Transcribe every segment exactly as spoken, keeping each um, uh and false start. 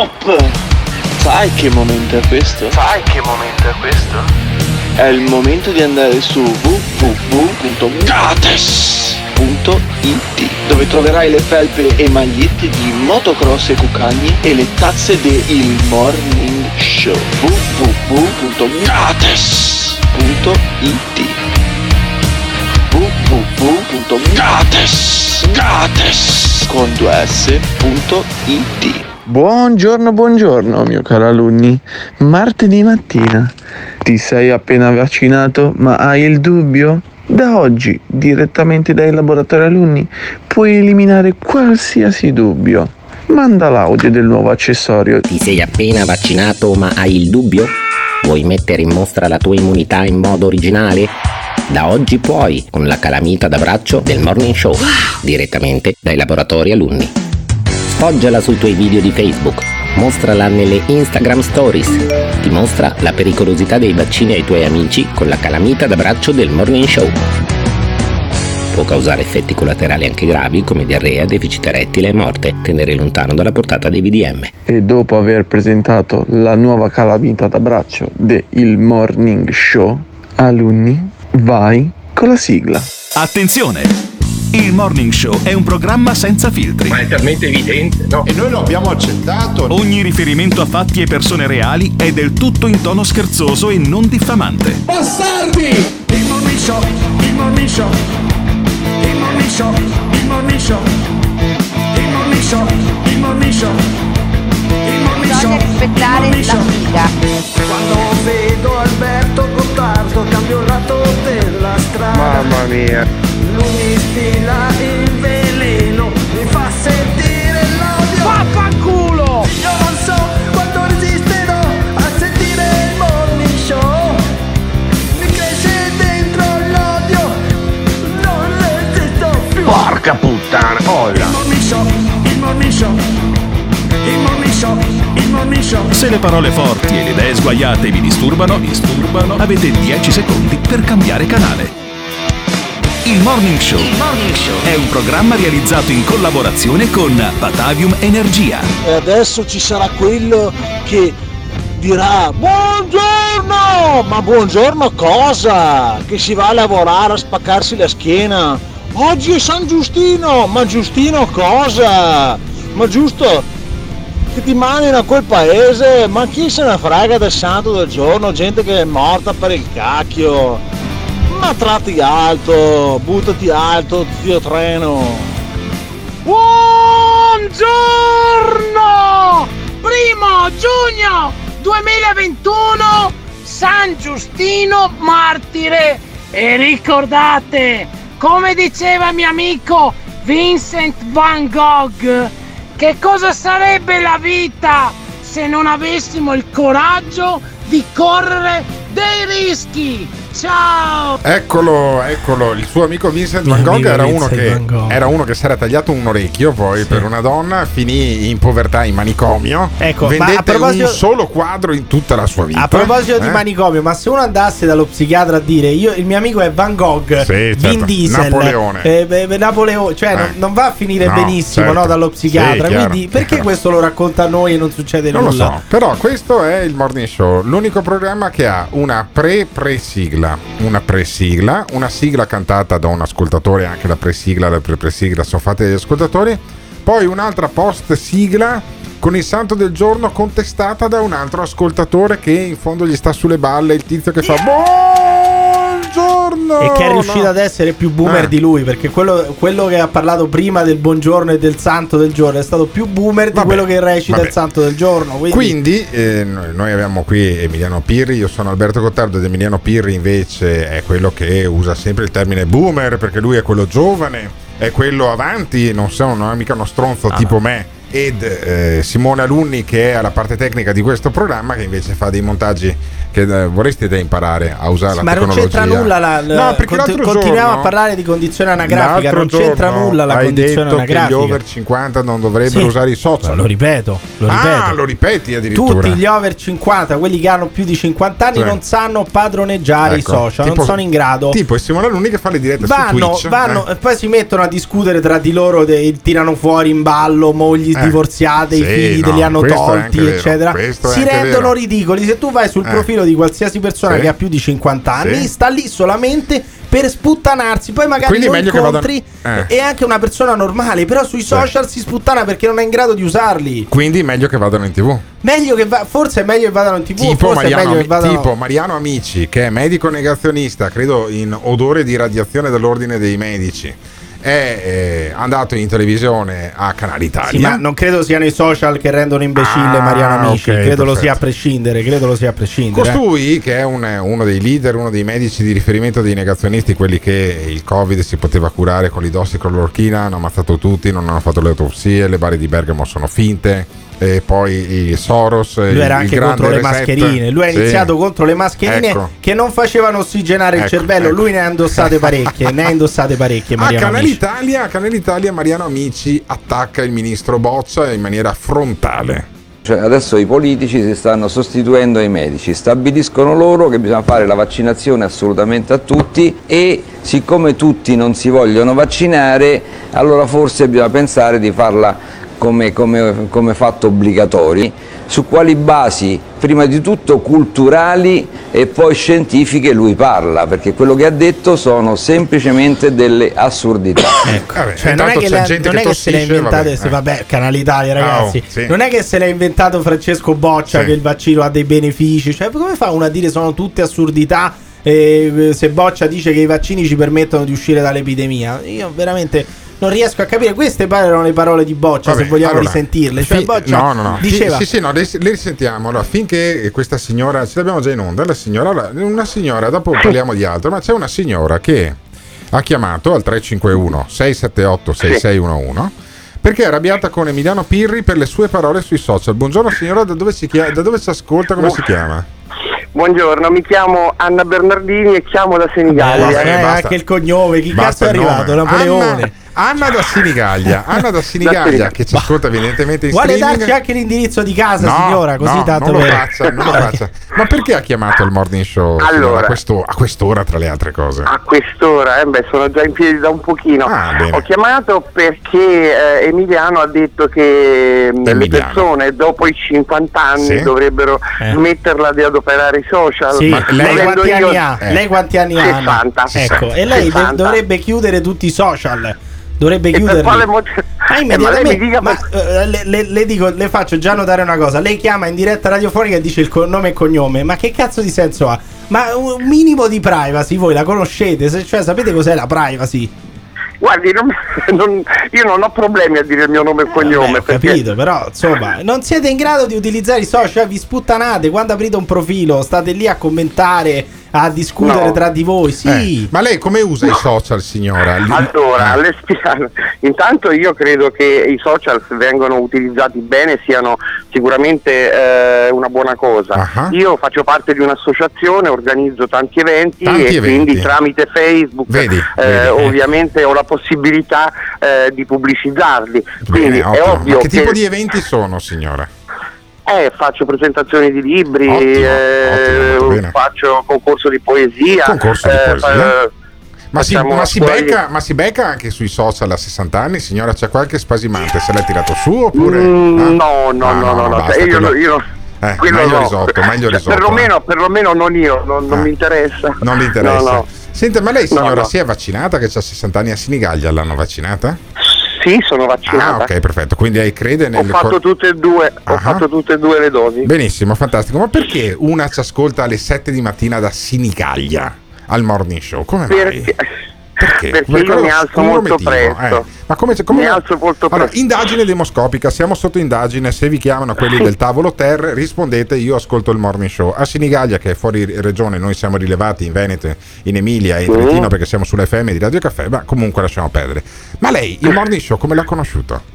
Stop! Sai che momento è questo? Sai che momento è questo? È il momento di andare su w w w punto gates punto i t, dove troverai le felpe e magliette di motocross e cucagni e le tazze de Il Morning Show. w w w punto gates punto i t w w w punto gates gates con due s punto i t. Buongiorno, buongiorno mio caro alunni. Martedì mattina. Ti sei appena vaccinato ma hai il dubbio? Da oggi, direttamente dai laboratori alunni, puoi eliminare qualsiasi dubbio. Manda l'audio del nuovo accessorio. Ti sei appena vaccinato ma hai il dubbio? Vuoi mettere in mostra la tua immunità in modo originale? Da oggi puoi, con la calamita da braccio del Morning Show, direttamente dai laboratori alunni. Sfoggiala sui tuoi video di Facebook, mostrala nelle Instagram Stories, dimostra la pericolosità dei vaccini ai tuoi amici con la calamita da braccio del Morning Show. Può causare effetti collaterali anche gravi come diarrea, deficit erettile e morte. Tenere lontano dalla portata dei V D M. E dopo aver presentato la nuova calamita da braccio del Morning Show, alunni, vai con la sigla. Attenzione! Il Morning Show è un programma senza filtri. Ma è talmente evidente, no? E noi lo abbiamo accettato. Ogni riferimento a fatti e persone reali è del tutto in tono scherzoso e non diffamante. Bastardi! Il Morning Show, il Morning Show, il Morning Show, il Morning Show, il Morning Show, il Morning Show, il Morning Show. Bisogna rispettare la sigla. Quando vedo Alberto Gottardo cambio il lato della strada. Mamma mia. Lui mi stila il veleno, mi fa sentire l'odio. Vaffanculo! Io non so quanto resisterò a sentire il Morning Show. Mi cresce dentro l'odio, non resisto più. Porca puttana, oh Il Morning Show, il Morning Show, il Morning Show, il Morning Show. Se le parole forti e le idee sguaiate vi disturbano, disturbano, avete dieci secondi per cambiare canale. Il Morning Show. Il Morning Show è un programma realizzato in collaborazione con Batavium Energia. E adesso ci sarà quello che dirà buongiorno, ma buongiorno cosa? Che si va a lavorare a spaccarsi la schiena. Oggi è San Giustino, ma Giustino cosa? Ma giusto che ti mandino a quel paese, ma chi se ne frega del santo del giorno? Gente che è morta per il cacchio. Ma tratti alto, buttati alto, zio treno. Buongiorno! Primo giugno duemilaventuno, San Giustino martire. E ricordate, come diceva mio amico Vincent van Gogh, che cosa sarebbe la vita se non avessimo il coraggio di correre dei rischi. Ciao! Eccolo, eccolo, il suo amico Vincent Van Gogh era uno che era uno che si era tagliato un orecchio poi sì. per una donna, finì in povertà in manicomio. Ecco, vendette ma a proposito, un solo quadro in tutta la sua vita. A proposito eh? di manicomio, ma se uno andasse dallo psichiatra a dire io il mio amico è Van Gogh, sì, certo. Vin Diesel, Napoleone, eh, eh, Napoleone, cioè eh. non, non va a finire no, benissimo, certo. no, dallo psichiatra. Sì, quindi perché chiaro. questo lo racconta a noi e non succede non nulla? Non lo so, però questo è il Morning Show, l'unico programma che ha una pre-pre-sigla, una pre sigla, una sigla cantata da un ascoltatore, anche la pre-sigla e la pre-pre-sigla sono fatte dagli ascoltatori, poi un'altra post-sigla con il santo del giorno contestata da un altro ascoltatore che in fondo gli sta sulle balle, il tizio che fa buongiorno e che è riuscito no. ad essere più boomer eh. di lui, perché quello, quello che ha parlato prima del buongiorno e del santo del giorno è stato più boomer di vabbè, quello che recita vabbè. il santo del giorno. Quindi, quindi eh, noi abbiamo qui Emiliano Pirri, io sono Alberto Gottardo ed Emiliano Pirri invece è quello che usa sempre il termine boomer perché lui è quello giovane, è quello avanti, non, sono, non è mica uno stronzo ah, tipo no. me. Ed eh, Simone Alunni che è alla parte tecnica di questo programma, che invece fa dei montaggi che eh, vorreste da imparare a usare sì, la ma tecnologia. Ma non c'entra nulla la, la, no, perché cont- continuiamo giorno, a parlare di condizione anagrafica, non c'entra nulla la hai condizione detto anagrafica. Che gli over cinquanta non dovrebbero sì. usare i social. Lo ripeto, lo ripeto. Ah, lo ripeti addirittura. Tutti gli over cinquanta, quelli che hanno più di cinquanta anni, sì. non sanno padroneggiare ecco, i social, tipo, non sono in grado. Tipo Simone Alunni che fa le dirette vanno, su Twitch. Vanno eh. e poi si mettono a discutere tra di loro, de, tirano fuori in ballo mogli ecco. divorziate, sì, i figli no, te li hanno questo è tolti, anche vero, eccetera. questo è Si anche rendono vero. ridicoli. Se tu vai sul Eh. profilo di qualsiasi persona Sì. che ha più di cinquanta anni, Sì. sta lì solamente per sputtanarsi. Poi magari Quindi è lo meglio che incontri vadano- eh. è anche una persona normale, però sui social si sputtana perché non è in grado di usarli. Quindi meglio che vadano in TV. Meglio che va- forse è meglio che vadano in TV, Tipo forse è Mariano, meglio che vadano. tipo Mariano Amici, che è medico negazionista, credo in odore di radiazione dell'ordine dei medici, è eh, andato in televisione a Canale Italia. Sì, ma non credo siano i social che rendono imbecille Ah, Mariano Amici. ok, credo lo perfetto. sia a prescindere. Credo lo sia a prescindere. eh. Costui, che è un- uno dei leader, uno dei medici di riferimento dei negazionisti, quelli che il Covid si poteva curare con l'idrossiclorochina, hanno ammazzato tutti, non hanno fatto le autopsie, le bare di Bergamo sono finte. E poi il Soros, Lui il, era il anche grande contro le reset. mascherine. Lui ha Sì. iniziato contro le mascherine Ecco. che non facevano ossigenare il Ecco, cervello. ecco. Lui ne ha indossate parecchie. ne ha indossate parecchie. A Mariano Canale Amici. Italia, a Canale Italia Mariano Amici attacca il ministro Boccia in maniera frontale. Cioè, adesso i politici si stanno sostituendo ai medici, stabiliscono loro che bisogna fare la vaccinazione assolutamente a tutti e siccome tutti non si vogliono vaccinare, allora forse bisogna pensare di farla come, come, come fatto obbligatorio. Su quali basi? Prima di tutto culturali e poi scientifiche lui parla, perché quello che ha detto sono semplicemente delle assurdità. Ecco. Vabbè, Cioè, non è intanto che, c'è la- gente non che è che se l'ha tossisce, inventate, vabbè, se- eh. vabbè, Canale Italia, ragazzi. Oh, sì. Non è che se l'ha inventato Francesco Boccia Sì. che il vaccino ha dei benefici. Cioè, come fa uno a dire sono tutte assurdità? E se Boccia dice che i vaccini ci permettono di uscire dall'epidemia, io veramente non riesco a capire. Queste poi erano le parole di Boccia. Vabbè, se vogliamo allora, risentirle, cioè fi- Boccia no, no, no. diceva Sì, sì, sì, no, le, le risentiamo. Allora, finché questa signora, ce l'abbiamo già in onda, la signora, allora, una signora, dopo parliamo di altro, ma c'è una signora che ha chiamato al tre cinque uno sei sette otto sei sei uno uno perché è arrabbiata con Emiliano Pirri per le sue parole sui social. Buongiorno signora, da dove, si chia- da dove ci ascolta, come si chiama? Buongiorno, mi chiamo Anna Bernardini e chiamo da Senigallia. basta, eh, basta. anche il cognome, chi Basta cazzo è il arrivato? nome. Napoleone. Anna, Anna da Sinigaglia, Anna da Sinigaglia che ci ascolta evidentemente in Vuole streaming. darci anche l'indirizzo di casa, No, signora, così no, tanto non lo per- faccia, non lo faccia. Ma perché ha chiamato il morning show signora, Allora. a, questo- a quest'ora tra le altre cose? A quest'ora, eh, beh, sono già in piedi da un pochino. Ah, bene. Ho chiamato perché eh, Emiliano ha detto che mh, le Emiliano. persone dopo i cinquanta anni Sì. dovrebbero Eh. smetterla di adoperare i social. Sì, Ma lei lei Avendo quanti io- anni ha? Eh. Lei quanti anni ha? Anna? sessanta. Ecco, e lei de- sessanta. dovrebbe chiudere tutti i social. Dovrebbe E per chiuderli. quale motivo? Ma Eh, immediatamente- ma lei mi dica ma, eh, le, le- le dico, le faccio già notare una cosa. Lei chiama in diretta radiofonica e dice il co- nome e cognome. Ma che cazzo di senso ha? Ma un minimo di privacy, voi la conoscete? Se- cioè, sapete cos'è la privacy? Guardi, non- non- io non ho problemi a dire il mio nome e cognome. Vabbè, ho perché- capito, però insomma, non siete in grado di utilizzare i social, vi sputtanate quando aprite un profilo, state lì a commentare, a discutere No. tra di voi. Sì. Eh, ma lei come usa i social, signora? Li- Allora, eh. le spie- intanto io credo che i social, se vengono utilizzati bene, siano sicuramente eh, una buona cosa. Ah. Io faccio parte di un'associazione, organizzo tanti eventi Tanti e eventi. quindi tramite Facebook Vedi, eh, vedi. ovviamente ho la possibilità eh, di pubblicizzarli. Quindi Bene, è ottimo. ovvio Ma che tipo che di eventi sono, signora? eh, faccio presentazioni di libri, Ottimo, eh, ottimo, molto bene. faccio concorso di poesia. Concorso di eh, poesia? fa- Ma si, facciamo ma, si fuori- becca, ma si becca anche sui social a sessanta anni, signora? C'è qualche spasimante? Se l'hai tirato su oppure? Mm, Ah? no, no, Ah, no, no, no, basta, io, quello- io Eh, quello meglio no. risotto, meglio Cioè, risotto. perlomeno, perlomeno non io, non, non Ah. mi interessa. Non mi interessa. No, no. Senta, ma lei, signora, No, no. si è vaccinata? Che ha sessanta anni a Sinigaglia? L'hanno vaccinata? Sì, sono vaccinata. Ah, ok, perfetto. Quindi lei crede Ho nel fatto cor- tutte e due, ho Ah. fatto tutte e due le dosi. Benissimo, fantastico. Ma perché una ci ascolta alle sette di mattina da Sinigaglia al morning show? Come mai? Perché, Perché? perché Per io quello mi alzo oscuro molto motivo, presto. eh. Ma come, come Mi alzo molto allora, presto. indagine demoscopica, siamo sotto indagine. Se vi chiamano quelli del tavolo ter, rispondete: io ascolto il morning show. A Sinigaglia, che è fuori regione, noi siamo rilevati in Veneto, in Emilia e in Trentino, perché siamo sull'F M di Radio Caffè, ma comunque lasciamo perdere. Ma lei il morning show come l'ha conosciuto?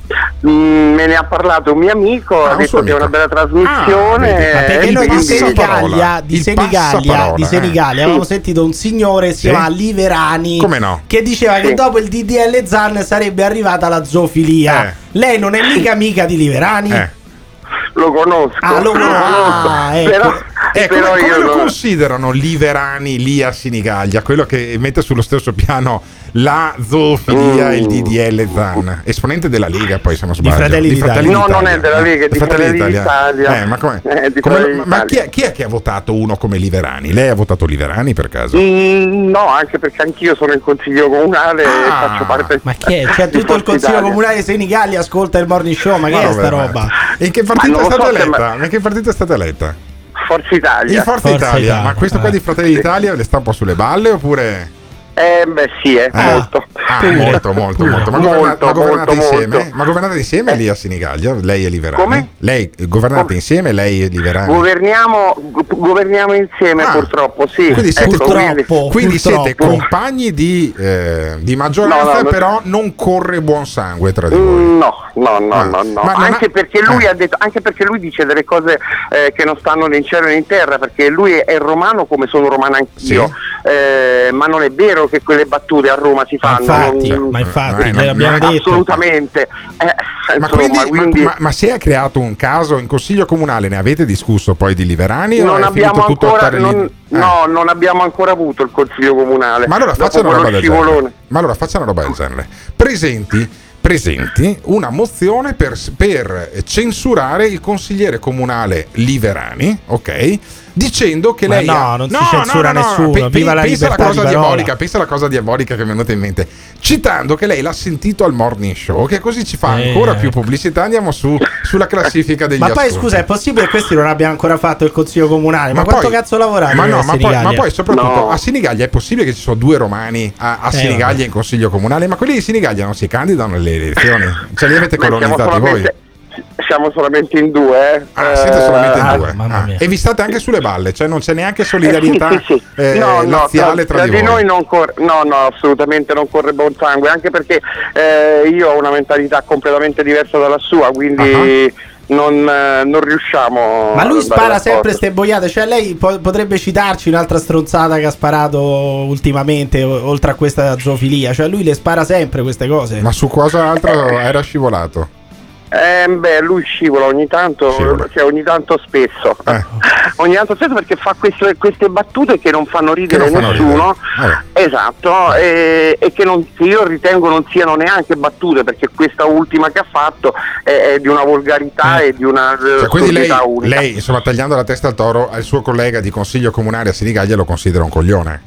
Mm, me ne ha parlato un mio amico, Ah, ha un detto suo che è una amico. bella trasmissione. Ah, vedi. Ma perché eh, noi di quindi- Senigallia, di Il Senigallia, passaparola, di eh. Senigallia avevamo Sì. sentito un signore, si Sì. chiama Liverani, Come no? che diceva Sì. che dopo il D D L Zan sarebbe arrivata la zoofilia. Eh. Lei non è mica amica di Liverani? Eh. Lo conosco. Ah, lo conosco. Ah, ecco. Però, Eh, come Però come io lo non- considerano Liverani lì a Sinigaglia, quello che mette sullo stesso piano la zoofilia Mm. e il D D L Zan, esponente della Lega, poi se non sbaglio. Fratelli d'Italia. No, non è della Lega, è di Fratelli d'Italia. Eh, ma come- Eh, di come- Fratelli ma d'Italia. chi, è, chi è che ha votato uno come Liverani? Lei ha votato Liverani per caso? Mm, no, anche perché anch'io sono in consiglio comunale e Ah. faccio parte. Ma che è? C'è di tutto il Forza consiglio Italia. comunale di Senigallia ascolta il morning show, ma che Ma è vabbè, sta ma- roba? E in che Ma partito è non lo stata so se- eletta? Ma in che partito è stata eletta? Forza Italia. In Forza, Forza Italia. Italia. Ma questo qua di Fratelli d'Italia le sta un po' sulle balle oppure? Eh, beh, sì, eh, Ah. molto. Ah, molto, molto, molto. Ma, Molto, governa- ma governate molto, insieme? molto. Ma governate insieme lì a Sinigaglia? Lei e Liverani? Come? Lei eh, governate Come? insieme, lei e Liverani? Governiamo, go- governiamo insieme, Ah. purtroppo, sì. Quindi siete, Ecco, purtroppo. quindi siete purtroppo. compagni di, eh, di maggioranza, No, no, no. però non corre buon sangue tra di voi. Mm, No, no, no, Ah. no, no. Ma non Anche ha- perché lui eh. ha detto, anche perché lui dice delle cose eh, che non stanno né in cielo né in terra, perché lui è romano come sono romano anch'io. Sì. Eh, ma non è vero che quelle battute a Roma si Ma fanno. infatti, non- ma infatti, Eh, ve l'abbiamo no, detto. assolutamente. Eh, Ma, insomma, quindi, ma- quindi ma, ma se ha creato un caso in consiglio comunale, ne avete discusso poi di Liverani? o non è abbiamo finito tutto a ancora stare lì? non, Eh. no, non abbiamo ancora avuto il consiglio comunale. Ma allora Dopo faccia una quello roba del scivolone. genere. Ma allora faccia una roba del genere. Presenti, presenti una mozione per, per censurare il consigliere comunale Liverani, ok? Dicendo che Ma lei no, ha... non si censura nessuno, viva la pensa libertà alla cosa di parola. diabolica, pensa alla cosa diabolica che mi è venuta in mente, citando che lei l'ha sentito al morning show, che così ci fa Eh, ancora più ecco. pubblicità, andiamo su, sulla classifica degli Ma poi ascolti. scusa, è possibile che questi non abbiano ancora fatto il consiglio comunale? Ma, Ma quanto poi- cazzo lavorate? Ma no, a ma poi, Senigallia? ma poi soprattutto No. a Sinigaglia è possibile che ci sono due romani a, a Eh, Sinigaglia vabbè. in consiglio comunale, ma quelli di Sinigaglia non si candidano alle elezioni, cioè li avete Beh, siamo colonizzati voi. solamente, siamo solamente in due, eh. Ah, siete solamente in Eh, due. mamma Ah, mia. e vi state anche sulle balle, cioè non c'è neanche Eh, solidarietà sì, sì, sì. eh, No, no, laziale tra, di voi. noi non corre, no, no, assolutamente non corre buon sangue, anche perché eh, io ho una mentalità completamente diversa dalla sua, quindi non, eh, non riusciamo. Ma lui ad andare spara d'accordo. sempre ste boiate. Cioè, lei po- potrebbe citarci un'altra stronzata che ha sparato ultimamente, o- oltre a questa zoofilia. Cioè, lui le spara sempre queste cose. Ma su cosa altro era scivolato? Eh, beh, lui scivola ogni tanto, Scivola. cioè ogni tanto spesso. Eh. Ogni tanto spesso perché fa queste, queste battute che non fanno ridere Che non fanno nessuno. ridere. Esatto, e, e che, non, che io ritengo non siano neanche battute, perché questa ultima che ha fatto è, è di una volgarità Eh. e di una eh, Cioè, quindi lei, assurdità unica. lei, insomma, tagliando la testa al toro, al suo collega di consiglio comunale a Sinigaglia lo considera un coglione.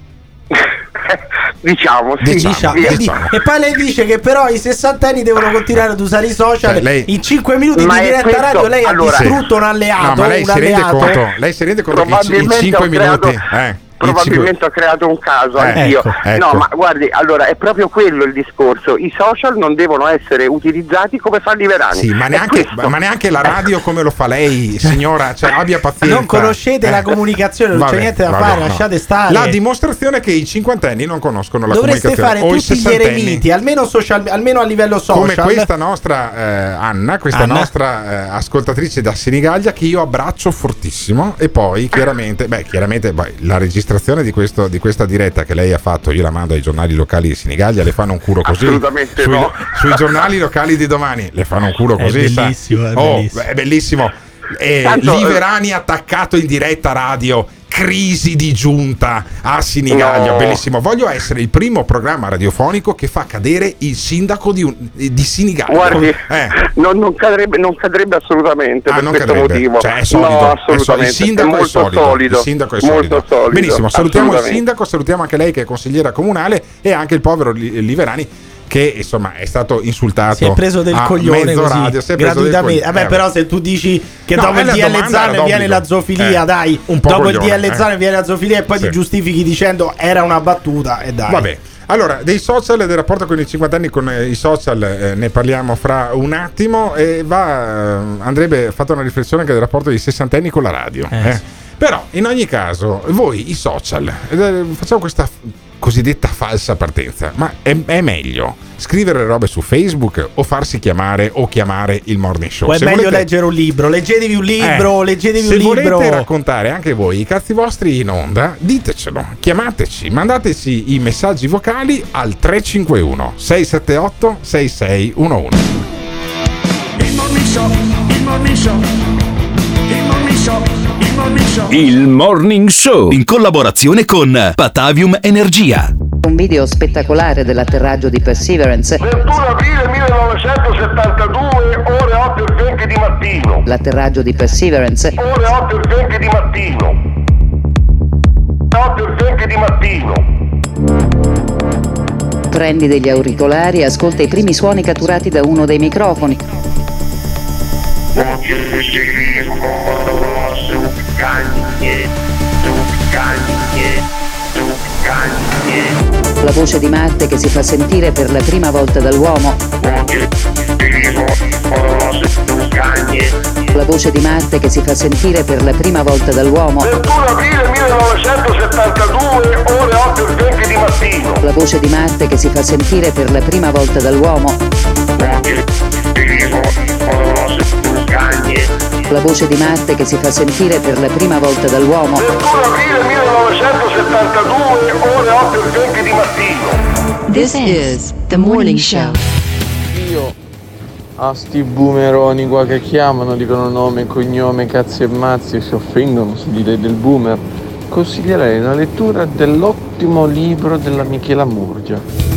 diciamo, sì, Diciamo, via. diciamo. E poi lei dice che però i sessantenni devono continuare ad usare i social. Cioè, lei- In cinque minuti Ma di è diretta questo- radio lei allora- ha distrutto un alleato. No, ma lei un si rende alleato. conto, lei si rende conto che in- in Probabilmente cinque ho creato- minuti eh, in Probabilmente ho creato un caso Eh, anch'io. ecco, ecco. No, ma guardi, allora è proprio quello il discorso. I social non devono essere utilizzati come fa Liverani. Sì, ma È neanche, questo. ma neanche la radio come lo fa lei, signora, cioè abbia pazienza. Non conoscete la comunicazione, non Vabbè, c'è niente da vabbè, fare, no. lasciate stare. La dimostrazione che i cinquantenni non conoscono la Dovreste comunicazione fare o i tutti gli sessantenni. eremiti, almeno, social, almeno a livello social. Come questa nostra eh, Anna, questa Anna. nostra eh, ascoltatrice da Sinigaglia, che io abbraccio fortissimo. E poi chiaramente, beh, chiaramente beh, la registrazione di, questo, di questa diretta che lei ha fatto, io la mando ai giornali locali di Sinigaglia, le fanno un culo così. Assolutamente sui, no. sui giornali locali di domani le fanno un culo È così. sa. bellissimo, è Oh, bellissimo. beh, è bellissimo. Eh, Tanto, Liverani attaccato in diretta radio, crisi di giunta a Sinigaglia, No. bellissimo. Voglio essere il primo programma radiofonico che fa cadere il sindaco di, un- di Sinigaglia. Guardi, Eh. non, non, cadrebbe, non cadrebbe assolutamente Ah, per non questo cadrebbe. motivo. Cioè, è solido, no, è solido. assolutamente. Il sindaco è è, molto solido. solido. Il sindaco è molto solido. solido. Benissimo, salutiamo il assolutamente. sindaco, salutiamo anche lei che è consigliera comunale e anche il povero Li- Liverani che insomma è stato insultato. Si è preso del a coglione mezzo così, radio, si è preso del gratuitamente. coglione. Vabbè, Eh, però se tu dici che No, dopo è il la D L domanda, Zan era viene d'obbligo. la zoofilia, Eh, dai. un po' Dopo il D coglione, L eh. Zan viene la zoofilia e poi Sì. ti giustifichi dicendo era una battuta e dai. Vabbè, allora dei social e del rapporto con i cinquantenni con eh, i social eh, ne parliamo fra un attimo e va, eh, andrebbe fatta una riflessione anche del rapporto dei sessantenni con la radio. Eh, eh. sì. Però in ogni caso voi i social, eh, facciamo questa f- cosiddetta falsa partenza, ma è, è meglio scrivere robe su Facebook o farsi chiamare o chiamare il morning show? O è Se meglio volete- leggere un libro, leggetevi un libro, Eh, leggetevi se un libro. volete raccontare anche voi i cazzi vostri in onda, ditecelo, chiamateci, mandateci i messaggi vocali al tre cinque uno sei sette otto sei sei uno uno. Il morning show, il morning show, il morning show, il morning Morning Show. Il Morning Show in collaborazione con Patavium Energia. Un video spettacolare dell'atterraggio di Perseverance. ventuno aprile millenovecentosettantadue, ore otto e venti di mattino. L'atterraggio di Perseverance. Ore otto e venti di mattino. otto e venti di mattino. Prendi degli auricolari e ascolta i primi suoni catturati da uno dei microfoni. La voce di Marte che si fa sentire per la prima volta dall'uomo. La voce di Marte che si fa sentire per la prima volta dall'uomo. ventuno aprile millenovecentosettantadue, ore otto e venti di mattino. La voce di Marte che si fa sentire per la prima volta dall'uomo. La voce di Marte che si fa sentire per la prima volta dall'uomo. ventuno aprile millenovecentosettantadue, ore otto e venti di mattino. This is the morning show. Io a sti boomeroni qua che chiamano, dicono nome, cognome, cazzi e mazzi e si offendono se direi del boomer, consiglierei la lettura dell'ottimo libro della Michela Murgia.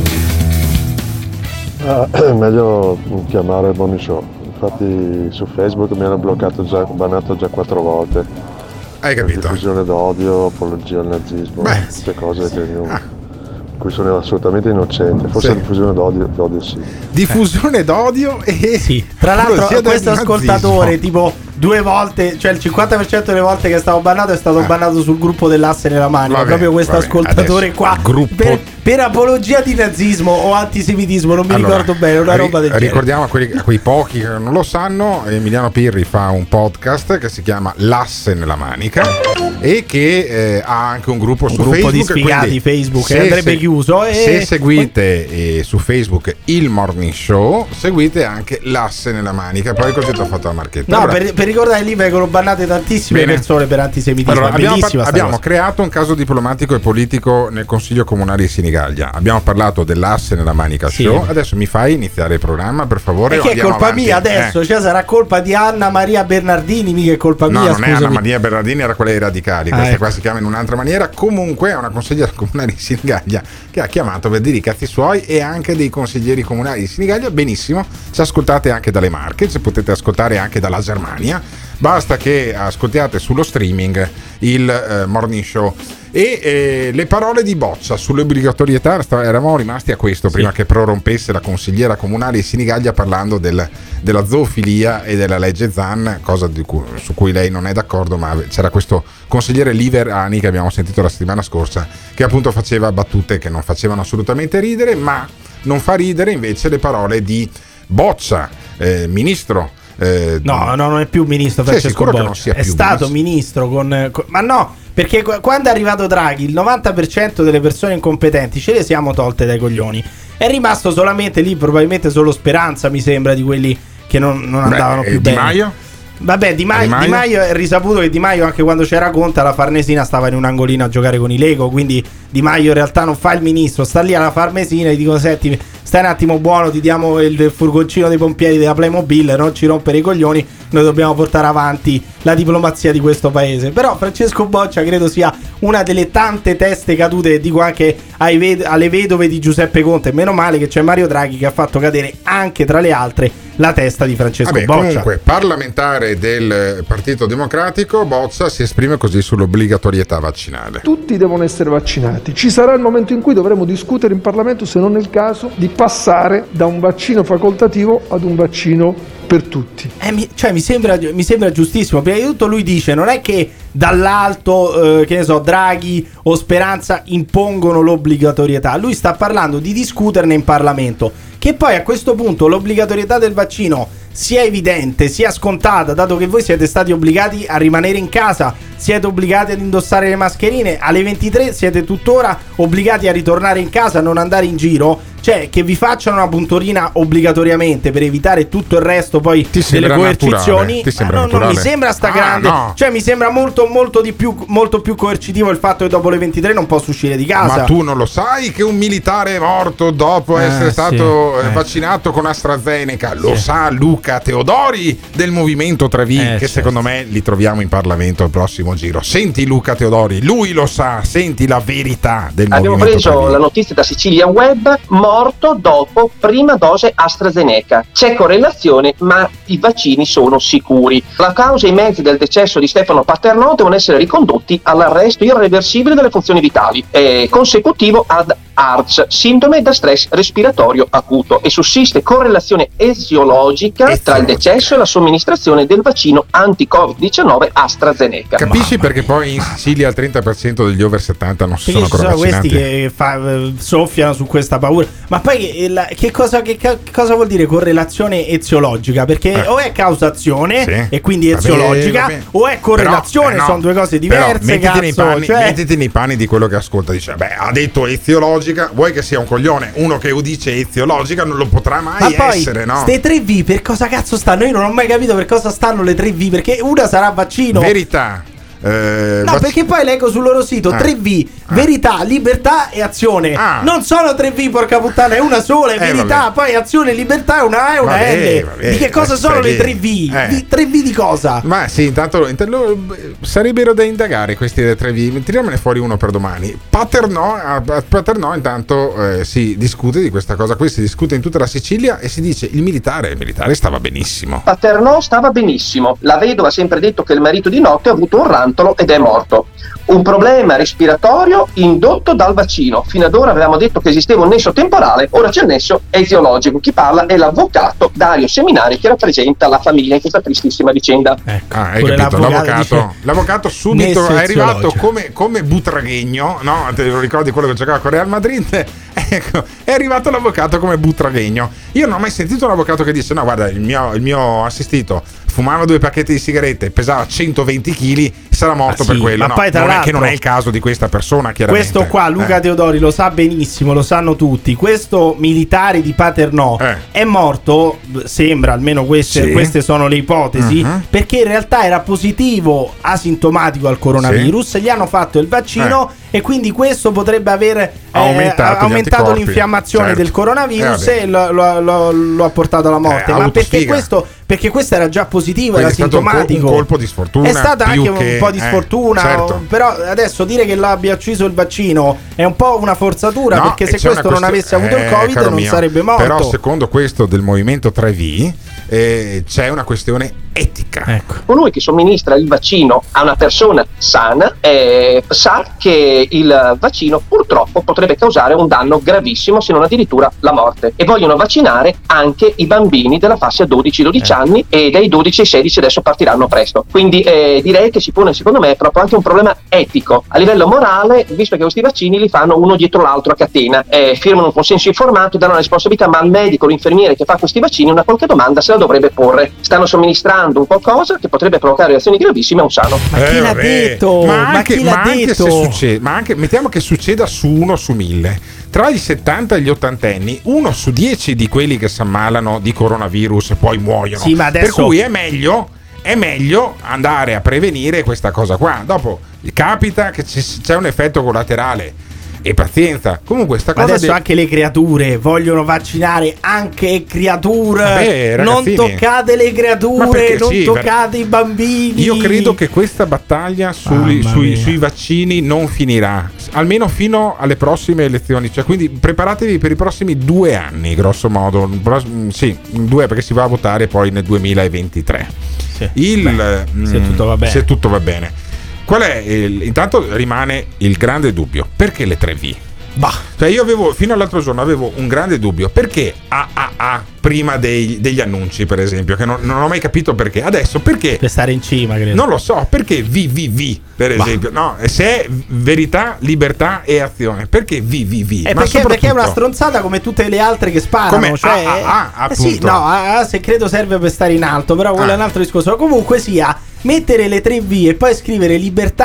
Ah, è meglio chiamare il morning show. Infatti su Facebook mi hanno bloccato già, bannato già quattro volte. Hai capito? Diffusione d'odio, apologia al nazismo, Beh, queste cose sì, che io, ah. cui sono assolutamente innocente. Forse Sì. diffusione d'odio, d'odio sì. Diffusione d'odio e Sì. Tra l'altro apologia del questo ascoltatore nazismo. tipo due volte, cioè il cinquanta per cento delle volte che è stato bannato è stato Ah. bannato sul gruppo dell'asse nella manica. Vabbè, Proprio questo vabbè, ascoltatore adesso, qua gruppo- per, per apologia di nazismo o antisemitismo, non mi Allora, ricordo bene, una ri- roba del genere. Ricordiamo a, quelli- a quei pochi che non lo sanno, Emiliano Pirri fa un podcast che si chiama L'asse nella manica e che eh, ha anche un gruppo Un su gruppo Facebook. di sfigati quindi Facebook se- che andrebbe se- chiuso e- Se seguite eh, su Facebook il Morning Show, seguite anche L'asse nella manica. Poi così ti ho fatto la marchetta. No, Allora, per, per ricordare lì vengono bannate tantissime Bene. persone per antisemitismo. Allora, è abbiamo, bellissima par- sta abbiamo cosa. creato un caso diplomatico e politico nel Consiglio Comunale di Sinigaglia. Abbiamo parlato dell'asse nella manica Sì. show. Adesso mi fai iniziare il programma, per favore? E o che è andiamo colpa avanti? mia adesso? Eh. Cioè sarà colpa di Anna Maria Bernardini, mica è colpa No, mia, non è Anna scusami. Maria Bernardini, era quella dei radicali. Ah, Questa ecco. qua si chiama in un'altra maniera. Comunque è una consigliera comunale di Sinigaglia che ha chiamato per dire i cazzi suoi e anche dei consiglieri comunali di Sinigaglia. Benissimo, ci ascoltate anche dalle Marche, ci potete ascoltare anche dalla Germania. Basta che ascoltiate sullo streaming il eh, Morning Show. E eh, le parole di Boccia sull'obbligatorietà, sta- eravamo rimasti a questo prima che prorompesse la consigliera comunale di Sinigaglia parlando del, della zoofilia e della legge Zan, cosa di cui, su cui lei non è d'accordo, ma c'era questo consigliere Liverani che abbiamo sentito la settimana scorsa che appunto faceva battute che non facevano assolutamente ridere, ma non fa ridere invece le parole di Boccia, eh, ministro. Eh, No, no, non è più ministro Sei Francesco sicuro che non Boccia. sia È più stato ministro con, con- ma no, perché qu- quando è arrivato Draghi il novanta per cento delle persone incompetenti ce le siamo tolte dai coglioni. È rimasto solamente lì probabilmente solo Speranza, mi sembra, di quelli che non, non Beh, andavano e più Di bene. Maio? Vabbè, Di Maio, Di Maio? Di Maio è risaputo che Di Maio, anche quando c'era Conte, alla Farnesina stava in un angolino a giocare con i Lego. Quindi Di Maio in realtà non fa il ministro, sta lì alla Farnesina e gli dico: senti, stai un attimo buono, ti diamo il furgoncino dei pompieri della Playmobil, non ci rompere i coglioni, noi dobbiamo portare avanti la diplomazia di questo paese. Però Francesco Boccia credo sia una delle tante teste cadute, dico anche ai ved- alle vedove di Giuseppe Conte. Meno male che c'è Mario Draghi che ha fatto cadere anche tra le altre la testa di Francesco Vabbè, Boccia. comunque, parlamentare del Partito Democratico, Boccia si esprime così sull'obbligatorietà vaccinale. Tutti devono essere vaccinati. Ci sarà il momento in cui dovremo discutere in Parlamento, se non è il caso, di passare da un vaccino facoltativo ad un vaccino per tutti. Eh, mi, cioè, mi sembra, mi sembra giustissimo. Prima di tutto lui dice: non è che dall'alto, eh, che ne so, Draghi o Speranza impongono l'obbligatorietà. Lui sta parlando di discuterne in Parlamento. Che poi a questo punto l'obbligatorietà del vaccino sia evidente, sia scontata, dato che voi siete stati obbligati a rimanere in casa, siete obbligati ad indossare le mascherine, alle ventitré siete tuttora obbligati a ritornare in casa, a non andare in giro. Cioè, che vi facciano una punturina obbligatoriamente per evitare tutto il resto poi delle sembra coercizioni. naturale? Ti sembra Ma no, non mi naturale? sembra sta Ah, grande. no. Cioè, mi sembra molto, molto di più, molto più coercitivo il fatto che dopo le ventitré non posso uscire di casa. Ma tu non lo sai che un militare è morto dopo Eh, essere sì, stato eh, eh. vaccinato con AstraZeneca? Lo Sì. sa Luca Teodori del Movimento tre V, Eh, che certo. secondo me li troviamo in Parlamento al prossimo primo giro. Senti Luca Teodori, lui lo sa, senti la verità del Abbiamo movimento. preso la notizia da Sicilia Web, morto dopo prima dose AstraZeneca. C'è correlazione, ma i vaccini sono sicuri. La causa e i mezzi del decesso di Stefano Paternò devono essere ricondotti all'arresto irreversibile delle funzioni vitali, eh, consecutivo ad A R D S, sindrome da stress respiratorio acuto, e sussiste correlazione eziologica tra il decesso e la somministrazione del vaccino anti-covid diciannove AstraZeneca. Capisci perché poi in Sicilia il trenta per cento degli over settanta non si Perché sono ci ancora sono vaccinati? questi che fa, eh, soffiano su questa paura. Ma poi eh, la- che, cosa, che, ca- cosa vuol dire correlazione eziologica? Perché Eh. o è causazione Sì. e quindi Va bene, eziologica, va bene. o è correlazione, Però, eh, no. sono due cose Però diverse. mettiti, nei Cazzo, panni, cioè- mettiti nei panni di quello che ascolta, dice beh, ha detto eziologica, vuoi che sia un coglione? Uno che dice eziologica non lo potrà mai Ma poi essere, no? ste tre V per cosa cazzo stanno? Io non ho mai capito per cosa stanno le tre V, perché una sarà vaccino. Verità. Eh, No, vac- perché poi leggo sul loro sito Ah. tre V, verità, libertà e azione. Ah. Non sono tre V, porca puttana, è una sola, è Eh, verità, vabbè. poi azione, libertà è una A e una Vabbè, L. vabbè, Di che cosa eh, sono le stai tre V? lì. Eh. Di, tre V di cosa? Ma sì, intanto, intanto sarebbero da indagare questi tre V. Tiriamone fuori uno per domani. Paternò, a a Paternò intanto eh, si discute di questa cosa qui, si discute in tutta la Sicilia e si dice il militare, il militare stava benissimo. Paternò stava benissimo. La vedova ha sempre detto che il marito di notte ha avuto un rantolo ed è morto. Un problema respiratorio indotto dal vaccino. Fino ad ora avevamo detto che esisteva un nesso temporale, ora c'è il nesso eziologico. Chi parla è l'avvocato Dario Seminari, che rappresenta la famiglia in questa tristissima vicenda. Ah, hai Pure capito? l'avvocato L'avvocato, dice- l'avvocato subito Nesso è arrivato eziologico. come, come Butraghegno, no? Te lo ricordi quello che giocava con Real Madrid? Ecco, è arrivato l'avvocato come Butraghegno. Io non ho mai sentito un avvocato che disse: no, guarda, il mio, il mio assistito fumava due pacchetti di sigarette, pesava centoventi chili, sarà morto Ah, per sì, quello. ma No, poi tra non è che l'altro- non è il caso di questa persona, chiaramente. Questo qua, Luca Eh. Teodori, lo sa benissimo, lo sanno tutti. Questo militare di Paternò Eh. è morto, sembra, almeno queste, Sì. queste sono le ipotesi, Mhm. perché in realtà era positivo asintomatico al coronavirus, gli hanno fatto il vaccino e quindi questo potrebbe aver eh, Aumentato gli aumentato anticorpi, l'infiammazione certo. del coronavirus Eh, e lo, lo- lo- lo ha portato alla morte. Eh, Ma perché autosfiga. questo, perché questo era già positivo, Quindi era è stato un co- sintomatico. un colpo di sfortuna, È stato più anche un che- po' di eh, sfortuna, certo. però adesso dire che l'abbia ucciso il vaccino è un po' una forzatura, No, perché e se c'è questo una non questio- avesse avuto il eh, Covid caro non mio, sarebbe morto. Però secondo questo del movimento tre V eh, c'è una questione etica. Ecco. Colui che somministra il vaccino a una persona sana eh, sa che il vaccino purtroppo potrebbe causare un danno gravissimo, se non addirittura la morte, e vogliono vaccinare anche i bambini della fascia dodici dodici Eh. anni, e dai dodici ai sedici adesso partiranno presto. Quindi eh, direi che si pone, secondo me, proprio anche un problema etico a livello morale, visto che questi vaccini li fanno uno dietro l'altro a catena, eh, firmano un consenso informato, danno la responsabilità, ma al medico o l'infermiere che fa questi vaccini una qualche domanda se la dovrebbe porre. Stanno somministrando un qualcosa che potrebbe provocare reazioni gravissime a un sano. Ma chi Eh, l'ha vabbè. detto? Ma Ma anche, chi l'ha ma anche detto? se succede, ma anche mettiamo che succeda su uno su mille. Tra gli settanta e gli ottantenni, uno su dieci di quelli che si ammalano di coronavirus poi muoiono. Sì, ma adesso- Per cui è meglio, è meglio andare a prevenire questa cosa qua. Dopo capita che ci- c'è un effetto collaterale. E pazienza. Comunque sta Ma cosa adesso de- anche le creature vogliono vaccinare anche creature. Vabbè, non ragazzini. toccate le Ma creature, perché non sì, toccate i bambini. Io credo che questa battaglia sui, Mamma sui- mia. sui vaccini non finirà, almeno fino alle prossime elezioni. Cioè, quindi preparatevi per i prossimi due anni, grosso modo. Pros- Sì, due, perché si va a votare poi nel duemilaventitré. Sì. Il, Beh, mm, se tutto va bene. se tutto va bene. Qual è il- intanto rimane il grande dubbio: perché le tre V? Bah. Cioè io avevo, fino all'altro giorno avevo un grande dubbio, perché A A A prima dei- degli annunci, per esempio, che non, non ho mai capito perché. Adesso perché? Per stare in cima, credo. Non lo so, perché V V V, per Bah. esempio? No, se è verità, libertà e azione, perché V V V? Eh, Ma perché, perché è una soprattutto- stronzata come tutte le altre che sparano. Come cioè, A A A, eh, sì, appunto. no, A A se credo serve per stare in alto, però quello Ah. è un altro discorso. Comunque sia, mettere le tre V e poi scrivere libertà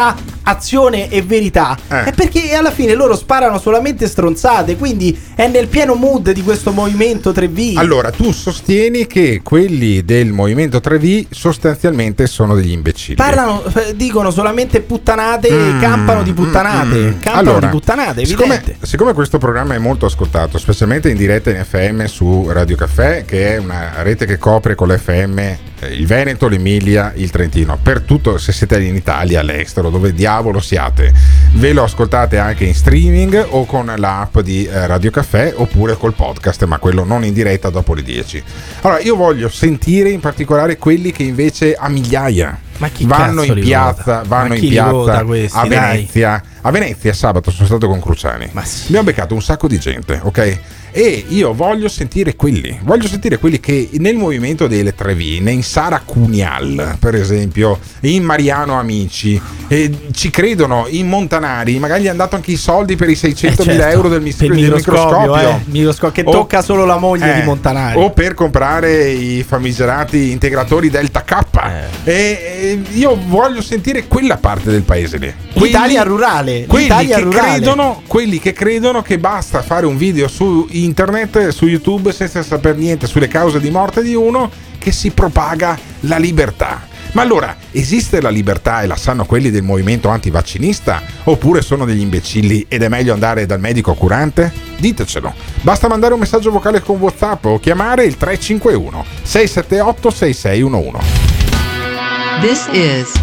azione e verità, Eh. è perché alla fine loro sparano solamente stronzate, quindi è nel pieno mood di questo movimento tre V. Allora, tu sostieni che quelli del Movimento tre V sostanzialmente sono degli imbecilli. Parlano, eh, dicono solamente puttanate, Mm, campano di puttanate, mm. campano Allora, di puttanate, siccome, evidente. siccome questo programma è molto ascoltato, specialmente in diretta in F M su Radio Caffè, che è una rete che copre con l'F M eh, il Veneto, l'Emilia, il Trentino, per tutto, se siete in Italia, all'estero, dove diavolo siate, ve lo ascoltate anche in streaming o con l'app di eh, Radio Caffè oppure col podcast, ma quello non in diretta dopo le dieci. Allora, io voglio sentire in particolare quelli che invece a migliaia Ma chi vanno cazzo in li piazza, vota? vanno Ma in chi li vota piazza questi, a dai? Venezia. A Venezia sabato sono stato con Cruciani. Abbiamo beccato un sacco di gente, ok? E io voglio sentire quelli, voglio sentire quelli che nel movimento delle tre V, in Sara Cunial, per esempio, in Mariano Amici, eh, ci credono, in Montanari, magari gli hanno dato anche i soldi per i seicentomila Eh, certo, euro del, per mistero, il del microscopio, microscopio, eh, microscopio che O- tocca solo la moglie eh, di Montanari. o per comprare i famigerati integratori Delta K. Eh. E, e io voglio sentire quella parte del paese lì. L'Italia rurale, Quelli l'Italia che, rurale. credono, quelli che credono che basta fare un video su internet, su YouTube, senza saper niente sulle cause di morte di uno, che si propaga la libertà. Ma allora, esiste la libertà e la sanno quelli del movimento antivaccinista? Oppure sono degli imbecilli ed è meglio andare dal medico curante? Ditecelo. Basta mandare un messaggio vocale con WhatsApp o chiamare il tre cinque uno sei sette otto sei sei uno uno. This is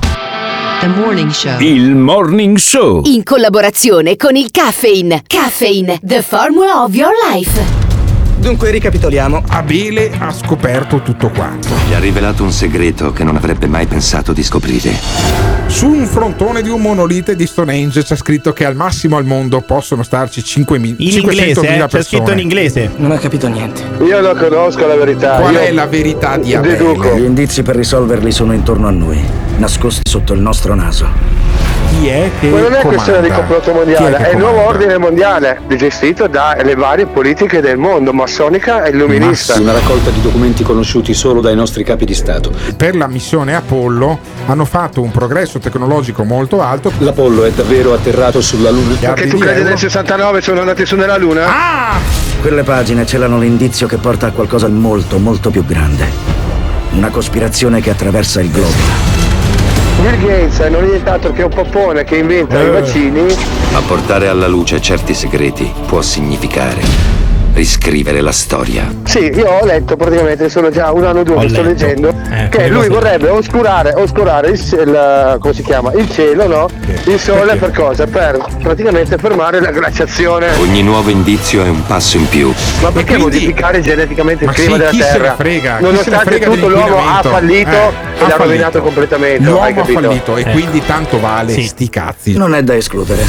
The Morning Show. Il Morning Show. In collaborazione con il Caffeine. Caffeine, the formula of your life. Dunque ricapitoliamo. Abele ha scoperto tutto quanto. Gli ha rivelato un segreto che non avrebbe mai pensato di scoprire. Su un frontone di un monolite di Stonehenge c'è scritto che al massimo al mondo possono starci cinquemila In inglese, eh? C'è scritto in inglese. Non ho capito niente. Io non conosco la verità. Qual Io è la verità di Abele? deduco. Gli indizi per risolverli sono intorno a noi, nascosti sotto il nostro naso. Chi è che Ma non è comanda? questione di complotto mondiale, Chi è, che il nuovo comanda? ordine mondiale gestito dalle varie politiche del mondo, massonica e illuminista. Una raccolta di documenti conosciuti solo dai nostri capi di Stato. Per la missione Apollo hanno fatto un progresso tecnologico molto alto. L'Apollo è davvero atterrato sulla Luna. Perché tu credi nel sessantanove sono andati su nella Luna? Ah! Quelle pagine celano l'indizio che porta a qualcosa di molto, molto più grande. Una cospirazione che attraversa il globo. Bill Gates non è nient'altro che un poppone che inventa Eh. i vaccini. Ma portare alla luce certi segreti può significare riscrivere la storia. Sì, io ho letto praticamente, sono già un anno o due Ho che sto letto. leggendo, Eh, che come lui cosa? vorrebbe oscurare, oscurare il, il- come si chiama? Il cielo, no? Il sole per cosa? Per praticamente fermare la glaciazione. Ogni nuovo indizio è un passo in più. Ma perché modificare geneticamente il Ma clima sì, della chi se ne Terra? frega? Chi se ne Nonostante frega tutto l'uomo ha dell'inquinamento? fallito Eh, e ha l'ha fallito. rovinato completamente. hai L'uomo ha capito? fallito e quindi tanto vale Sì. sti cazzi. Non è da escludere.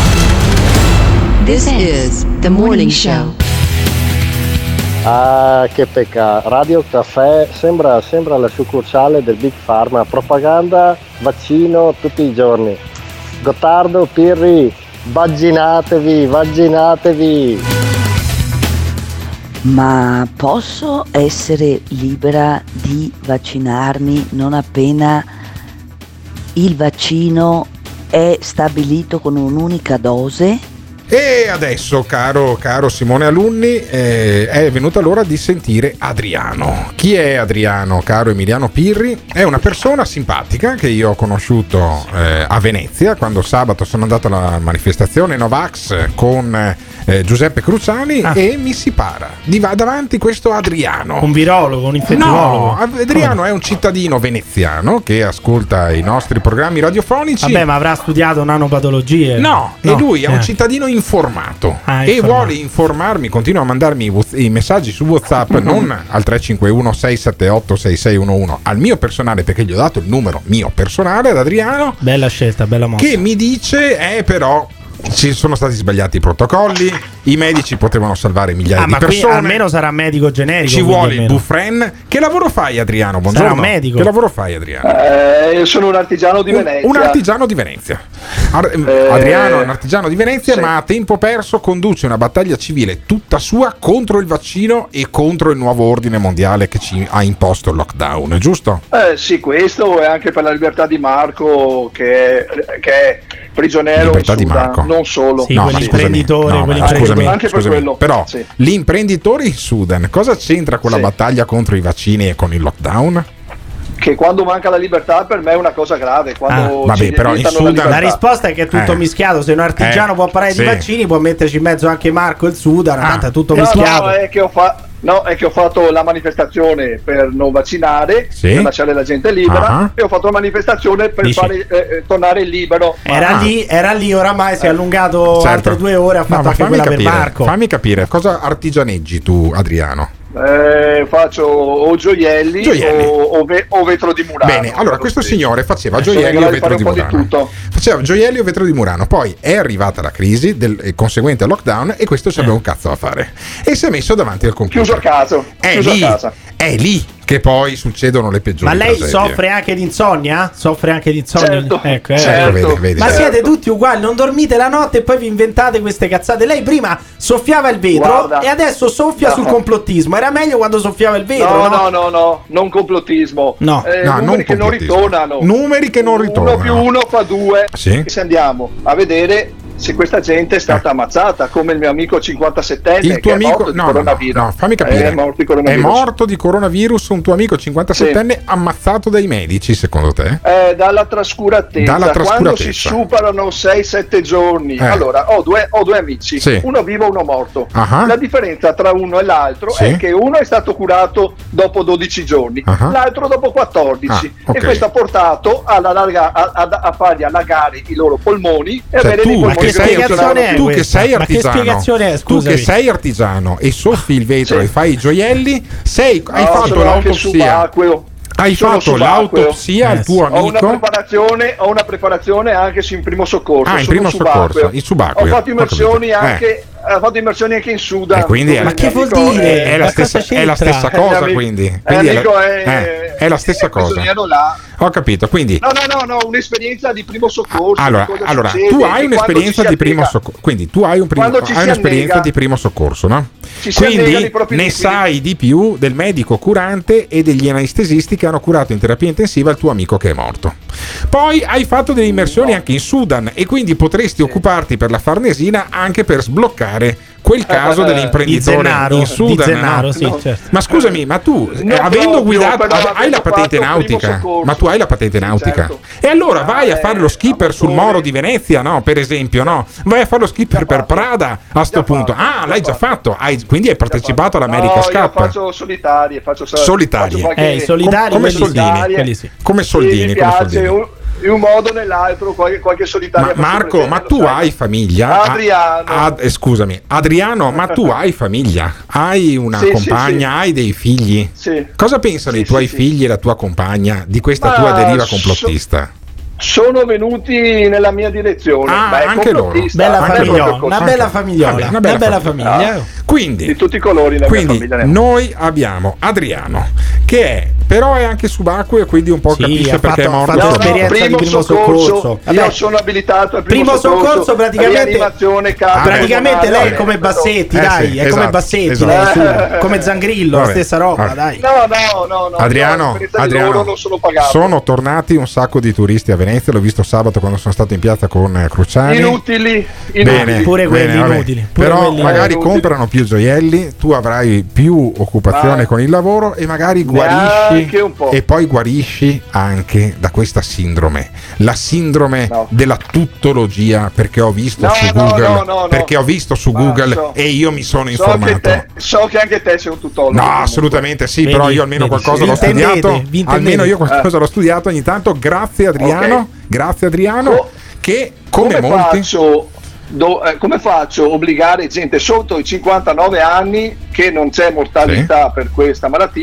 This is The Morning Show. Ah, che peccato. Radio Caffè sembra, sembra la succursale del Big Pharma. Propaganda, vaccino tutti i giorni. Gottardo, Pirri, vaccinatevi, vaccinatevi. Ma posso essere libera di vaccinarmi non appena il vaccino è stabilito con un'unica dose? E adesso, caro, caro Simone Alunni, eh, è venuta l'ora di sentire Adriano. Chi è Adriano, caro Emiliano Pirri? È una persona simpatica che io ho conosciuto eh, a Venezia quando sabato sono andato alla manifestazione Novax con eh, Giuseppe Cruciani e mi si para. Di va davanti questo Adriano. Un virologo, un infettivologo. No, Adriano è un cittadino veneziano che ascolta i nostri programmi radiofonici. Vabbè, ma avrà studiato nanopatologie. No, e lui è un eh. cittadino informato Ah, e informato. vuole informarmi, continua a mandarmi i, whats- i messaggi su WhatsApp non al tre cinque uno sei sette otto sei sei uno uno, al mio personale, perché gli ho dato il numero mio personale ad Adriano, Bella scelta, bella mossa. che mi dice eh però ci sono stati sbagliati i protocolli, I medici potevano salvare migliaia Ah, di ma qui persone. almeno sarà medico generico. Ci quindi vuole il almeno. Bufren. Che lavoro fai, Adriano? Buongiorno. Sarà un medico. Che lavoro fai, Adriano? Eh, io sono un artigiano di Un, Venezia. un artigiano di Venezia. Ar- Eh, Adriano è un artigiano di Venezia, sì. ma a tempo perso conduce una battaglia civile tutta sua contro il vaccino e contro il nuovo ordine mondiale che ci ha imposto il lockdown, giusto? Eh, sì, questo è anche per la libertà di Marco che, che è prigioniero Libertà in di Sudan, Marco. non solo. Sì, No, ma quell'imprenditore, scusami, no, ma quell'imprenditore. scusami, Anche per scusami, quello, però sì. l'imprenditore in Sudan cosa c'entra con la Sì. battaglia contro i vaccini e con il lockdown? Che quando manca la libertà per me è una cosa grave. Quando Ah, vabbè, ci però in limitano Sudan- la La libertà. risposta è che è tutto Eh. mischiato. Se un artigiano Eh, può parlare sì. di vaccini, può metterci in mezzo anche Marco il Sudan. Ah. Tanto è tutto No, mischiato. no, è che ho fa- no, è che ho fatto la manifestazione per non vaccinare, Sì. per lasciare la gente libera, Ah. e ho fatto la manifestazione per Dici- fare eh, eh, tornare libero. Era Ah. lì, era lì, oramai si è allungato Certo. altre due ore. Ha No, fatto ma anche fammi quella capire, per Marco. fammi capire, cosa artigianeggi tu, Adriano? Eh, faccio o gioielli, Gioielli. O, o ve- o vetro di Murano. Bene, allora questo signore faceva Eh, sono gioielli in o grado di vetro fare di un po' di Murano. tutto. Faceva gioielli o vetro di Murano, poi è arrivata la crisi del, eh, conseguente al lockdown e questo ci aveva un cazzo da fare. E si è messo davanti al computer. Chiuso a caso. È chiuso lì, a casa. è lì che poi succedono le peggiori Ma lei tragedie. soffre anche di insonnia? Soffre anche di insonnia? Certo, Ecco, eh. certo. Vedi, vedi, Ma certo. siete tutti uguali, non dormite la notte e poi vi inventate queste cazzate. Lei prima soffiava il vetro Guarda. e adesso soffia No. sul complottismo. Era meglio quando soffiava il vetro, No, no? no, no, no, non complottismo. No. Eh, No, numeri non che non complottismo. ritornano. Numeri che non ritornano. Uno più uno fa due. Sì. E se andiamo a vedere se questa gente è stata ammazzata, come il mio amico cinquantasettenne Il tuo che amico, è morto di no, no, no, coronavirus. no, fammi capire. È morto di È coronavirus. morto di coronavirus un tuo amico cinquantasettenne ammazzato dai medici, secondo te? Eh, dalla trascuratezza, Dalla quando trascuratezza. si superano sei sette giorni. Eh. Allora, ho due, ho due amici, Sì. uno vivo e uno morto. Ah. La differenza tra uno e l'altro Sì. è che uno è stato curato dopo dodici giorni, Ah. l'altro dopo quattordici. Ah, ok. E questo ha portato alla larga- a, a- a fargli allagare i loro polmoni e Cioè, avere tu, dei ma polmoni che che sei, non funzionavano è più. tu che questa? sei Ma che artigiano, spiegazione è, tu che scusami? sei artigiano e soffi il vetro Sì. e fai i gioielli, sei, hai No, fatto sono anche l'autopsia. subacqueo. Hai Sono fatto subacqueo. l'autopsia al Eh, tuo Ho una, amico? preparazione, ho una preparazione anche in primo soccorso. Ah, in sono primo subacqueo. soccorso, il subacqueo. Ho fatto immersioni Ho capito. anche, ho fatto immersioni anche in Sudan. E quindi è dove la- il che mio vuol amico dire? È la Ma stessa, cosa è la c'entra? stessa Eh, cosa, amico- quindi. eh, Quindi è la- amico è- eh, è la stessa è cosa. prigioniero là. Ho capito, quindi No, no, no, no, un'esperienza di primo soccorso. allora, di cosa allora succede, tu di hai quando un'esperienza ci si di primo annega. soccorso, quindi tu hai, un primo, Quando ci hai si un'esperienza annega. di primo soccorso, no? Ci si annega Quindi nei propri ne liquidi. sai di più del medico curante e degli anestesisti che hanno curato in terapia intensiva il tuo amico che è morto. Poi hai fatto delle immersioni anche in Sudan e quindi potresti occuparti per la Farnesina anche per sbloccare quel caso Eh, dell'imprenditore di Zennaro, in Sudan. di Zennaro, no? sì, No. certo. Ma scusami, ma tu eh, Non avendo proprio, guidato, però hai la avendo patente fatto primo nautica? soccorso. Ma tu hai la patente Sì, nautica? certo. E allora vai a Eh, fare lo skipper sul amatore. Moro di Venezia, no? Per esempio, no? Vai a fare lo skipper Già per fatto. Prada a sto Già punto. fatto, Ah, già l'hai già fatto. fatto. Hai- quindi hai partecipato all'America No, Scap. io faccio solitarie, faccio Solitarie. faccio qualche- Eh, i solitari, come quelli sì, soldini, quelli sì. Come Sì, soldini, mi come piace soldini. un- in un modo o nell'altro qualche, qualche solitaria. Ma faccio Marco, presente, ma lo tu sai. hai famiglia? Adriano. Ah, ad- eh, scusami, Adriano, ma tu hai famiglia? Hai una Sì, sì, compagna? sì. Hai dei figli? Sì. Cosa pensano Sì, i tuoi sì, sì. figli e la tua compagna di questa Ma tua deriva so- complottista? Sono venuti nella mia direzione. Ah, ma è anche loro. complottista, Bella non è famigliola, proprio così. una bella famigliola, Vabbè, una bella, famiglia. Ah. Quindi, Di tutti i colori nella quindi mia famiglia. ne ho. noi abbiamo Adriano che è però è anche subacqueo e quindi un po' Sì, capisce ha perché fatto- è morto. ha fatto No, no, esperienza di primo primo soccorso, soccorso. io Vabbè. sono abilitato al primo, Primo soccorso, praticamente- rianimazione, cardio, Praticamente lei è pulmonare, come Bassetti, Eh, dai, sì, è come esatto, Bassetti, esatto. lei, su, come Zangrillo, la Vabbè, stessa roba, vabbè. dai. No, no, no, no. Adriano, no, l'esperienza di Adriano, loro non sono pagato. sono tornati un sacco di turisti a Venezia, l'ho visto sabato quando sono stato in piazza con eh, Cruciani. Inutili, inutili. Bene, Pure quelli bene, vabbè. inutili, pure Però quelli magari inutili. comprano più gioielli, tu avrai più occupazione Ah. con il lavoro e magari Neanche guarisci un po'. e poi guarisci anche da questa sindrome, la sindrome No. della tuttologia, perché ho visto No, su no, Google, no, no, no. perché ho visto su Ma Google so- e io mi sono So che, informato. te, so che anche te sei un tutologo. No, comunque. assolutamente sì, Vedi, però io almeno vedi, qualcosa vi l'ho intendete, studiato. vi intendete. Almeno io qualcosa l'ho studiato ogni tanto. Grazie Adriano, Ok. grazie Adriano, Co- che come, Come molti faccio, do- eh, come faccio a obbligare gente sotto i cinquantanove anni che non c'è mortalità per questa malattia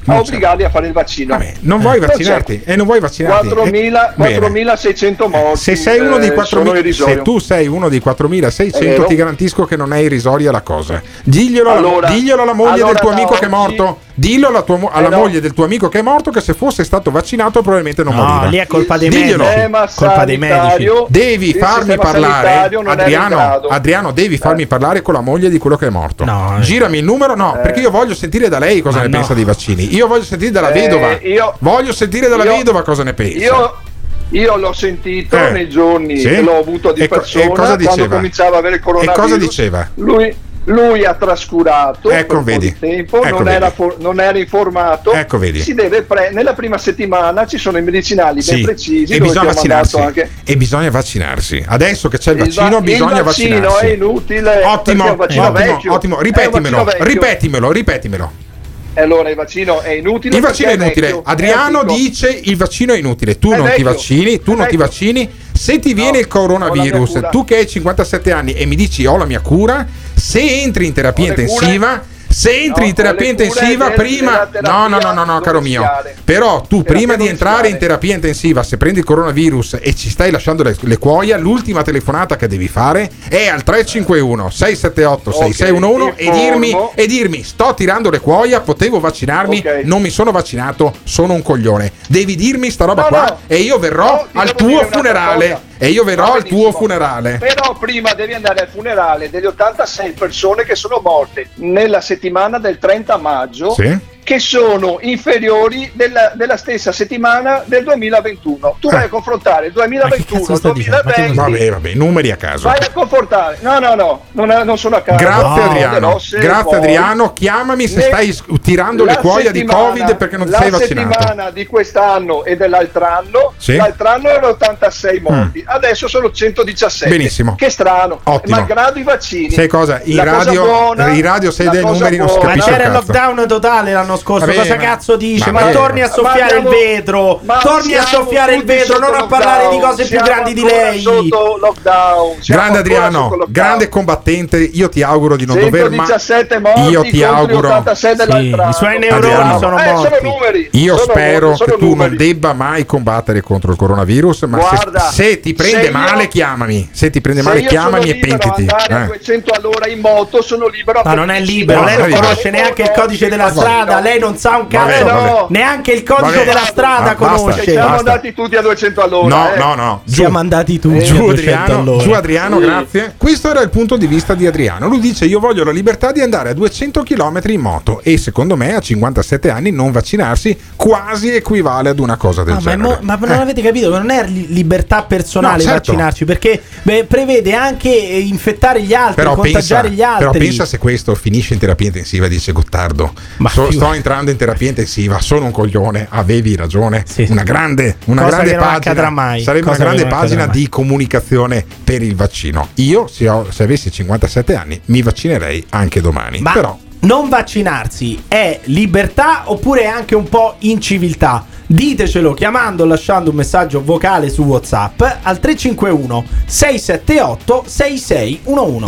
a obbligarli a fare il vaccino. Vabbè, non vuoi vaccinarti e non vuoi vaccinarti. quattromila, quattromilaseicento morti. Se sei uno di eh, quattromila, se tu sei uno di quattromilaseicento, ti garantisco che non è irrisoria la cosa. Diglielo, allora, alla, diglielo alla moglie allora del tuo amico oggi, che è morto. Dillo alla, tua, alla eh no. moglie del tuo amico che è morto che se fosse stato vaccinato probabilmente non no, moriva. Lì è colpa dei Diglielo. medici. Colpa dei medici. Devi farmi parlare, Adriano. Adriano, devi farmi eh. parlare con la moglie di quello che è morto. No, girami il numero, no, eh. perché io voglio sentire da lei cosa Ma ne no. pensa dei vaccini. Io voglio sentire dalla eh, vedova. Io, voglio sentire dalla io, vedova cosa ne pensa. Io Io l'ho sentito eh. nei giorni sì? che l'ho avuto di e, persona e cosa diceva? Quando cominciava a avere il coronavirus. E cosa diceva? Lui Lui ha trascurato ecco, per vedi. un po' di tempo, ecco, non, era for- non era informato. Ecco, vedi. Si deve pre- nella prima settimana ci sono i medicinali sì. ben precisi e bisogna vaccinarsi. Anche... E bisogna vaccinarsi. Adesso che c'è il vaccino, il va- bisogna il vaccino vaccinarsi. È inutile. Ottimo, è un vaccino ottimo, vecchio. ottimo. Ripetimelo, vecchio. ripetimelo, ripetimelo. Allora il vaccino è inutile. Il vaccino è inutile. Vecchio, Adriano è dice il vaccino è inutile. Tu è non vecchio. ti vaccini, tu è non vecchio. ti vaccini. Se ti viene no, il coronavirus, tu che hai cinquantasette anni e mi dici ho la mia cura, se entri in terapia intensiva, se entri no, in terapia intensiva del, prima no no no no no caro mio però tu terapia prima di entrare in terapia intensiva, se prendi il coronavirus e ci stai lasciando le, le cuoia, l'ultima telefonata che devi fare è al tre cinque uno sei sette otto sei sei uno uno okay, e dirmi e dirmi sto tirando le cuoia, potevo vaccinarmi, okay. non mi sono vaccinato, sono un coglione, devi dirmi sta roba no, qua no, e io verrò no, al tuo funerale e io verrò al tuo funerale. Però prima devi andare al funerale delle ottantasei persone che sono morte nella settimana del trenta maggio, sì? Che sono inferiori della, della stessa settimana del duemilaventuno. Tu eh. vai a confrontare il duemilaventuno e il duemilaventi. Vabbè, vabbè, numeri a caso. Vai a confrontare. No, no, no, non, è, non sono a caso. Grazie no, Adriano. Grazie poi, Adriano, chiamami se ne, stai tirando le cuoia di Covid perché non ti sei vaccinato. La settimana di quest'anno e dell'altro anno, sì? L'altro anno erano ottantasei morti, mm. adesso sono centodiciassette. Benissimo. Che strano. Ottimo. Malgrado i vaccini. Sai cosa? In radio, buona, in radio sei dei numeri non si capisce. Ma c'era il lockdown totale l'anno scorso, vabbè, cosa ma, cazzo dice? Ma, ma torni a soffiare abbiamo, il vetro, torni a soffiare il vetro, non a parlare di cose più grandi di lei. Sotto lockdown. Grande Adriano, lockdown. Grande combattente, io ti auguro di non dover mai morti io ti auguro sì, i suoi neuroni sono eh, morti. Sono numeri, io sono spero numeri, che tu numeri. non debba mai combattere contro il coronavirus, ma Guarda, se, se ti prende se male io, chiamami, se ti prende male chiamami e pentiti. Andare a duecento all'ora in moto sono libero. Ma non è libero, lei non conosce neanche il codice della strada, lei non sa un cazzo, neanche il codice della strada conosce. Siamo andati tutti a duecento all'ora. No, no, no. Siamo andati tutti giù Adriano, giù Adriano, grazie. Questo era il punto di vista di Adriano. Lui dice io voglio la libertà di andare a duecento chilometri in moto e secondo me a cinquantasette anni non vaccinarsi quasi equivale ad una cosa del no, genere. Ma, mo, ma non eh. avete capito che non è libertà personale no, certo. vaccinarci, perché beh, prevede anche infettare gli altri, però contagiare pensa, gli altri. Però pensa se questo finisce in terapia intensiva e dice Gottardo, so, sto entrando in terapia intensiva, sono un coglione, avevi ragione. Sì. Una grande, una grande pagina, mai. sarebbe cosa una grande pagina di comunicazione per il vaccino. Io se, ho, se avessi cinquantasette anni mi vaccinerei anche domani. Ma però non vaccinarsi è libertà oppure è anche un po' inciviltà? Ditecelo chiamando o lasciando un messaggio vocale su WhatsApp al tre cinque uno sei sette otto sei sei uno uno.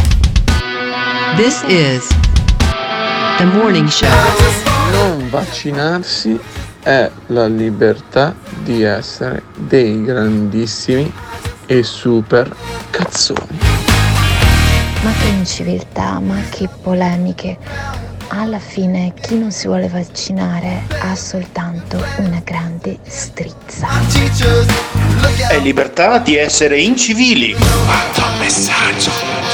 This is The Morning Show. Non vaccinarsi è la libertà di essere dei grandissimi e super cazzoni. Ma che inciviltà, ma che polemiche. Alla fine chi non si vuole vaccinare ha soltanto una grande strizza. È libertà di essere incivili. Quanto messaggio.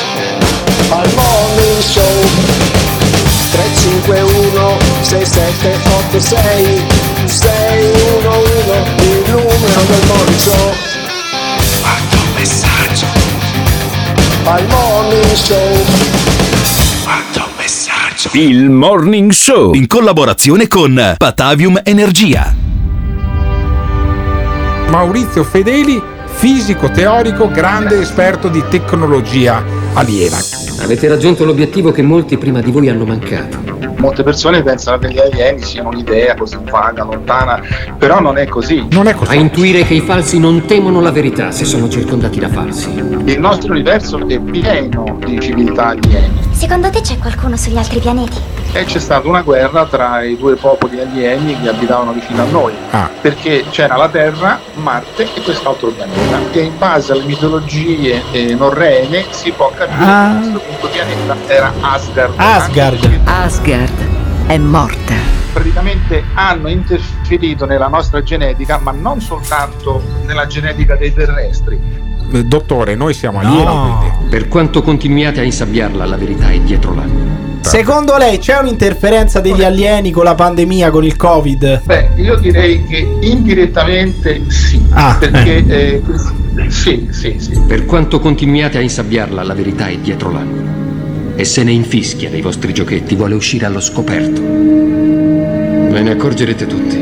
Al Morning Show tre cinque uno sei sette otto sei sei uno uno, il numero del Morning Show. Quanto messaggio. Al Morning Show. Quanto messaggio. Il Morning Show in collaborazione con Patavium Energia. Maurizio Fedeli, fisico teorico, grande esperto di tecnologia aliena. Avete raggiunto l'obiettivo che molti prima di voi hanno mancato. Molte persone pensano che gli alieni siano un'idea così vaga, lontana, però non è così. Non è così. A intuire che i falsi non temono la verità se sono circondati da falsi. Il nostro universo è pieno di civiltà alieni. Secondo te c'è qualcuno sugli altri pianeti? E c'è stata una guerra tra i due popoli alieni che abitavano vicino a noi, ah. perché c'era la Terra, Marte e quest'altro pianeta, e in base alle mitologie eh, norrene si può capire ah. che questo punto pianeta era Asgard. Asgard. Asgard è morta. Praticamente hanno interferito nella nostra genetica, ma non soltanto nella genetica dei terrestri. Dottore, noi siamo alieni, no. quindi. Per quanto continuiate a insabbiarla, la verità è dietro l'angolo. Secondo lei c'è un'interferenza degli alieni con la pandemia, con il Covid? Beh, io direi che indirettamente sì, ah, perché eh. Eh, sì, sì, sì. Per quanto continuiate a insabbiarla, la verità è dietro l'angolo. E se ne infischia dei vostri giochetti, vuole uscire allo scoperto. Ve ne accorgerete tutti.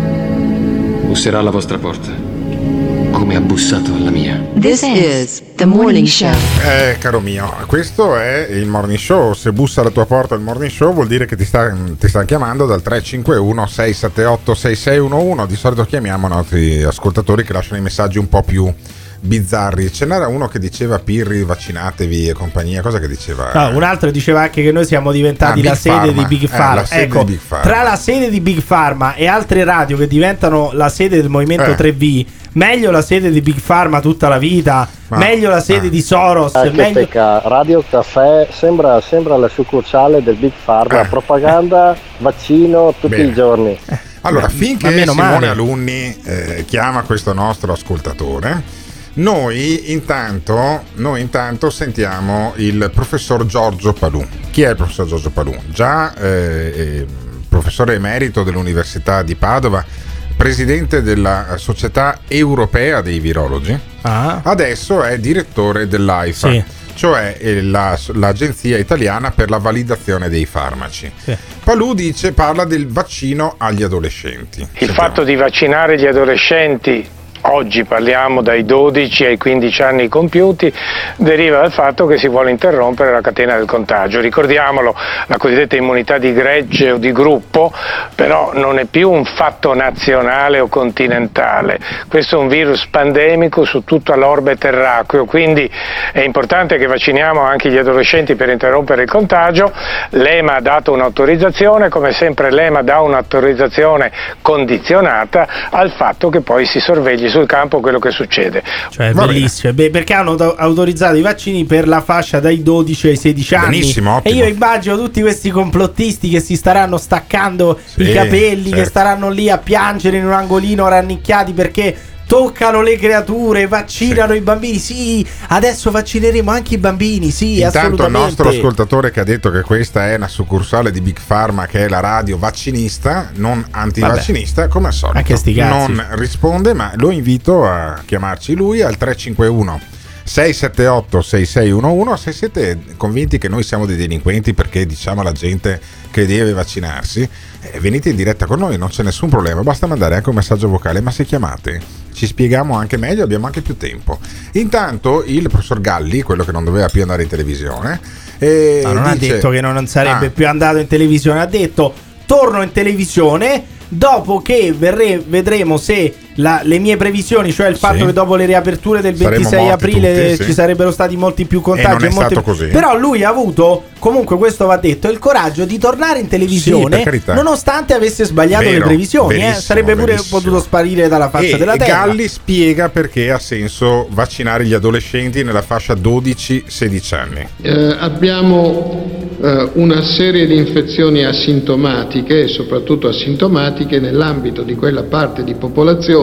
Busserà alla vostra porta, come ha bussato alla mia. This is the morning show. Eh, caro mio, questo è il morning show. Se bussa alla tua porta il morning show vuol dire che ti sta, ti sta chiamando dal tre cinque uno sei sette otto sei sei uno uno. Di solito chiamiamo i nostri ascoltatori che lasciano i messaggi un po' più bizzarri. Ce n'era uno che diceva Pirri, vaccinatevi e compagnia. Cosa che diceva? No, un altro diceva anche che noi siamo diventati ah, la sede Pharma. di Big eh, Pharma. sede ecco, di Big Pharma. Tra la sede di Big Pharma e altre radio che diventano la sede del Movimento eh. tre V, meglio la sede di Big Pharma tutta la vita, ma, meglio la sede ah. di Soros. Ah, meglio... pecca. Radio Caffè sembra, sembra la succursale del Big Pharma, eh. propaganda, vaccino tutti Bene. i giorni. Allora, ma, finché ma Simone male. Alunni eh, chiama questo nostro ascoltatore, noi intanto, noi intanto sentiamo il professor Giorgio Palù. Chi è il professor Giorgio Palù? Già eh, eh, professore emerito dell'Università di Padova, presidente della Società Europea dei Virologi, ah. adesso è direttore dell'AIFA, sì. cioè la, l'Agenzia Italiana per la Validazione dei Farmaci. Sì. Palù dice, parla del vaccino agli adolescenti. Il Sentiamo. fatto di vaccinare gli adolescenti, oggi parliamo dai dodici ai quindici anni compiuti, deriva dal fatto che si vuole interrompere la catena del contagio. Ricordiamolo, la cosiddetta immunità di gregge o di gruppo però non è più un fatto nazionale o continentale, questo è un virus pandemico su tutta l'orbe terracqueo, quindi è importante che vacciniamo anche gli adolescenti per interrompere il contagio. L'E M A ha dato un'autorizzazione, come sempre l'E M A dà un'autorizzazione condizionata al fatto che poi si sorvegli sul campo quello che succede. Cioè, bellissimo. Beh, perché hanno autorizzato i vaccini per la fascia dai dodici ai sedici anni. Benissimo, e io immagino tutti questi complottisti che si staranno staccando sì, i capelli, certo. che staranno lì a piangere in un angolino rannicchiati perché toccano le creature, vaccinano sì. i bambini. Sì, adesso vaccineremo anche i bambini. Sì, intanto assolutamente. Il nostro ascoltatore che ha detto che questa è una succursale di Big Pharma, che è la radio vaccinista, non antivaccinista, Vabbè. come al solito non risponde, ma lo invito a chiamarci lui al tre cinque uno sei sette otto sei sei uno uno. Se siete convinti che noi siamo dei delinquenti perché diciamo alla gente che deve vaccinarsi, eh, venite in diretta con noi, non c'è nessun problema, basta mandare anche un messaggio vocale, ma se chiamate ci spieghiamo anche meglio, abbiamo anche più tempo. Intanto il professor Galli, quello che non doveva più andare in televisione, eh, no, non dice, ha detto che non sarebbe ah, più andato in televisione, ha detto torno in televisione dopo che verre, vedremo se la, le mie previsioni, cioè il fatto sì. che dopo le riaperture del ventisei aprile tutti, ci sì. sarebbero stati molti più contagi, e non è molti... stato così. Però lui ha avuto, comunque questo va detto, il coraggio di tornare in televisione sì, nonostante avesse sbagliato Vero, le previsioni, eh? sarebbe pure verissimo. potuto sparire dalla faccia e, della e terra. Galli spiega perché ha senso vaccinare gli adolescenti nella fascia dodici sedici anni. Eh, abbiamo eh, una serie di infezioni asintomatiche e soprattutto asintomatiche nell'ambito di quella parte di popolazione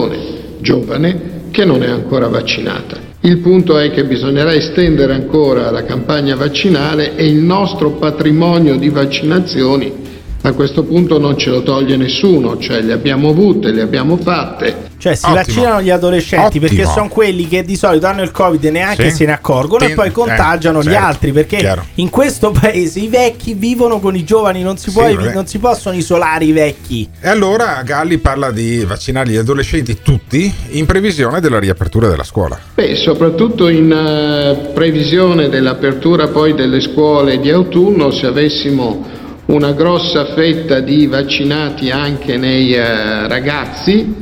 giovane che non è ancora vaccinata. Il punto è che bisognerà estendere ancora la campagna vaccinale e il nostro patrimonio di vaccinazioni a questo punto non ce lo toglie nessuno, cioè le abbiamo avute, le abbiamo fatte. Cioè si Ottimo. vaccinano gli adolescenti Ottimo. perché sono quelli che di solito hanno il Covid e neanche sì. se ne accorgono Ten- e poi contagiano eh, gli certo. altri, perché Chiaro. in questo paese i vecchi vivono con i giovani, non si, sì, può, non si possono isolare i vecchi. E allora Galli parla di vaccinare gli adolescenti tutti in previsione della riapertura della scuola. Beh, soprattutto in uh, previsione dell'apertura poi delle scuole di autunno, se avessimo una grossa fetta di vaccinati anche nei uh, ragazzi,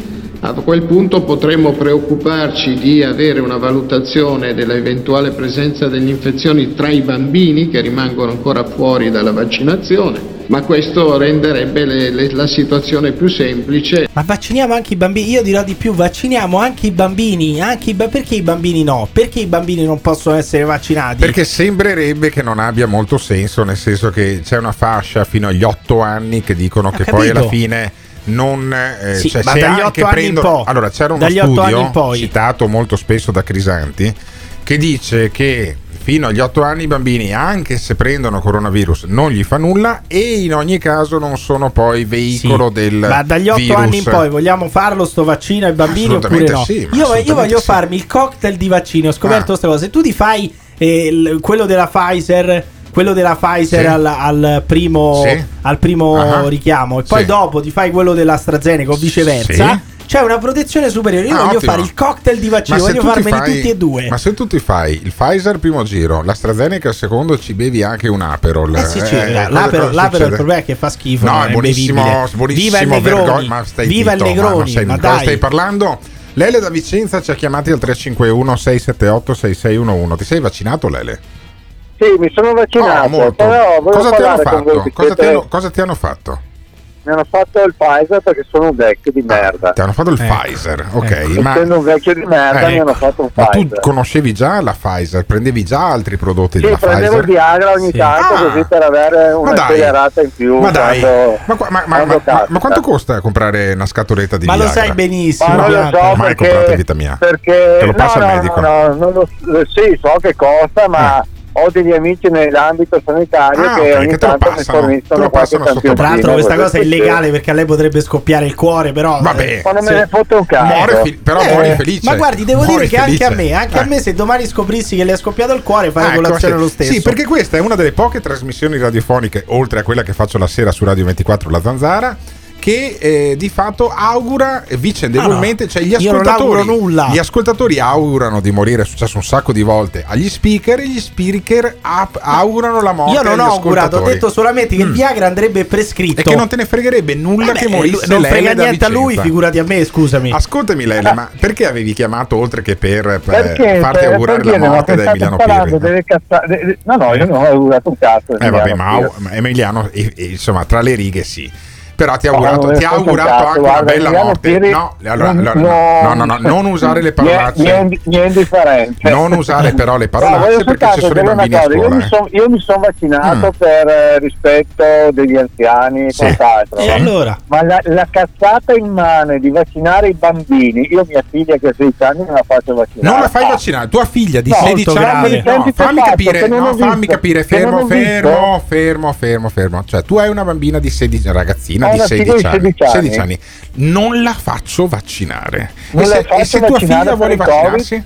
A quel punto potremmo preoccuparci di avere una valutazione dell'eventuale presenza delle infezioni tra i bambini che rimangono ancora fuori dalla vaccinazione, ma questo renderebbe le, le, la situazione più semplice. Ma vacciniamo anche i bambini? Io dirò di più, vacciniamo anche i bambini, anche i ba- perché i bambini no? Perché i bambini non possono essere vaccinati? Perché sembrerebbe che non abbia molto senso, nel senso che c'è una fascia fino agli otto anni che dicono Ho che capito. Poi alla fine non eh, sì, cioè, ma se dagli anche otto prendo... anni in po'. Allora c'era uno dagli studio citato molto spesso da Crisanti che dice che fino agli otto anni i bambini, anche se prendono coronavirus, non gli fa nulla e in ogni caso non sono poi veicolo sì, del ma dagli otto virus. Anni in poi vogliamo farlo sto vaccino ai bambini oppure no? Sì, io, io voglio sì. farmi il cocktail di vaccini, ho scoperto questa ah. cosa. Se tu ti fai eh, l- quello della Pfizer quello della Pfizer sì. al, al primo, sì. al primo uh-huh. richiamo e poi sì. dopo ti fai quello dell'AstraZeneca o viceversa, sì. c'è una protezione superiore. Io ah, voglio ottimo. fare il cocktail di vaccino, voglio farmeli fai, tutti e due. Ma se tu ti fai il Pfizer primo giro, l'AstraZeneca al secondo, ci bevi anche un Aperol. Eh sì, sì, eh, l'Aperol, l'Aperol il problema è che fa schifo. No, è buonissimo, buonissimo. Viva il Negroni, vergogna, ma stai viva zitto, il Negroni, ma, ma, ma di dai. cosa stai parlando? Lele da Vicenza ci ha chiamati al tre cinque uno sei sette otto sei sei uno uno. Ti sei vaccinato, Lele? Sì, mi sono vaccinato, oh, però cosa ti hanno fatto? Cosa ti hanno, cosa ti hanno fatto? Mi hanno fatto il Pfizer perché sono un vecchio di merda. Ah, ti hanno fatto il ecco. Pfizer, ok. Ecco. Ma essendo un vecchio di merda ecco. mi hanno fatto un ma Pfizer. Tu conoscevi già la Pfizer? Prendevi già altri prodotti sì, della Pfizer? Sì, prendevo il Viagra ogni sì. tanto ah, così per avere un'accelerata in più. Ma dai, quando, ma, ma, ma, ma, ma, ma quanto costa comprare una scatoletta di ma Viagra? Ma lo sai benissimo. Ma non lo so mai perché, comprato in vita mia. Perché te lo passa no, il no, medico? No, no, non lo, sì, so che costa, ma eh. ho degli amici nell'ambito sanitario ah, che okay, ogni che tanto passano, mi forniscono qualche campioncino. Tra l'altro questa cosa è illegale perché a lei potrebbe scoppiare il cuore, però vabbè, ma non sì. me ne fotte un cazzo. Muore fi- però eh, muori felice. Ma guardi, devo muori dire che felice. anche a me, anche eh. a me se domani scoprissi che le è scoppiato il cuore farei ah, colazione lo stesso. Sì, perché questa è una delle poche trasmissioni radiofoniche, oltre a quella che faccio la sera su Radio ventiquattro La Zanzara, che eh, di fatto augura vicendevolmente, ah, no. cioè gli ascoltatori, nulla. gli ascoltatori augurano di morire, è successo un sacco di volte agli speaker e gli speaker ap- augurano la morte. Io non agli ho augurato, ho detto solamente che mm. il Viagra andrebbe prescritto e che non te ne fregherebbe nulla eh beh, che morisse. Non Lele frega niente a lui, figurati a me, scusami. Ascoltami Lele, ah. ma perché avevi chiamato oltre che per, per perché, farti per, augurare perché la morte da Emiliano Pirri? Delle cazza- de- no, no, io non ho augurato un cazzo. Eh vabbè, ma Emiliano, e, e, insomma, tra le righe sì. Però ti ha augurato, no, ti ha augurato cazzo, anche guarda, una bella morte. Pieri, no, allora, allora, no, no, no, no, non usare le parolacce. Niente, niente differente. Non usare però le parolacce no, perché ci sono i bambini a scuola. Io mi, son, io mi sono vaccinato mm. per eh, rispetto degli anziani e sì. quant'altro. E allora? Ma la, la cazzata immane di vaccinare i bambini, io mia figlia che ha sedici anni non la faccio vaccinare. Non la fai vaccinare, tua figlia di no, sedici anni. No, fammi capire, no, fammi visto, capire, fermo, fermo, fermo, fermo, fermo. Cioè, tu hai una bambina di sedici, ragazzina di sedici anni. sedici anni, non la faccio vaccinare. Non e se, e se tua figlia vuole vaccinarsi?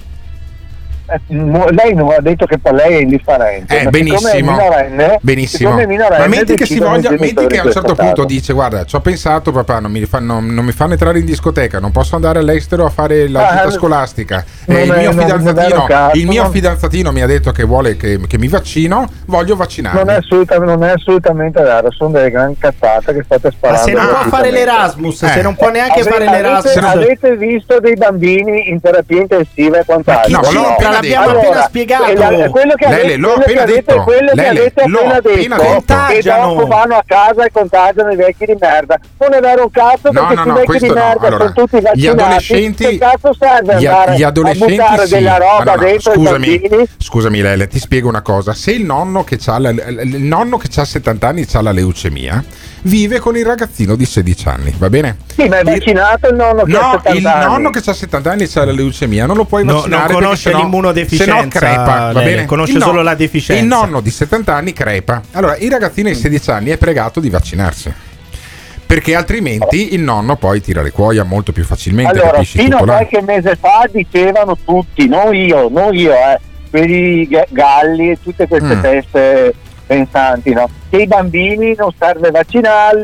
Eh, lei non ha detto che per lei è indifferente. Eh, benissimo, minorenne, benissimo. Ma metti che si voglia, metti che a un certo punto dice: guarda, ci ho pensato, papà, non mi, fanno, non mi fanno entrare in discoteca, non posso andare all'estero a fare la gita ah, scolastica. Eh, il mio, fidanzatino, caso, il mio non... fidanzatino mi ha detto che vuole che, che mi vaccino, voglio vaccinarmi. Non è assolutamente, non è assolutamente vero, sono delle gran cazzate che state sparando. Ma se non può fare l'Erasmus, eh. se non può neanche avete, fare l'Erasmus, avete, avete visto dei bambini in terapia intensiva e quant'altro? No, no, l'abbiamo allora, appena spiegato. La, quello che Lele, avete, l'ho appena che detto. Quello Lele, che avete appena detto, appena detto. Contagiano. E dopo vanno a casa e contagiano i vecchi di merda. Non è vero un cazzo, no, perché no, i no, vecchi di merda no. Allora, sono tutti vaccinati. Gli adolescenti, che cazzo serve gli, andare gli adolescenti a buttare sì. della roba no, no, dentro scusami, i bambini? Scusami Lele, ti spiego una cosa. Se il nonno che c'ha la, il nonno che c'ha settanta anni c'ha la leucemia, vive con il ragazzino di sedici anni, va bene? Sì, ma è vaccinato il nonno che no, ha settanta il anni. nonno che ha settanta anni c'ha la leucemia, non lo puoi vaccinare. No, non conosce sennò, l'immunodeficienza, se no crepa, va bene? Conosce il solo no, la deficienza. Il nonno di settanta anni crepa. Allora, il ragazzino di sedici anni è pregato di vaccinarsi, perché altrimenti il nonno poi tira le cuoia molto più facilmente. Allora, capisci, fino a tutto qualche là. mese fa dicevano tutti, non io, non io, eh, quelli Galli e tutte queste mm. teste pensanti, no? Che i bambini non serve vaccinarli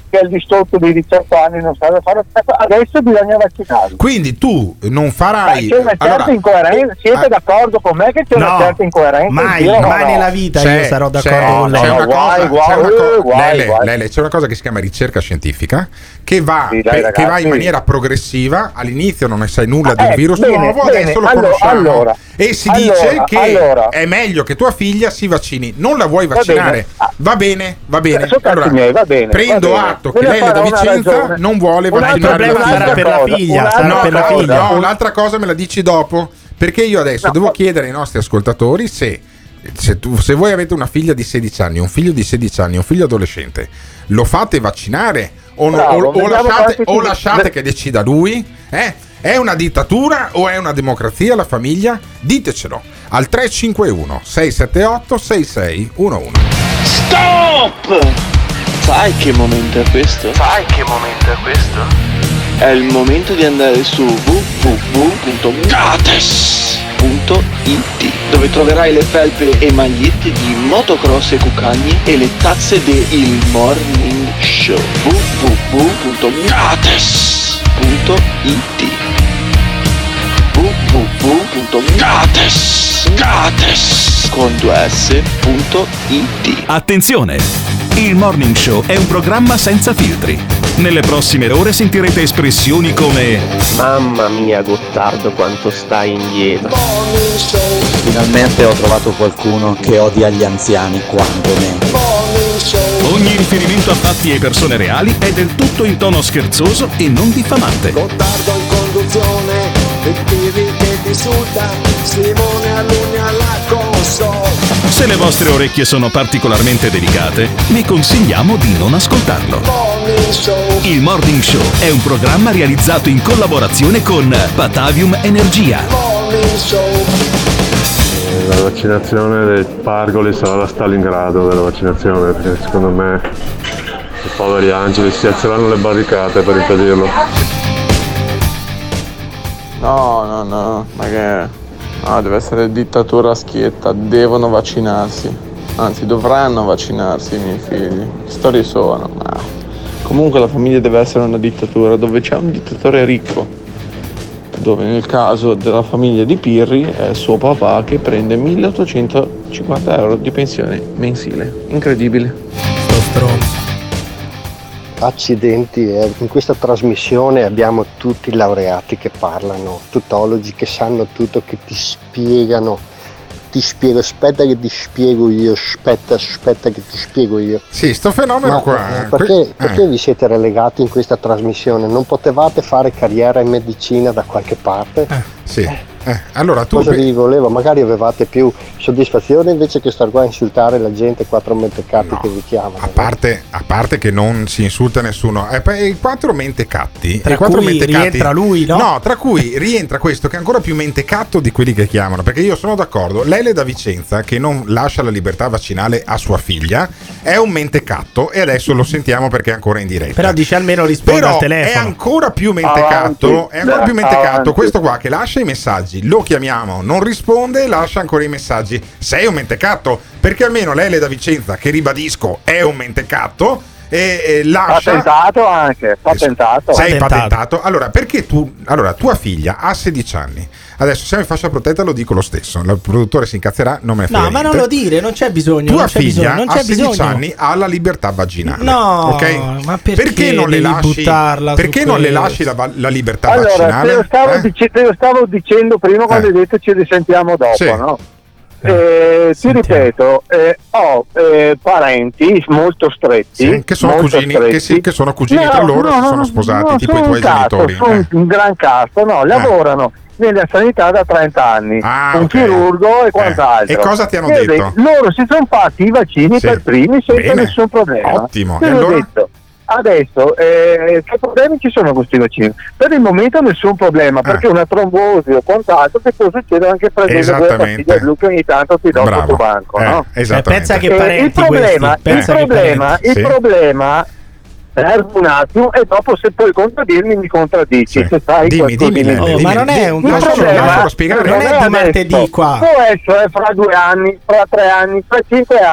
che al di sotto dei diciotto anni non sa fare, adesso bisogna vaccinarli. Quindi tu non farai. Ma c'è una certa allora, incoerenza, siete eh, d'accordo con me che c'è no, una certa incoerenza? Mai, io, mai no, nella vita c'è, io sarò d'accordo c'è, con lei. C'è una cosa, guai, c'è una co- guai, Lele, guai. Lele, c'è una cosa che si chiama ricerca scientifica che va, sì, dai, che, ragazzi, che va in maniera progressiva. All'inizio non ne sai nulla del eh, virus bene, nuovo, bene, adesso lo allora, conosciamo allora, e si allora, dice che allora. è meglio che tua figlia si vaccini. Non la vuoi vaccinare? Va bene, va bene. Va bene. Allora, miei, va bene prendo va bene. atto che lei da Vicenza non vuole vaccinare. Il problema sarà per la figlia, sarà no, per la no, figlia. No, l'altra cosa me la dici dopo, perché io adesso no. devo chiedere ai nostri ascoltatori se Se, tu, se voi avete una figlia di sedici anni, un figlio di sedici anni, un figlio adolescente, lo fate vaccinare o, no, Bravo, o, o lasciate, ti... o lasciate che decida lui? Eh? È una dittatura o è una democrazia la famiglia? Ditecelo al tre cinque uno sei sette otto sei sei uno uno. Stop! Sai che momento è questo? Sai che momento è questo? È il momento di andare su w w w punto gates punto i t, dove troverai le felpe e magliette di motocross e cucagni e le tazze de Il Morning Show. w w w punto gates punto i t w w w punto gates gates con due s punto i t. Attenzione! Il Morning Show è un programma senza filtri. Nelle prossime ore sentirete espressioni come: mamma mia Gottardo quanto stai indietro. Finalmente ho trovato qualcuno che odia gli anziani quanto me. Ogni riferimento a fatti e persone reali è del tutto in tono scherzoso e non diffamante. Gottardo in conduzione, e Pirri che ti insulta, Simone all'ugna alla console. Se le vostre orecchie sono particolarmente delicate, vi consigliamo di non ascoltarlo. Il Morning Show è un programma realizzato in collaborazione con Batavium Energia. La vaccinazione dei pargoli sarà la Stalingrado della vaccinazione, perché secondo me i poveri angeli si alzeranno le barricate per impedirlo. No, no, no, ma che... No, deve essere dittatura a schietta, devono vaccinarsi. Anzi, dovranno vaccinarsi i miei figli. Che storie sono? Ma comunque la famiglia deve essere una dittatura dove c'è un dittatore ricco, dove nel caso della famiglia di Pirri è suo papà che prende milleottocentocinquanta euro di pensione mensile. Incredibile. Sto stronzo. Accidenti, eh. In questa trasmissione abbiamo tutti laureati che parlano, tutologi che sanno tutto, che ti spiegano, ti spiego, aspetta che ti spiego io, aspetta, aspetta che ti spiego io. Sì, sto fenomeno Ma, qua. Eh, perché, perché eh. vi siete relegati in questa trasmissione? Non potevate fare carriera in medicina da qualche parte? Eh, sì. Eh. Eh, allora tu cosa vi voleva? Magari avevate più soddisfazione invece che star qua a insultare la gente, quattro mentecatti no, che vi chiamano. A parte, a parte che non si insulta nessuno, eh, i quattro mentecatti, tra i quattro cui mentecatti, rientra lui, no? No, tra cui rientra questo che è ancora più mentecatto di quelli che chiamano, perché io sono d'accordo, Lele da Vicenza che non lascia la libertà vaccinale a sua figlia è un mentecatto e adesso lo sentiamo perché è ancora in diretta. Però dice almeno risponde Però al telefono. È ancora più mentecatto, avanti, è ancora più mentecatto avanti. Questo qua che lascia i messaggi, lo chiamiamo, non risponde, lascia ancora i messaggi. Sei un mentecatto, perché almeno Lele da Vicenza, che ribadisco è un mentecatto, e, e lascia patentato anche patentato sei patentato. patentato allora perché tu allora tua figlia ha sedici anni, adesso siamo in fascia protetta, lo dico lo stesso, il produttore si incazzerà, non me ne frega no niente. Ma non lo dire, non c'è bisogno. Tua non c'è figlia bisogno, non c'è a sedici bisogno. anni ha la libertà vaginale, no ok? Ma perché, perché non le lasci perché non le lasci la, la libertà allora, vaccinale? Te lo stavo, eh? dice, te lo stavo dicendo prima quando eh. hai detto ci risentiamo dopo, sì. no? Eh, ti ripeto, eh, ho eh, parenti molto stretti, sì, che sono molto cugini, stretti. Che, sì, che sono cugini no, tra loro, no, si sono sposati, no, tipo i tuoi cazzo, genitori. Sono Eh. un gran cazzo, no, lavorano eh. nella sanità da trenta anni, ah, un okay. chirurgo e quant'altro. Eh. E cosa ti hanno e detto? Beh, loro si sono fatti i vaccini sì. per primi senza Bene. nessun problema. Ottimo. Te E l'ho allora? detto. Adesso eh, che problemi ci sono con questi vaccini? Per il momento nessun problema, perché una trombosi o quant'altro che può succedere anche prendendo due pastiglie blu che ogni tanto ti do sotto banco, eh, no? Esattamente. Eh, pensa che parenti eh, il problema, questi, il problema, il sì. problema fermo un attimo e dopo se puoi contraddirmi mi contraddici, sì. se sai dimmi, dimmi, dimmi, oh, dimmi, ma non è un il problema, spiegare. non è di martedì qua. Può essere fra due anni, fra tre anni, fra cinque anni.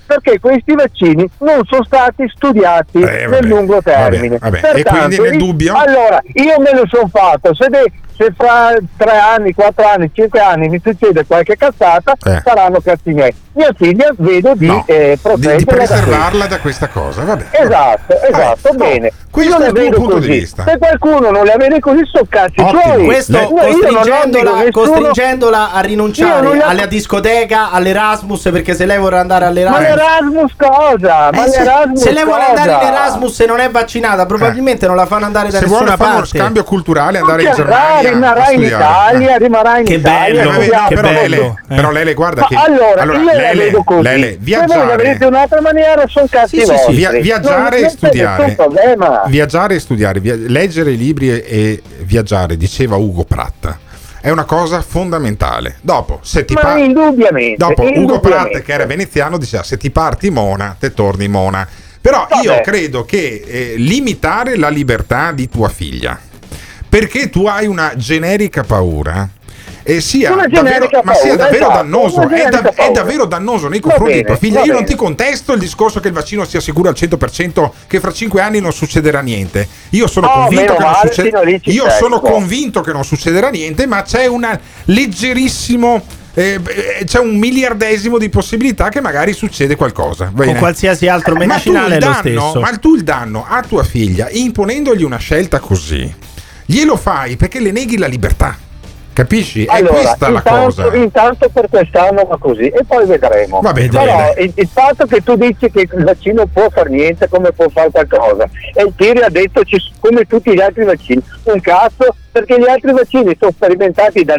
perché questi vaccini non sono stati studiati eh, nel lungo termine. Vabbè, vabbè. Pertanto, e quindi nel dubbio? Allora, io me lo sono fatto, se, de- se fra tre anni, quattro anni, cinque anni mi succede qualche cazzata, eh. saranno cazzi miei. Mia figlia vedo di no, eh, di, di preservarla da, da questa cosa, vabbè. Esatto, esatto, vabbè. bene. No, questo è il tuo punto così. di vista. Se qualcuno non le vede così, sono cazzi suoi. Questo io costringendola, non costringendola a rinunciare alla la... discoteca, all'Erasmus, perché se lei vorrà andare all'Erasmus. Ma l'Erasmus cosa? Ma eh, se, l'Erasmus se lei vuole cosa? andare in Erasmus e non è vaccinata, probabilmente eh. non la fanno andare da se nessuna vuole parte. fare uno scambio culturale, andare non in Germania, rimarrà in Italia, rimarrà in che Italia. Bello, eh, no, che però, bello. Lele, eh. però lei guarda ma che allora, allora io lei, la vedo così. Lele, viaggiare, se voi la vedete in un'altra maniera, sono cazzi sì, sì, vostri. sì, via, viaggiare non e studiare, problema. viaggiare e studiare, via, leggere i libri e, e viaggiare, diceva Ugo Pratt. È una cosa fondamentale. Dopo, se ti Ma par- indubbiamente. Dopo indubbiamente. Ugo Pratt, che era veneziano, diceva: se ti parti mona, te torni mona. Però Vabbè. io credo che eh, limitare la libertà di tua figlia perché tu hai una generica paura e sia davvero, ma sia davvero esatto, dannoso, è, da, è davvero dannoso nei confronti di tua figlia. Io non ti contesto il discorso che il vaccino sia sicuro al cento per cento, che fra cinque anni non succederà niente. Io sono oh, convinto che non male, succederà. Io sei, sono po'. convinto che non succederà niente, ma c'è un leggerissimo Eh, c'è un miliardesimo di possibilità che magari succede qualcosa. Con qualsiasi altro medicinale è lo stesso. Ma tu il danno a tua figlia, imponendogli una scelta così, glielo fai perché le neghi la libertà. Capisci? È allora, questa intanto, la cosa. Intanto per quest'anno va così e poi vedremo. Va bene, però il, il fatto che tu dici che il vaccino può fare niente come può fare qualcosa, e il Piri ha detto ci, come tutti gli altri vaccini, un cazzo, perché gli altri vaccini sono sperimentati da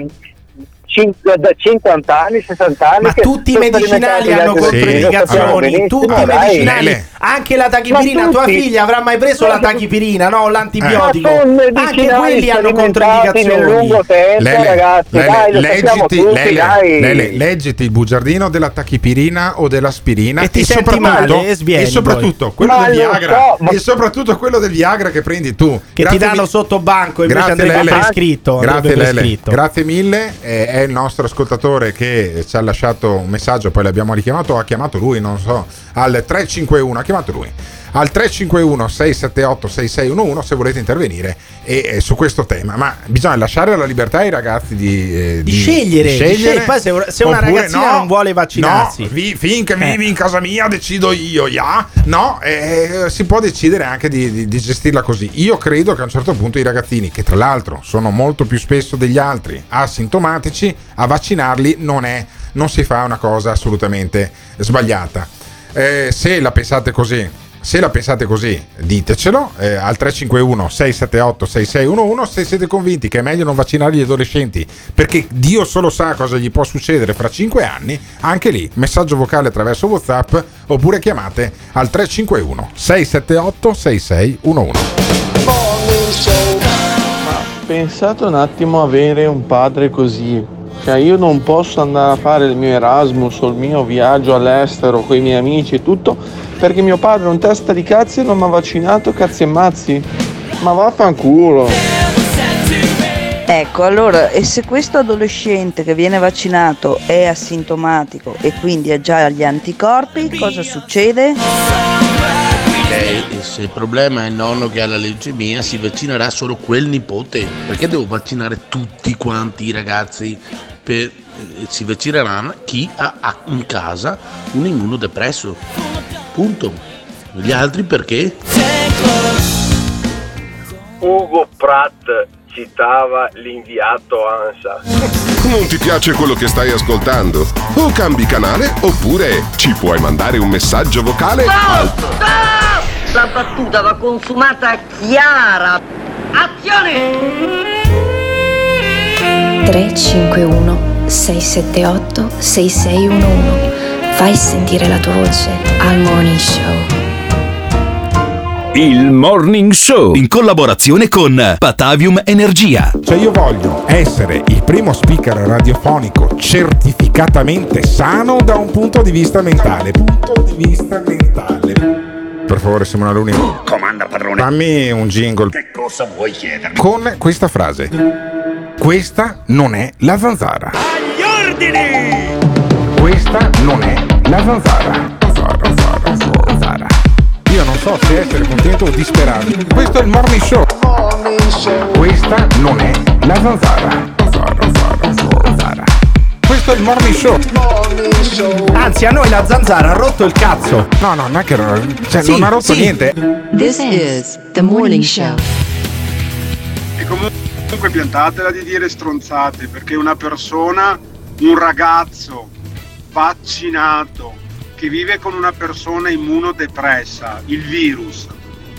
da cinquanta anni, sessanta anni. Ma tutti i medicinali hanno controindicazioni, sì. tutti i medicinali, Lele. anche la tachipirina. Tua figlia avrà mai preso la tachipirina, no? L'antibiotico. Eh. Anche quelli hanno controindicazioni. Nel lungo tempo, Lele, ragazzi, Lele, dai, lo leggiti, tutti, Lele, dai. Lele, leggiti il bugiardino della tachipirina o dell'aspirina e ti e senti soprattutto, male e svieni, e soprattutto quello ma del Viagra so, ma... e soprattutto quello del Viagra che prendi tu, che grazie ti danno mi... sotto banco invece grazie andrebbe Lele. prescritto, grazie andrebbe Lele, prescritto. grazie mille. Eh, è il nostro ascoltatore che ci ha lasciato un messaggio, poi l'abbiamo richiamato, ha chiamato lui, non so, al tre cinque uno, ha chiamato lui al tre cinque uno sei sette otto sei sei uno uno se volete intervenire e, e su questo tema. Ma bisogna lasciare la libertà ai ragazzi di, eh, di, di scegliere, di scegliere. Poi se, se una ragazzina no, non vuole vaccinarsi, no, vi, finché eh. vivi in casa mia decido io, yeah. no, eh, si può decidere anche di, di, di gestirla così. Io credo che a un certo punto i ragazzini, che tra l'altro sono molto più spesso degli altri asintomatici, a vaccinarli non è non si fa una cosa assolutamente sbagliata. Eh, se la pensate così Se la pensate così, ditecelo eh, al tre cinque uno sei sette otto sei sei uno uno se siete convinti che è meglio non vaccinare gli adolescenti perché Dio solo sa cosa gli può succedere fra cinque anni. Anche lì, messaggio vocale attraverso WhatsApp oppure chiamate al tre cinque uno sei sette otto sei sei uno uno. Ma pensate un attimo avere un padre così. Cioè io non posso andare a fare il mio Erasmus o il mio viaggio all'estero con i miei amici e tutto perché mio padre è un testa di cazzi e non mi ha vaccinato, cazzi e mazzi. Ma vaffanculo. Ecco, allora, e se questo adolescente che viene vaccinato è asintomatico e quindi ha già gli anticorpi, cosa succede? Eh, se il problema è il nonno che ha la leucemia, si vaccinerà solo quel nipote. Perché devo vaccinare tutti quanti i ragazzi? Per, eh, si vaccineranno chi ha, ha in casa un immunodepresso. Punto. Gli altri perché? Ugo Pratt citava l'inviato ANSA. Non ti piace quello che stai ascoltando? O cambi canale oppure ci puoi mandare un messaggio vocale al... La battuta va consumata chiara. Azione! tre cinque uno sei sette otto sei sei uno uno. Fai sentire la tua voce al Morning Show. Il Morning Show in collaborazione con Patavium Energia. Cioè io voglio essere il primo speaker radiofonico certificatamente sano da un punto di vista mentale. Punto di vista mentale. Per favore, Simona Luni. Comanda, padrone. Fammi un jingle. Che cosa vuoi chiedermi? Con questa frase. Questa non è la zanzara. Agli ordini! Questa non è la zanzara. Zanzara. so se essere contento o disperato. Questo è il Morning Show. Questa non è la zanzara. Zanzara. Questo è il Morning Show. Anzi, a noi la zanzara ha rotto il cazzo. No, no, non è che cioè, Sì, non ha rotto sì. niente. This is the morning show. E comunque piantatela di dire stronzate, perché una persona, un ragazzo vaccinato che vive con una persona immunodepressa, il virus,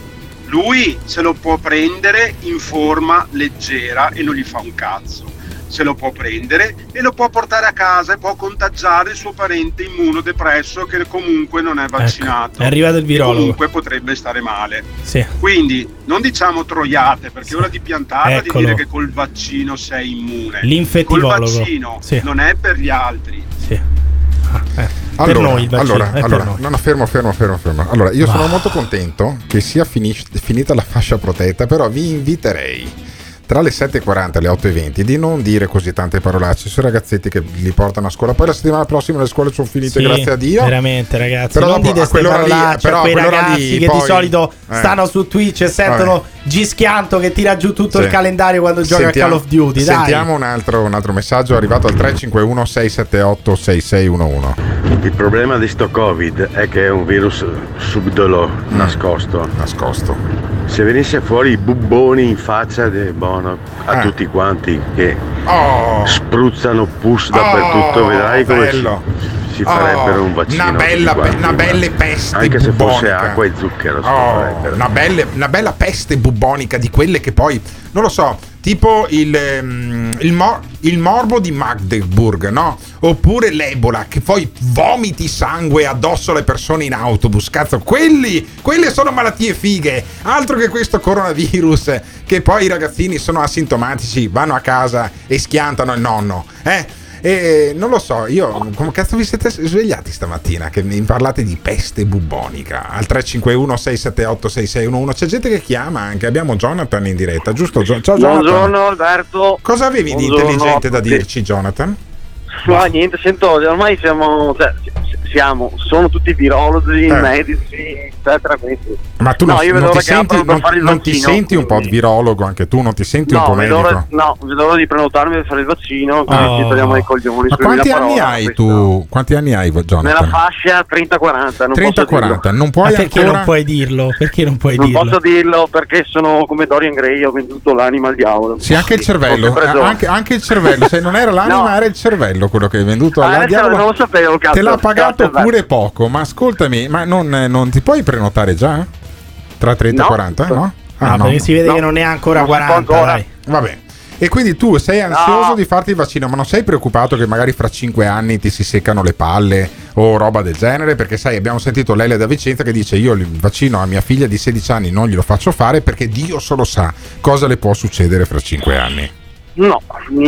lui se lo può prendere in forma leggera e non gli fa un cazzo. Se lo può prendere e lo può portare a casa e può contagiare il suo parente immunodepresso che comunque non è vaccinato. Ecco, è arrivato il virologo. E comunque potrebbe stare male. Sì. Quindi non diciamo troiate, perché ora di piantata Eccolo. di dire che col vaccino sei immune. L'infettivologo. Col vaccino Sì. non è per gli altri. Sì. Ah, eh. Allora, per noi il vaccino, allora, è allora per noi. no, no, fermo, fermo, fermo, fermo. Allora, io Va. sono molto contento che sia finis- finita la fascia protetta, però vi inviterei tra le sette e quaranta e le otto e venti di non dire così tante parolacce sui ragazzetti che li portano a scuola. Poi la settimana prossima le scuole sono finite, Sì, grazie a Dio. veramente, ragazzi. Però non dopo, dite a ste quell'ora lì- parolacce però a a quei quell'ora ragazzi lì che poi- di solito eh. stanno su Twitch e sentono Vabbè. Gischianto che tira giù tutto Sì. il calendario quando gioca Sentiamo- a Call of Duty. Dai. Sentiamo un altro, un altro messaggio arrivato al tre cinque uno sei sette otto sei sei uno uno. Il problema di sto Covid è che è un virus subdolo, nascosto. Nascosto. Se venisse fuori i bubboni in faccia di Bono a Eh. tutti quanti che Oh. spruzzano pus dappertutto, Oh, vedrai come si, bello. si farebbero Oh, un vaccino. una bella, tutti quanti, una guarda. belle peste Anche se fosse bubbonica. acqua e zucchero. si Oh, farebbero. una, belle, una bella peste bubbonica di quelle che poi, non lo so, tipo il, ehm, il, mor- il morbo di Magdeburg, no? Oppure l'Ebola, che poi vomiti sangue addosso alle persone in autobus. Cazzo, quelli, quelle sono malattie fighe. Altro che questo coronavirus, che poi i ragazzini sono asintomatici, vanno a casa e schiantano il nonno, eh? E non lo so, io come cazzo vi siete svegliati stamattina che mi parlate di peste bubbonica al tre cinque uno sei sette otto sei sei uno uno? C'è gente che chiama anche, abbiamo Jonathan in diretta, giusto? Ciao Jonathan. Buongiorno Alberto. Cosa avevi di Buongiorno. intelligente da Sì. dirci, Jonathan? Ma niente, sento, ormai siamo, cioè, siamo, sono tutti virologi, Eh. medici, eccetera. Quindi. Ma tu no, non, io non vedo ti, ora che senti, aprono per non, fare il non ti vaccino, senti un po' quindi- virologo anche tu? Non ti senti un No, po' vedo medico? ora, no, vedo ora di prenotarmi per fare il vaccino, quindi Oh. ci togliamo i coglioni. Ma scusi quanti la anni parola, hai questo. tu? Quanti anni hai, Jonathan? Nella fascia trenta quaranta, non trenta posso dirlo. quaranta, non puoi Ma perché ancora... non puoi dirlo? Perché non puoi Non dirlo? posso dirlo perché sono come Dorian Gray, ho venduto l'anima al diavolo. Sì, anche il cervello, Ho sempre ragione. anche, anche il cervello, se non era l'anima No. era il cervello quello che hai venduto Ah, alla adesso diavolo. non lo sapevo, cazzo. Te l'ha pagato Grazie, pure poco, ma ascoltami, ma non, non ti puoi prenotare già? Tra trenta e No. quaranta, no? Ah, perché si vede No. che non è ancora Non si può quaranta, ancora. dai. Vabbè. E quindi tu sei ansioso No. di farti il vaccino, ma non sei preoccupato che magari fra cinque anni ti si seccano le palle o roba del genere? Perché sai, abbiamo sentito Lelia da Vicenza che dice io il vaccino a mia figlia di sedici anni non glielo faccio fare perché Dio solo sa cosa le può succedere fra cinque anni. No,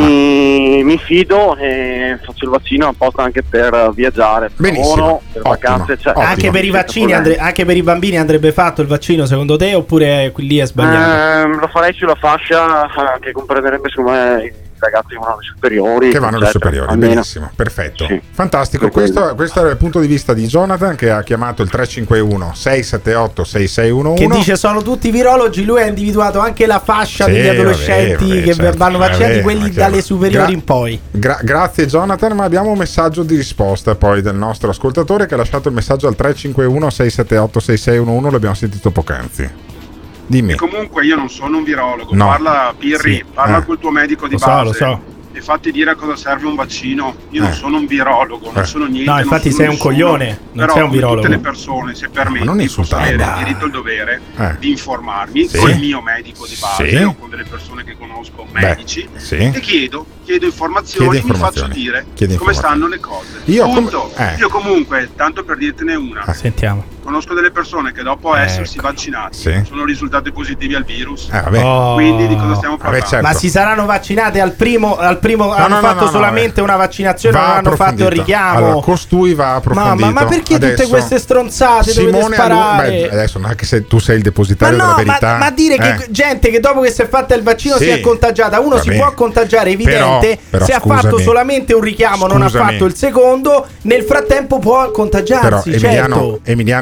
mi, mi fido e faccio il vaccino apposta anche per viaggiare, per Benissimo, lavoro, per ottimo, vacanze, cioè, Anche per i vaccini, andre- anche per i bambini andrebbe fatto il vaccino secondo te oppure lì è sbagliato? Ehm, lo farei sulla fascia eh, che comprenderebbe secondo me i ragazzi che vanno alle superiori, Che vanno alle eccetera, superiori, almeno. benissimo, perfetto. Sì. Fantastico, Per quello. questo, questo era il punto di vista di Jonathan che ha chiamato il tre cinque uno sei sette otto sei sei uno uno. Che dice sono tutti virologi, lui ha individuato anche la fascia Sì, degli adolescenti vabbè, vabbè, che certo. vanno vaccinati, Vabbè, quelli ma chiaro. dalle superiori Gra- in poi. Gra- grazie Jonathan, ma abbiamo un messaggio di risposta poi del nostro ascoltatore che ha lasciato il messaggio al tre cinque uno sei sette otto sei sei uno uno, l'abbiamo sentito poc'anzi. Dimmi. E comunque io non sono un virologo, No. parla Pirri, Sì. parla Eh. col tuo medico di Lo so, base lo so. e fatti dire a cosa serve un vaccino. Io non Eh. sono un virologo, non Eh. sono niente. No, non infatti sono sei un nessuno, coglione, non però sei un come virologo. tutte le persone, se permetti, non insultare, posso avere dai. il diritto e il dovere Eh. di informarmi Sì. con il mio medico di base Sì. o con delle persone che conosco, Beh, medici, sì. e chiedo, chiedo informazioni, Chiedi mi faccio informazioni. dire Chiedi come informazioni. stanno le cose. Io com- Punto. eh. Io comunque, tanto per dirtene una, Ah. Sentiamo. conosco delle persone che dopo Ecco. essersi vaccinati Sì. sono risultati positivi al virus. Eh, vabbè. Oh. Quindi di cosa stiamo Vabbè, parlando? certo. Ma si saranno vaccinate al primo, al primo hanno no, no, fatto no, no, solamente eh. una vaccinazione, Va non hanno fatto il approfondito. richiamo. Allora, costui va approfondito. Mamma, ma perché tutte Adesso queste stronzate dovete Simone sparare? Allu- beh, adesso non è che se tu sei il Ma depositario no, della ma, verità. ma dire che eh. gente che dopo che si è fatta il vaccino Sì, si è contagiata, uno va si bene. può contagiare, è evidente. Però- però se ha scusami. fatto solamente un richiamo, non ha Scusami. fatto il secondo, nel frattempo può contagiarsi. Però Emiliano, certo. Emiliano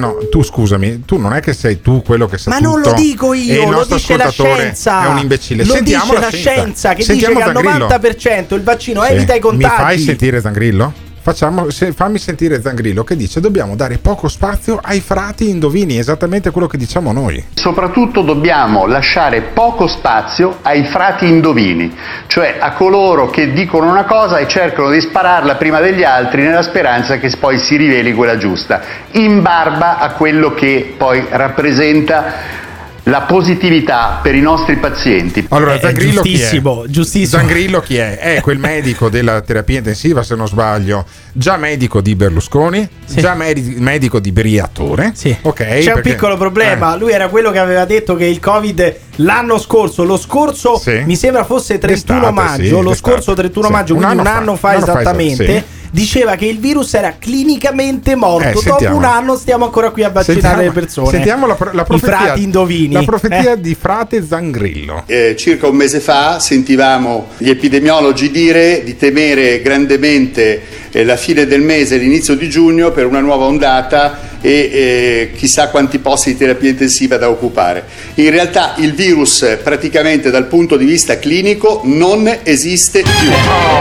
no, tu scusami, tu non è che sei tu quello che sa Ma tutto. non lo dico e io, il lo nostro dice la ascoltatore scienza. È un imbecille. Lo Sentiamo dice la la scienza, scienza che Sentiamo dice che al Zangrillo. novanta per cento il vaccino Sì. evita i contagi. Mi fai sentire Zangrillo? Facciamo, se, fammi sentire Zangrillo che dice dobbiamo dare poco spazio ai frati indovini, esattamente quello che diciamo noi. Soprattutto dobbiamo lasciare poco spazio ai frati indovini, cioè a coloro che dicono una cosa e cercano di spararla prima degli altri nella speranza che poi si riveli quella giusta, in barba a quello che poi rappresenta la positività per i nostri pazienti. Allora, Zangrillo chi è? giustissimo, giustissimo. Zangrillo chi è? È quel medico della terapia intensiva, se non sbaglio, già medico di Berlusconi, Sì. già medi- medico di Briatore. Sì. Ok. C'è un perché- piccolo problema. eh. Lui era quello che aveva detto che il Covid l'anno scorso, lo scorso Sì. mi sembra fosse trentuno D'estate, maggio, sì, lo d'estate. scorso trentuno Sì. maggio, Un quindi un anno anno fa, fa, un anno fa, esattamente. sì. Diceva che il virus era clinicamente morto. Eh, Dopo sentiamo. un anno stiamo ancora qui a vaccinare Sentiamo- le persone. Sentiamo la, pro- la I profezia, frati indovini. la profezia Eh. di frate Zangrillo. Eh, circa un mese fa sentivamo gli epidemiologi dire di temere grandemente eh, la fine del mese e l'inizio di giugno per una nuova ondata e eh, chissà quanti posti di terapia intensiva da occupare. In realtà il virus eh, praticamente dal punto di vista clinico non esiste più.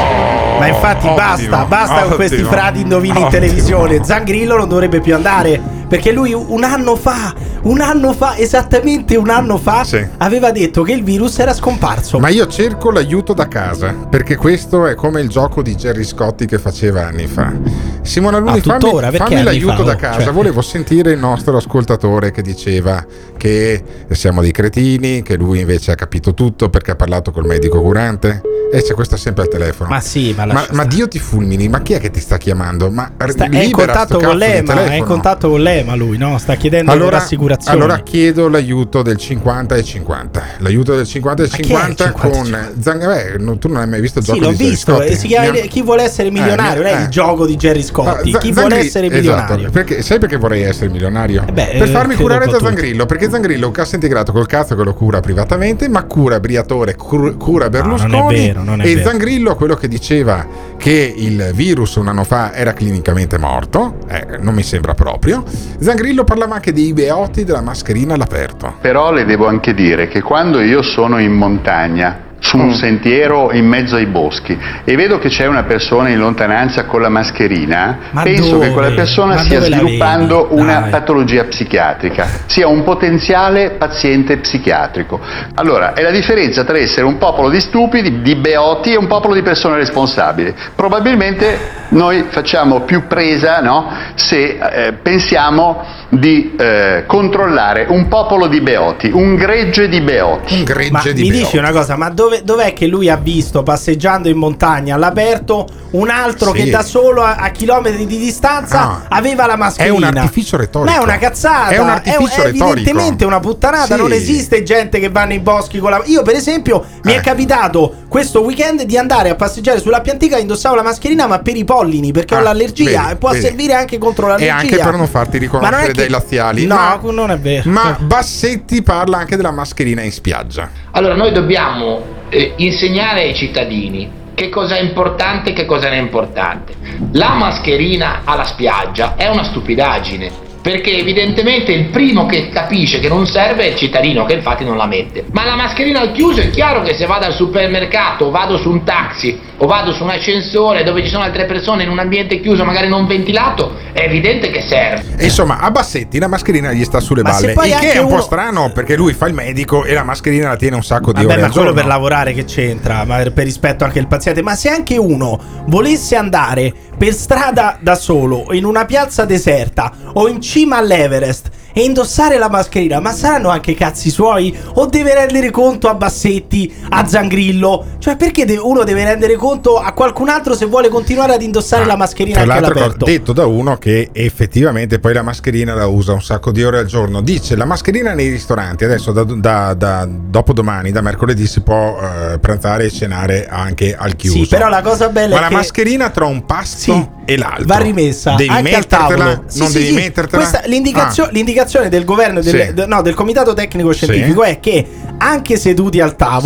Ma infatti Ottimo, basta, basta con questi ottimo, frati indovini in ottimo. televisione. Zangrillo non dovrebbe più andare, perché lui un anno fa, un anno fa, esattamente un anno fa, Sì. aveva detto che il virus era scomparso. Ma io cerco l'aiuto da casa, perché questo è come il gioco di Gerry Scotti che faceva anni fa. Simona Luni, Ah, tuttora? fammi, Perché fammi anni l'aiuto fa? da Oh, casa. cioè. Volevo sentire il nostro ascoltatore che diceva che siamo dei cretini, che lui invece ha capito tutto perché ha parlato col medico curante. E c'è questo sempre al telefono. Ma sì, ma ma, lascia ma stare. Dio ti fulmini, ma chi è che ti sta chiamando? Ma Sta- è in libera contatto sto con cazzo di l'Ema, è in telefono. contatto con l'Ema lui, no? Sta chiedendo Allora, l'assicurazione. allora chiedo l'aiuto del cinquanta e cinquanta. L'aiuto del cinquanta e Ma chi è il cinquanta cinquanta e con Zang- beh, no, tu non hai mai visto il Sì, gioco l'ho di Gerry visto. Scotti? eh, Si chiama Mi ha- Chi vuole essere milionario? Eh, Non è eh. il gioco di Gerry Scotti. Ah, Chi Z- vuole Zangri- essere esatto, milionario? perché, sai perché vorrei essere milionario? beh, per eh, farmi credo curare un da po' tutti. Zangrillo, perché Zangrillo è un cassa integrato col cazzo che lo cura privatamente, ma cura Briatore, cur- cura Berlusconi. non è vero, non è e vero. Zangrillo, quello che diceva che il virus un anno fa era clinicamente morto, eh, non mi sembra proprio. Zangrillo parlava anche dei beoti della mascherina all'aperto. Però le devo anche dire che quando io sono in montagna, su un sentiero in mezzo ai boschi, e vedo che c'è una persona in lontananza con la mascherina, Ma penso dove? che quella persona Ma stia dove la sviluppando vedi? una Dai. patologia psichiatrica, sia un potenziale paziente psichiatrico. Allora, è la differenza tra essere un popolo di stupidi, di beoti, e un popolo di persone responsabili. Probabilmente noi facciamo più presa, no? Se eh, pensiamo di eh, controllare un popolo di beoti, un gregge di beoti. Un gregge Ma di mi beoti. dici una cosa, ma dove, dov'è che lui ha visto passeggiando in montagna all'aperto un altro Sì. che da solo a, a chilometri di distanza No, aveva la mascherina? è un artificio retorico. Ma è una cazzata. È un artificio è, è retorico. evidentemente una puttanata. Sì. Non esiste gente che va nei boschi con la. Io, per esempio, mi Eh. è capitato questo weekend di andare a passeggiare sulla Piantica e indossavo la mascherina, ma per i pollini, perché ho Ah, l'allergia vedi, e può vedi. servire anche contro E l'allergia. anche per non farti Ma non è riconoscere che- dai laziali. No, ma, non è vero. ma Bassetti parla anche della mascherina in spiaggia. Allora noi dobbiamo eh, insegnare ai cittadini che cosa è importante e che cosa non è importante. La mascherina alla spiaggia è una stupidaggine, perché evidentemente il primo che capisce che non serve è il cittadino, che infatti non la mette. Ma la mascherina al chiuso è chiaro che se vado al supermercato o vado su un taxi o vado su un ascensore dove ci sono altre persone in un ambiente chiuso magari non ventilato, è evidente che serve. E insomma, a Bassetti la mascherina gli sta sulle Ma se balle. poi Il che anche è un po' uno- strano, perché lui fa il medico e la mascherina la tiene un sacco di Vabbè, ore ma al quello giorno. per lavorare che c'entra, ma per rispetto anche al paziente. Ma se anche uno volesse andare per strada da solo in una piazza deserta o in cima all'Everest e indossare la mascherina, ma saranno anche cazzi suoi? O deve rendere conto a Bassetti, a Zangrillo? Cioè, perché de- uno deve rendere conto a qualcun altro se vuole continuare ad indossare la mascherina Tra anche l'altro, all'aperto? detto da uno che effettivamente poi la mascherina la usa un sacco di ore al giorno. Dice la mascherina nei ristoranti adesso da, da, da dopodomani, da mercoledì, si può eh, pranzare e cenare anche al chiuso. Sì, però la cosa bella Ma è la che mascherina tra un pasto Sì, e l'altro va rimessa devi anche al mettertela, tavolo. Sì, non sì, devi sì. mettertela. Questa, l'indicazio- Ah. l'indicazione del governo e del, Sì. de- no, del comitato tecnico scientifico Sì. è che anche seduti al tavolo Sì.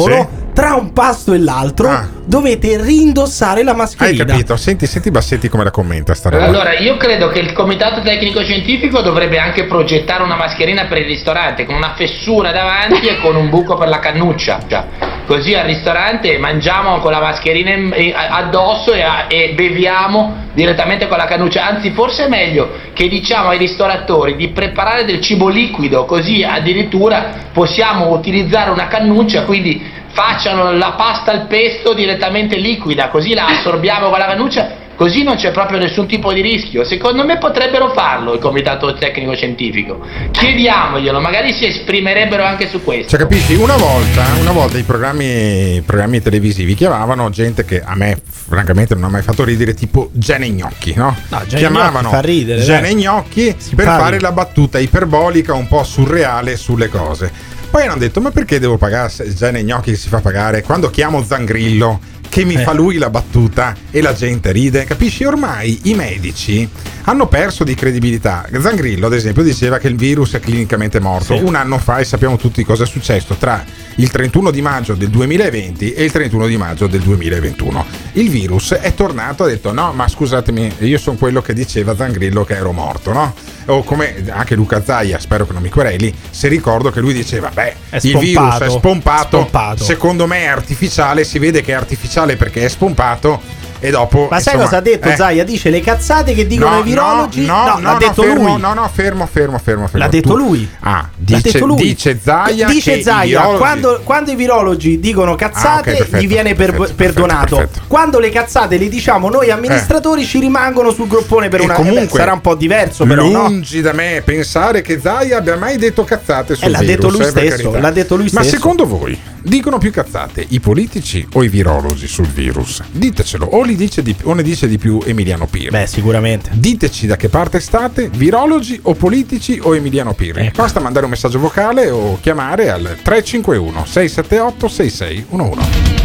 tra un pasto e l'altro ah. dovete rindossare la mascherina. Hai capito? Senti, senti Bassetti come la commenta sta roba. Allora, io credo che il comitato tecnico scientifico dovrebbe anche progettare una mascherina per il ristorante con una fessura davanti e con un buco per la cannuccia. Cioè, così al ristorante mangiamo con la mascherina addosso e, e beviamo direttamente con la cannuccia. Anzi, forse è meglio che diciamo ai ristoratori di preparare del cibo liquido, così addirittura possiamo utilizzare una cannuccia, quindi facciano la pasta al pesto direttamente liquida, così la assorbiamo con la cannuccia, così non c'è proprio nessun tipo di rischio. Secondo me potrebbero farlo il comitato tecnico scientifico, chiediamoglielo, magari si esprimerebbero anche su questo. Cioè, capisci, una volta una volta i programmi, i programmi televisivi chiamavano gente che a me francamente non ha mai fatto ridere, tipo Gene Gnocchi, no? no chiamavano fa ridere, Gene Gnocchi per parli. fare la battuta iperbolica un po' surreale sulle cose. Poi hanno detto, ma perché devo pagare Gene Gnocchi che si fa pagare quando chiamo Zangrillo che mi eh. fa lui la battuta e la gente ride? Capisci? Ormai i medici hanno perso di credibilità. Zangrillo ad esempio diceva che il virus è clinicamente morto sì. un anno fa, e sappiamo tutti cosa è successo tra il trentuno di maggio del duemilaventi e il trentuno di maggio del duemilaventuno. Il virus è tornato, ha detto no, ma scusatemi, io sono quello che diceva Zangrillo che ero morto, no? O come anche Luca Zaia, spero che non mi quereli, se ricordo che lui diceva beh, il virus è spompato, spompato, secondo me è artificiale, si vede che è artificiale perché è spompato. E dopo, ma sai insomma, cosa ha detto eh. Zaia? Dice le cazzate che dicono no, i virologi. No, no, no, no l'ha no, detto fermo, lui. No, no, fermo, fermo, fermo, fermo. L'ha detto tu, lui. Ah, dice, detto lui. dice Zaia. Dice che Zaia, virologi... quando, quando i virologi dicono cazzate, ah, okay, perfetto, gli viene per, perfetto, perdonato. Perfetto, perfetto. Quando le cazzate le diciamo noi amministratori, eh. ci rimangono sul groppone per e una. Comunque, eh beh, sarà un po' diverso, però. Lungi no? da me pensare che Zaia abbia mai detto cazzate sul eh, l'ha virus. Detto lui stesso, l'ha detto lui Ma stesso. secondo voi dicono più cazzate i politici o i virologi sul virus? Ditecelo, o, li dice di, o ne dice di più Emiliano Pirri? Beh, sicuramente. Diteci da che parte state, virologi o politici o Emiliano Pirri. Ecco. Basta mandare un messaggio vocale o chiamare al tre cinque uno sei sette otto sei sei uno uno.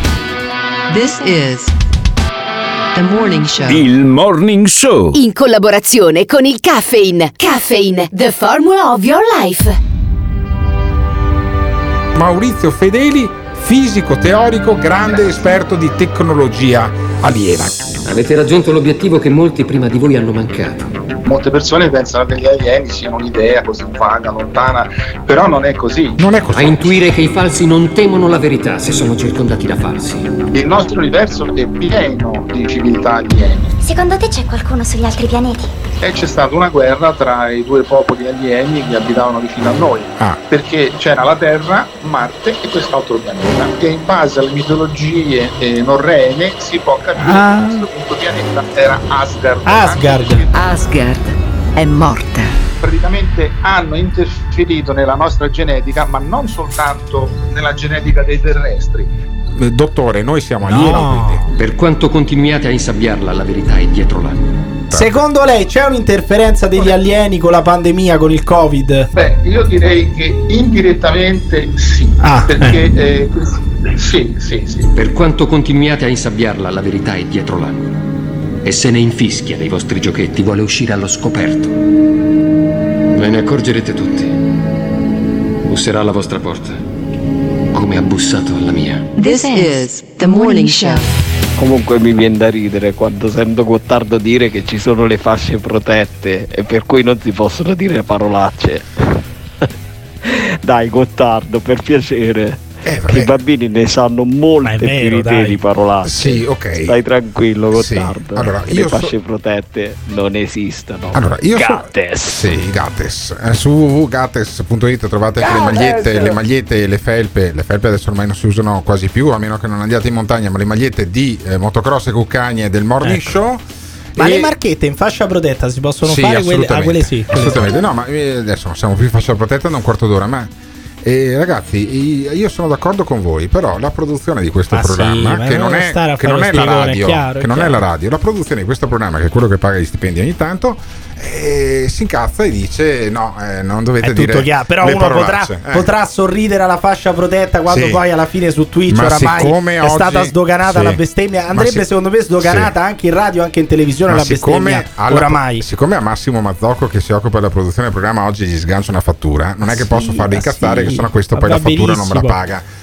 This is The Morning Show. Il Morning Show. In collaborazione con il Caffeine. Caffeine, the formula of your life. Maurizio Fedeli, fisico teorico, grande esperto di tecnologia aliena. Avete raggiunto l'obiettivo che molti prima di voi hanno mancato. Molte persone pensano che gli alieni siano un'idea così vaga, lontana, però non è così. Non è così. A intuire che i falsi non temono la verità se sono circondati da falsi. Il nostro universo è pieno di civiltà alieni. Secondo te c'è qualcuno sugli altri pianeti? E c'è stata una guerra tra i due popoli alieni che abitavano vicino a noi, ah. perché c'era la Terra, Marte e quest'altro pianeta, che in base alle mitologie eh, norrene si può capire ah. che questo punto pianeta era Asgard. Asgard. Asgard è morta. Praticamente hanno interferito nella nostra genetica, ma non soltanto nella genetica dei terrestri. Dottore, noi siamo alieni, no. quindi. Per quanto continuiate a insabbiarla, la verità è dietro l'angolo. Secondo lei c'è un'interferenza degli alieni con la pandemia, con il Covid? Beh, io direi che indirettamente sì, ah, perché eh. Eh, sì, sì, sì. Per quanto continuiate a insabbiarla, la verità è dietro l'angolo. E se ne infischia dei vostri giochetti, vuole uscire allo scoperto. Ve ne accorgerete tutti. Busserà alla vostra porta, come ha bussato alla mia. This is The Morning Show. Comunque mi viene da ridere quando sento Gottardo dire che ci sono le fasce protette e per cui non si possono dire parolacce. Dai Gottardo, per piacere. Eh, I bambini ne sanno molte più di te di parolacce. Sì, ok. Stai tranquillo, Gottardo. Sì. Allora, le io fasce so... protette non esistono. Allora, io Gates. So... Sì, Gates. Eh, su w w w punto gates punto it trovate anche le magliette, le magliette e le felpe. Le felpe adesso ormai non si usano quasi più, a meno che non andiate in montagna, ma le magliette di eh, motocross e cuccagne del Morning ecco. Show. Ma e... le marchette in fascia protetta si possono sì, fare? Quelle... Ah, quelle sì. Quelle assolutamente. Sì. No, ma eh, adesso non siamo più in fascia protetta da un quarto d'ora, ma E ragazzi, io sono d'accordo con voi, però la produzione di questo ma programma, sì, che non è, che non è la radio, chiaro, che non è la radio, la produzione di questo programma, che è quello che paga gli stipendi ogni tanto, eh, si incazza e dice no, eh, non dovete è dire tutto chiaro. Però le uno potrà, eh. potrà sorridere alla fascia protetta quando sì. poi alla fine su Twitch ma oramai è oggi, stata sdoganata sì. la bestemmia. Andrebbe si, secondo me sdoganata sì. anche in radio, anche in televisione ma la bestemmia alla, oramai. Siccome a Massimo Mazzocco, che si occupa della produzione del programma, oggi gli sgancia una fattura, non è che sì, posso farlo incazzare sì. che sennò questo ma poi la fattura benissimo. non me la paga.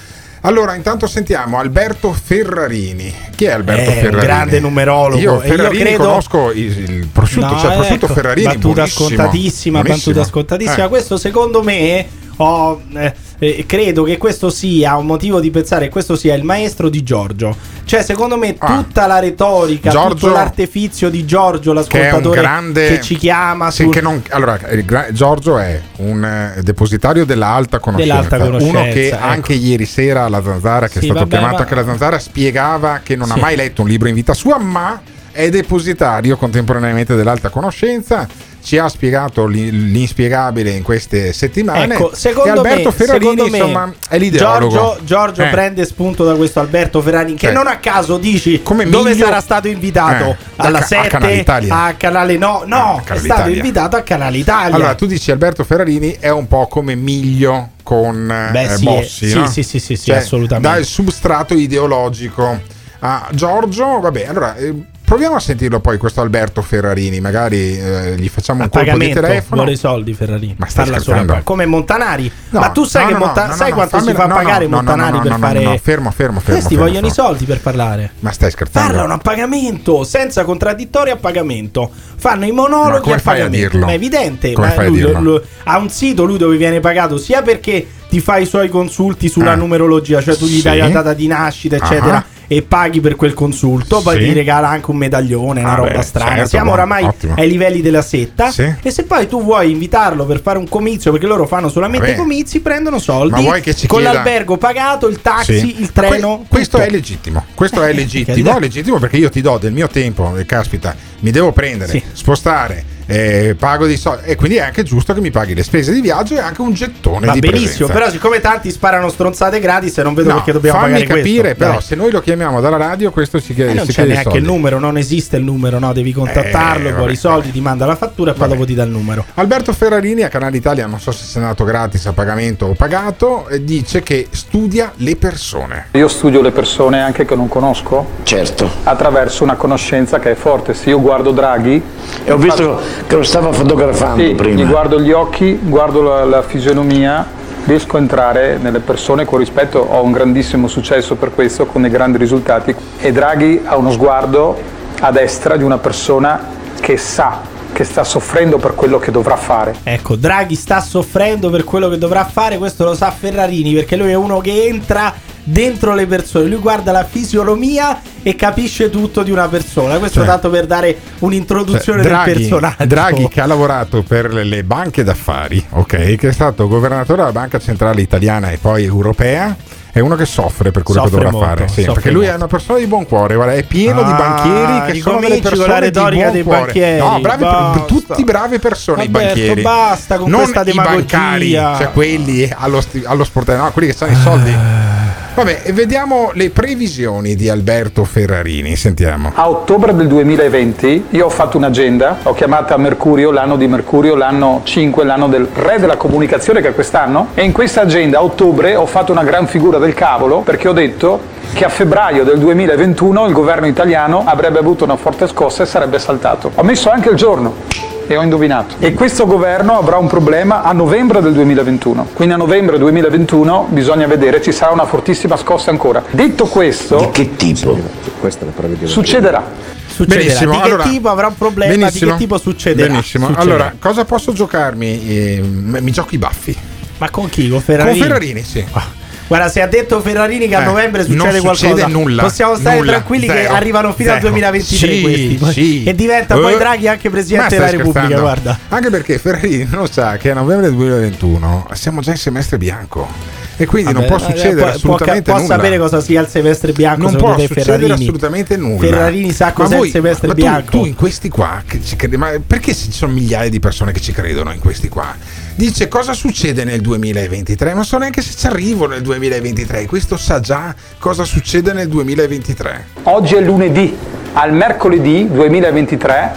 Allora, intanto sentiamo Alberto Ferrarini. Chi è Alberto Eh, un Ferrarini? grande numerologo. Io E io Ferrarini credo- conosco il, il prosciutto, No, cioè il prosciutto ecco, Ferrarini battuta buonissimo. scontatissima, Buonissimo. battuta scontatissima. Eh. Questo secondo me ho, eh, eh, credo che questo sia un motivo di pensare che questo sia il maestro di Giorgio. Cioè, secondo me, tutta la retorica, Giorgio- tutto l'artefizio di Giorgio, Che è un l'ascoltatore grande che ci chiama sì, sul- che non, allora il gra- Giorgio è un eh, depositario dell'alta conoscenza, Dell'alta conoscenza, uno che ecco. anche ieri sera alla Zanzara, che Sì, è stato vabbè, chiamato ma- anche alla Zanzara, spiegava che non Sì. ha mai letto un libro in vita sua, ma è depositario contemporaneamente dell'alta conoscenza. Ci ha spiegato l'i- l'inspiegabile in queste settimane. Ecco, secondo e Alberto me, Ferrarini, secondo me, insomma, è l'ideologo. Giorgio, Giorgio Eh. prende spunto da questo Alberto Ferrarini, che Cioè, non a caso dici come dove miglio- sarà stato invitato Eh, alla a Ca- a sette, Canale Italia. a Canale no, no, Canale è stato Italia. invitato a Canale Italia. Allora, tu dici Alberto Ferrarini è un po' come Miglio con Beh, eh, sì, Bossi, sì, no? sì, sì, sì, sì, Cioè, assolutamente. dà il substrato ideologico a Giorgio. Vabbè, allora eh, proviamo a sentirlo poi questo Alberto Ferrarini, magari eh, gli facciamo un a colpo di pagamento telefono. vuole i soldi Ferrarini. Ma stai Parla scherzando? solo come Montanari. No, Ma tu sai no, che no, no, Monta- no, sai no, quanto si fammela- fa no, no, pagare no, no, Montanari no, no, per no, fare no, no, fermo, fermo, fermo, Questi fermo, vogliono fermo. i soldi per parlare. Ma stai scherzando? Parlano a pagamento, senza contraddittori, a pagamento. Fanno i Ma monologhi come a fai a pagamento. dirlo? Ma è evidente. Come ma fai a lui, dirlo? lui- ha un sito lui dove viene pagato sia perché ti fa i suoi consulti sulla Eh. numerologia, cioè tu gli Sì. dai la data di nascita, eccetera. Ah. E paghi per quel consulto, poi Sì. ti regala anche un medaglione, una Ah, roba beh, strana. certo, Siamo buono, oramai ottimo. ai livelli della setta. Sì. E se poi tu vuoi invitarlo per fare un comizio, perché loro fanno solamente Vabbè. comizi, prendono soldi. Ma vuoi che ci con chieda- l'albergo pagato, il taxi, Sì. il treno. Que- questo tutto. è legittimo. Questo è Eh, legittimo. carità. È legittimo perché io ti do del mio tempo, e caspita, mi devo prendere, Sì. spostare, eh, pago di soldi. E quindi è anche giusto che mi paghi le spese di viaggio e anche un gettone Va di benissimo, presenza. però siccome tanti sparano stronzate gratis, non vedo No, perché dobbiamo fammi pagare capire, questo. però, Dai. se noi lo chiamiamo dalla radio, questo ci chiede, Eh, non ci c'è chiede neanche soldi. il numero, non esiste il numero, no? Devi contattarlo, Eh, vuoi vabbè, i soldi, ti manda la fattura e poi dopo ti dà il numero. Alberto Ferrarini a Canale Italia, non so se sia andato gratis, a pagamento o pagato, e dice che studia le persone. Io studio le persone anche che non conosco. Certo. Attraverso una conoscenza che è forte. Se io guardo Draghi. E ho visto che lo stava fotografando sì, prima. Gli guardo gli occhi, guardo la, la fisionomia, riesco a entrare nelle persone con rispetto. Ho un grandissimo successo per questo, con dei grandi risultati. E Draghi ha uno sguardo a destra di una persona che sa, che sta soffrendo per quello che dovrà fare. Ecco, Draghi sta soffrendo per quello che dovrà fare, questo lo sa Ferrarini, perché lui è uno che entra dentro le persone, lui guarda la fisionomia e capisce tutto di una persona. Questo Cioè, tanto per dare un'introduzione Cioè, Draghi, del personaggio. Draghi che ha lavorato per le, le banche d'affari, ok, che è stato governatore della Banca Centrale Italiana e poi europea. È uno che soffre per quello Soffre che dovrà molto, fare, sì, soffre perché lui molto. è una persona di buon cuore, guarda, è pieno di Ah, banchieri che sono delle ricominci con la persone di retorica buon dei cuore. banchieri, No, bravi, basta. tutti brave persone Alberto, i banchieri. basta con non questa i demagogia. bancari, cioè quelli allo, sti- allo sportello, no, quelli che hanno i soldi. Vabbè, e vediamo le previsioni di Alberto Ferrarini, sentiamo. A ottobre del duemilaventi io ho fatto un'agenda, ho chiamata Mercurio, l'anno di Mercurio, l'anno cinque, l'anno del re della comunicazione che è quest'anno, e in questa agenda a ottobre ho fatto una gran figura del cavolo perché ho detto che a febbraio del duemilaventuno il governo italiano avrebbe avuto una forte scossa e sarebbe saltato. Ho messo anche il giorno e ho indovinato. E questo governo avrà un problema a novembre del duemilaventuno. Quindi a novembre duemilaventuno bisogna vedere, ci sarà una fortissima scossa ancora. Detto questo, Di che tipo? questa la prevediamo. Succederà. Succederà. Benissimo, di che allora- tipo avrà un problema, Benissimo. di che tipo succederà. Benissimo. Succederà. Allora, cosa posso giocarmi? Eh, mi gioco i baffi. Ma con chi? Con Ferrarini? Con Ferrarini, sì. Guarda, se ha detto Ferrarini che a Eh, novembre non succede qualcosa, succede nulla, possiamo stare nulla, tranquilli che zero, arrivano fino al zero. duemilaventitré Sì, questi. Poi- sì. E diventa poi Eh, Draghi anche ma Presidente stai della Repubblica, scherzando? guarda. Anche perché Ferrarini non sa che a novembre del duemilaventuno siamo già in semestre bianco e quindi non Vabbè, può eh, succedere può- assolutamente può, può nulla. sapere cosa sia il semestre bianco. Non secondo può te, succedere Ferrarini? assolutamente nulla. Ferrarini sa Ma cos'è voi- il semestre ma tu- bianco. Tu in questi qua che ci credi, ma perché ci sono migliaia di persone che ci credono in questi qua? Dice cosa succede nel duemilaventitré, non so neanche se ci arrivo nel duemilaventitré. Questo sa già cosa succede nel duemilaventitré. Oggi è lunedì, al mercoledì duemilaventitré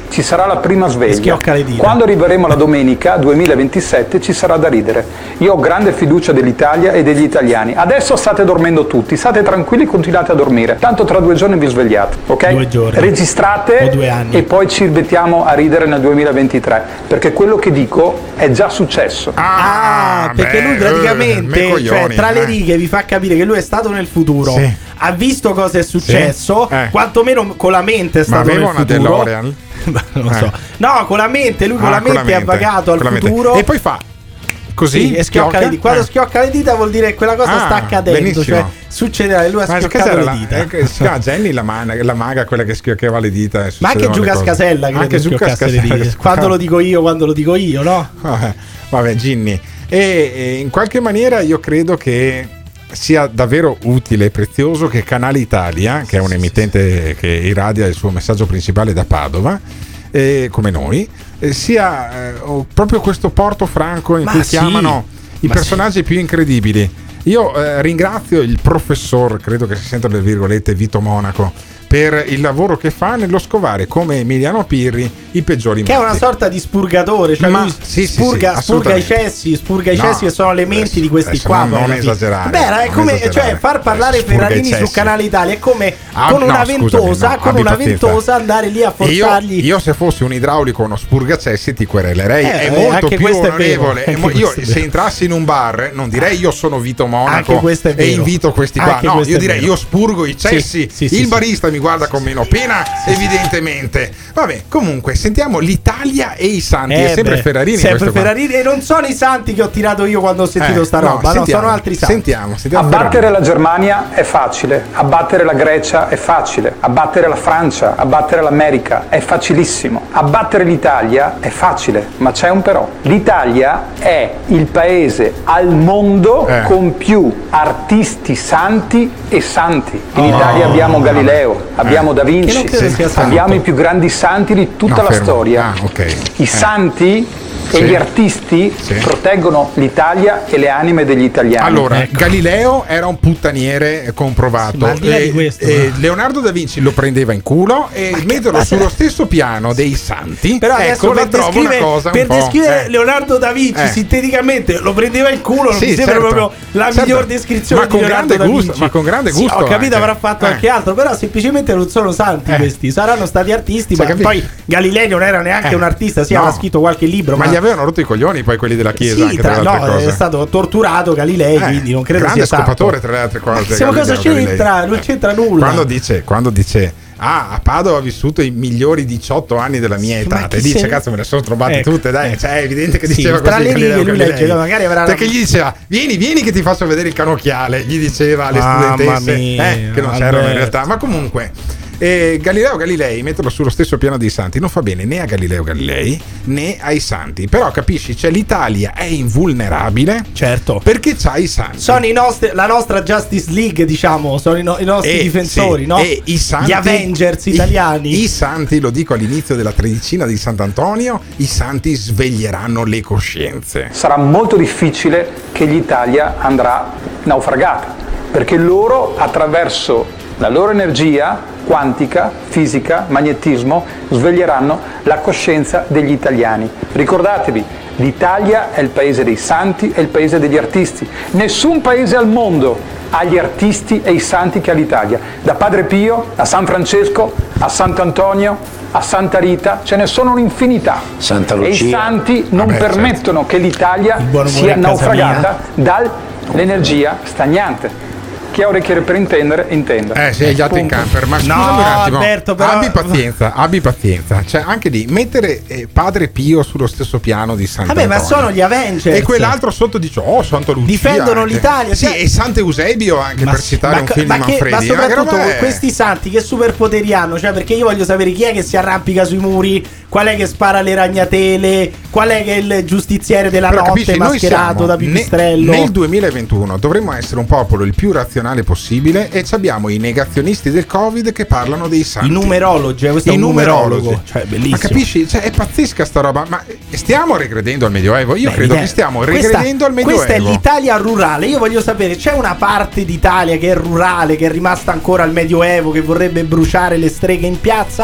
ci sarà la prima sveglia. Schiocca le dita. Quando arriveremo alla domenica duemilaventisette ci sarà da ridere. Io ho grande fiducia dell'Italia e degli italiani. Adesso state dormendo tutti, state tranquilli, continuate a dormire. Tanto tra due giorni vi svegliate, ok? Due giorni. Registrate o due anni. E poi ci mettiamo a ridere nel duemilaventitré, perché quello che dico è già successo. Ah, perché beh, lui praticamente, eh, cioè, coglioni, tra le eh. righe vi fa capire che lui è stato nel futuro. Sì. Ha visto cosa è successo, Sì. Eh. quantomeno con la mente è Ma stato aveva nel una futuro. DeLorean? non lo so. Eh. No, con la mente, lui con Ah, la con mente la è vagato al con la mente. futuro. E poi fa così Sì, e schiocca le dita. Quando eh. schiocca le dita vuol dire che quella cosa Ah, sta accadendo. benissimo. Cioè, succederà e lui ha Ma schioccato cos'era le la- dita. eh, si chiama Jenny la, man- la maga, quella che schioccava le dita. e Ma anche succedevano Giù le cose. Cascasella credo Anche Giù schioccasse le Cascasella dita. che Quando lo dico io, quando lo dico io, no? Vabbè, vabbè, Ginny. E, e in qualche maniera io credo che sia davvero utile e prezioso che Canale Italia, che è un emittente che irradia il suo messaggio principale da Padova, eh, come noi, eh, sia eh, proprio questo porto franco in Ma cui sì, chiamano i ma personaggi più incredibili. Io eh, ringrazio il professor, credo che si senta le virgolette, Vito Monaco, per il lavoro che fa nello scovare come Emiliano Pirri i peggiori Che è matti. una sorta di spurgatore, cioè Ma lui sì, sì, spurga, sì, spurga i assolutamente. cessi, spurga i No, cessi che sono le menti adesso- di questi adesso qua. non- poi, non alla fine. esagerare, Beh, è non come, esagerare. cioè, far parlare Adesso spurga i Ferrarini su cessi. Canale Italia è come Ah, con no, una scusami, ventosa, no, con abbi una pazienza. ventosa andare lì a E io, forzargli. io se fossi un idraulico o uno spurgacessi ti querelerei. Eh, è eh, molto anche più questo è vero, onorevole. È anche mo- io questo è se vero. entrassi in un bar non direi io sono Vito Anche Monaco questo è e vero. invito questi qua. Anche No, questo io è direi vero. io spurgo i cessi. Sì, sì, il sì, barista mi guarda con meno pena, evidentemente. Vabbè, comunque sentiamo l'Italia e i santi. Eh, è sempre beh, Ferrarini sempre questo qua. Ferrarini e non sono i santi che ho tirato io quando ho sentito Eh, sta no, roba, no, sentiamo, sono altri santi. Sentiamo, sentiamo Abbattere Ferrarini. la Germania è facile, abbattere la Grecia è facile, abbattere la Francia, abbattere l'America è facilissimo, abbattere l'Italia è facile, ma c'è un però. L'Italia è il paese al mondo Eh. con più artisti santi e santi. In Oh. Italia abbiamo Galileo, abbiamo Da Che non Vinci, credo sia santo. abbiamo i più grandi santi di tutta No, la fermo. storia. Ah, ok. I Eh. santi e Sì. gli artisti Sì. proteggono l'Italia e le anime degli italiani. Allora, Ecco. Galileo era un puttaniere comprovato. Sì, ma al di là e, di questo, e no? Leonardo da Vinci lo prendeva in culo e metterlo ma sullo se- stesso piano dei santi. Però adesso ecco, per la trovo una descrivere, cosa un per po', descrivere eh. Leonardo da Vinci Eh. sinteticamente lo prendeva in culo, non Sì, mi sembra certo. proprio la Certo. miglior descrizione Ma di con Leonardo grande da gusto, Vinci. ma con grande Sì, gusto ho capito, anche. avrà fatto Eh. anche altro, però semplicemente non sono santi Eh. questi, saranno stati artisti, Sai ma capito? poi Galilei non era neanche Eh. un artista, sì, No. aveva scritto qualche libro, Ma ma gli avevano rotto i coglioni poi quelli della Chiesa, sì, anche tra, tra- le altre no, cose. è stato torturato Galilei, Eh, quindi non credo grande sia santo. scopatore tra le altre cose. Ma siamo cosa Galileo c'entra? Galilei. Non c'entra nulla. Quando dice, quando dice ah, a Padova ho vissuto i migliori diciotto anni della mia Ma età, chi e dice se- cazzo me le sono trovate Ecco, tutte, dai, ecco. cioè, è evidente che Sì, diceva tra così le righe Galileo lui Galilei. legge, magari avrà perché gli diceva vieni, vieni che ti faccio vedere il canocchiale, gli diceva alle Mamma studentesse mia, eh, che non c'erano Alberto. in realtà, ma comunque eh, Galileo Galilei, metterlo sullo stesso piano dei santi non fa bene né a Galileo Galilei né ai santi, però capisci, cioè l'Italia è invulnerabile, certo, perché c'ha i santi. sono i nostri, la nostra Justice League, diciamo, sono i, no- i nostri E- difensori, sì, no? e i santi, Gli Avengers i- italiani. I, santi, lo dico all'inizio della tredicina di Sant'Antonio, i santi sveglieranno le coscienze. Sarà molto difficile che l'Italia andrà naufragata, perché loro attraverso la loro energia quantica, fisica, magnetismo, sveglieranno la coscienza degli italiani. Ricordatevi, l'Italia è il paese dei santi, è il paese degli artisti. Nessun paese al mondo ha gli artisti e i santi che ha l'Italia. Da Padre Pio a San Francesco, a Sant'Antonio, a Santa Rita, ce ne sono un'infinità. Santa E i Lucia. santi non Vabbè, permettono che l'Italia buon umore sia in casa naufragata dall'energia stagnante. Chi ha orecchie per intendere, intenda. Eh, sei gli altri in Punto. camper, ma No, scusami un attimo. Alberto, però- Abbi pazienza, abbi pazienza. Cioè, anche lì, mettere eh, Padre Pio sullo stesso piano di Sant'Antonio. Vabbè, ma sono gli Avengers. E quell'altro sotto dice, oh, Santa Lucia. Difendono anche. l'Italia, Sì, cioè- e Sant'Eusebio anche, Ma per sì, citare ma un co- film ma di che- Manfredi. ma Ma che soprattutto roba è? questi santi che superpoteri hanno? Cioè, perché io voglio sapere chi è che si arrampica sui muri, qual è che spara le ragnatele, qual è che è il giustiziere della Però notte capisci, noi mascherato siamo da ne- pipistrello. nel duemilaventuno dovremmo essere un popolo il più razionale possibile e ci abbiamo i negazionisti del Covid che parlano dei santi. I numerologi, eh, questo è I un numerologi. numerologo, cioè bellissimo. Ma capisci? Cioè, è pazzesca sta roba. Ma stiamo regredendo al Medioevo? Io Beh, credo l'idea- che stiamo questa- regredendo al Medioevo. Questa è l'Italia rurale. Io voglio sapere, c'è una parte d'Italia che è rurale, che è rimasta ancora al Medioevo, che vorrebbe bruciare le streghe in piazza?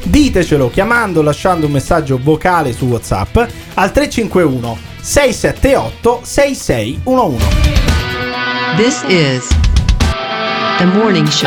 ditecelo chiamando, lasciando un messaggio vocale su WhatsApp al tre cinque uno sei sette otto sei sei uno uno. This is The Morning Show.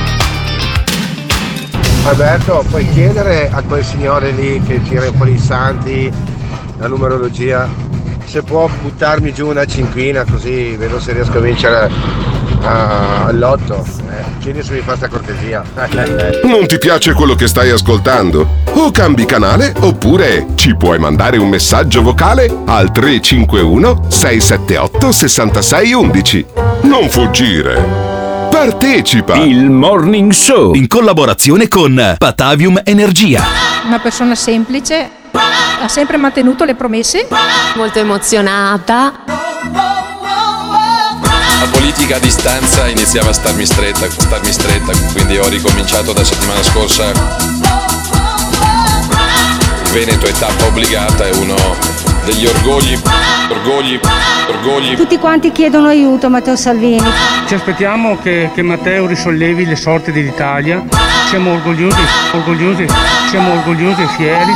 Alberto, puoi chiedere a quel signore lì che tira un po' i santi, la numerologia, se può buttarmi giù una cinquina così vedo se riesco a vincere uh, all'otto. Eh, chiedi se mi fa sta cortesia. Non ti piace quello che stai ascoltando? O cambi canale oppure ci puoi mandare un messaggio vocale al tre cinque uno sei sette otto sei sei uno uno. Non fuggire! Partecipa! Il Morning Show in collaborazione con Patavium Energia. Una persona semplice, ha sempre mantenuto le promesse. Molto emozionata. La politica a distanza iniziava a starmi stretta, starmi stretta, quindi ho ricominciato da settimana scorsa. Il Veneto è tappa obbligata, è uno degli orgogli, orgogli, orgogli. Tutti quanti chiedono aiuto a Matteo Salvini. Ci aspettiamo che, che Matteo risollevi le sorti dell'Italia. Siamo orgogliosi, orgogliosi, siamo orgogliosi e fieri.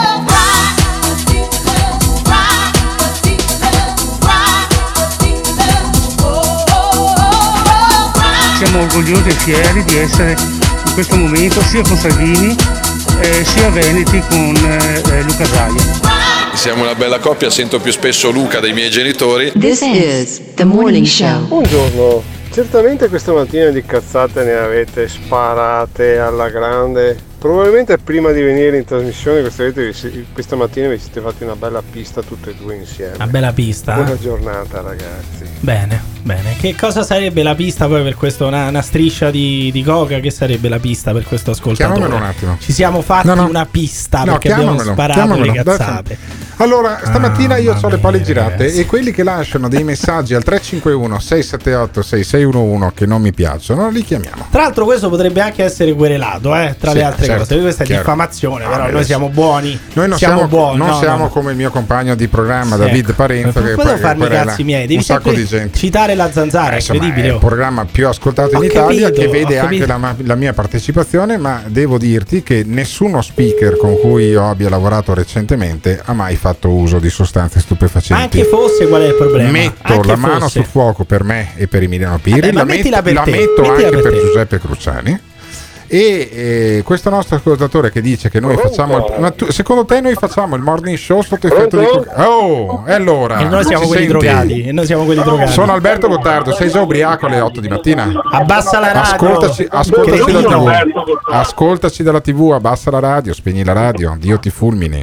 Siamo orgogliosi e fieri di essere in questo momento sia con Salvini eh, sia veneti con eh, Luca Zaia. Siamo una bella coppia, sento più spesso Luca dei miei genitori. This is The Morning Show. Buongiorno, certamente questa mattina di cazzate ne avete sparate alla grande. Probabilmente prima di venire in trasmissione questa, questa mattina vi siete fatti una bella pista tutte e due insieme. Una bella pista. Buona giornata ragazzi. Bene, bene. Che cosa sarebbe la pista poi per questo? Una, una striscia di, di coca? Che sarebbe la pista per questo ascoltatore? Chiamamelo un attimo. Ci siamo fatti no, no. una pista no, perché abbiamo sparato le cazzate. Allora, stamattina ah, io ho le palle girate ragazzi. E quelli che lasciano dei messaggi al tre cinque uno sei sette otto sei sei uno uno che non mi piacciono, li chiamiamo. Tra l'altro questo potrebbe anche essere querelato, eh, tra sì, le altre certo, cose. Questa è chiaro. Diffamazione, però ah, noi siamo buoni. Noi non siamo, siamo, buoni, non no, siamo no. come il mio compagno di programma sì, David Parenzo che potevo farmi i cazzi miei, devi un sacco di gente. Citare la Zanzara, eh, è incredibile. È il programma più ascoltato ho in Italia capito, che vede anche la, la mia partecipazione, ma devo dirti che nessuno speaker con cui io abbia lavorato recentemente ha mai fatto uso di sostanze stupefacenti. Anche fosse, qual è il problema? Metto anche la fosse. mano sul fuoco per me e per Emiliano Pirri, Vabbè, la, met- per la te, metto anche per, per te. Giuseppe Cruciani. E eh, questo nostro ascoltatore che dice che noi Pronto? facciamo il, ma tu, secondo te noi facciamo il morning show sotto effetto di coca- oh e allora e noi siamo quelli senti? drogati e noi siamo quelli drogati. Sono Alberto Gottardo, sei già ubriaco alle otto di mattina? Abbassa la radio, ascoltaci, ascoltaci dalla tivù, ascoltaci dalla tivù, abbassa la radio, spegni la radio, Dio ti fulmini.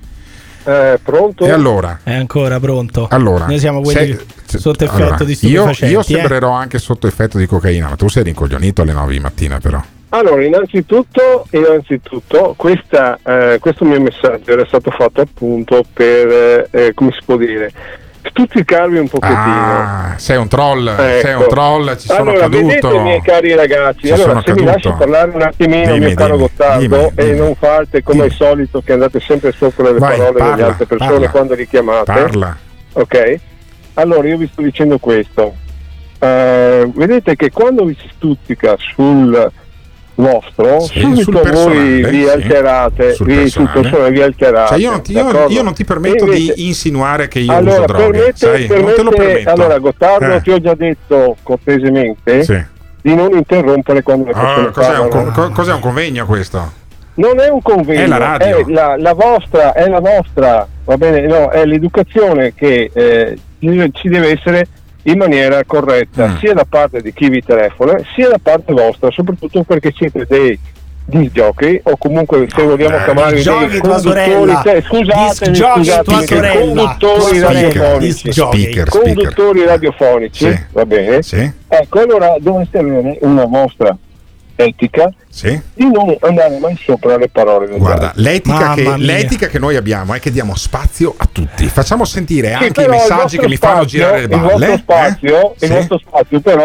Eh, pronto? E allora? È ancora pronto. Allora, noi siamo quelli sei, sotto effetto allora, di stupefacenti. Io, io eh? sembrerò anche sotto effetto di cocaina, ma tu sei rincoglionito alle nove di mattina però. Allora, innanzitutto, innanzitutto questa, eh, questo mio messaggio era stato fatto appunto per, eh, come si può dire, stuzzicarvi un pochettino. Ah, sei un troll, ecco. sei un troll, ci sono allora, caduto. Vedete, miei cari ragazzi, ci allora se caduto. mi lasci parlare un attimino, dimmi, mio caro dimmi, Gottardo, dimmi, e dimmi. non fate come dimmi. al solito che andate sempre sopra le Vai, parole parla, delle altre persone parla, quando li chiamate. Parla. Ok? Allora, io vi sto dicendo questo. Uh, vedete che quando vi si stuzzica sul vostro, sì, subito voi vi sì, alterate, sul vi, sul personale vi alterate. Cioè io, non ti, io, io non ti permetto invece, di insinuare che io allora, uso droghe, permette, sai? Permette, non te lo permetto. Allora, Gottardo, eh. ti ho già detto cortesemente sì. di non interrompere quando le persone oh, cos'è, un, parlano. cos'è un convegno questo? Non è un convegno, è la radio. È la, la vostra, è la vostra, va bene, no, è l'educazione che eh, ci deve essere in maniera corretta, mm. sia da parte di chi vi telefona, sia da parte vostra, soprattutto perché siete dei disgiochi o comunque se vogliamo eh, chiamarli dei conduttori, te, scusatemi, scusatemi, conduttori radiofonici, speaker, conduttori speaker. radiofonici, sì. va bene? Sì. Ecco, allora dovreste avere una vostra etica sì. di non andare mai sopra le parole del guarda l'etica che, l'etica che noi abbiamo è che diamo spazio a tutti, facciamo sentire sì, anche i messaggi che mi fanno spazio, girare le balle il vostro spazio, eh? il sì. vostro spazio però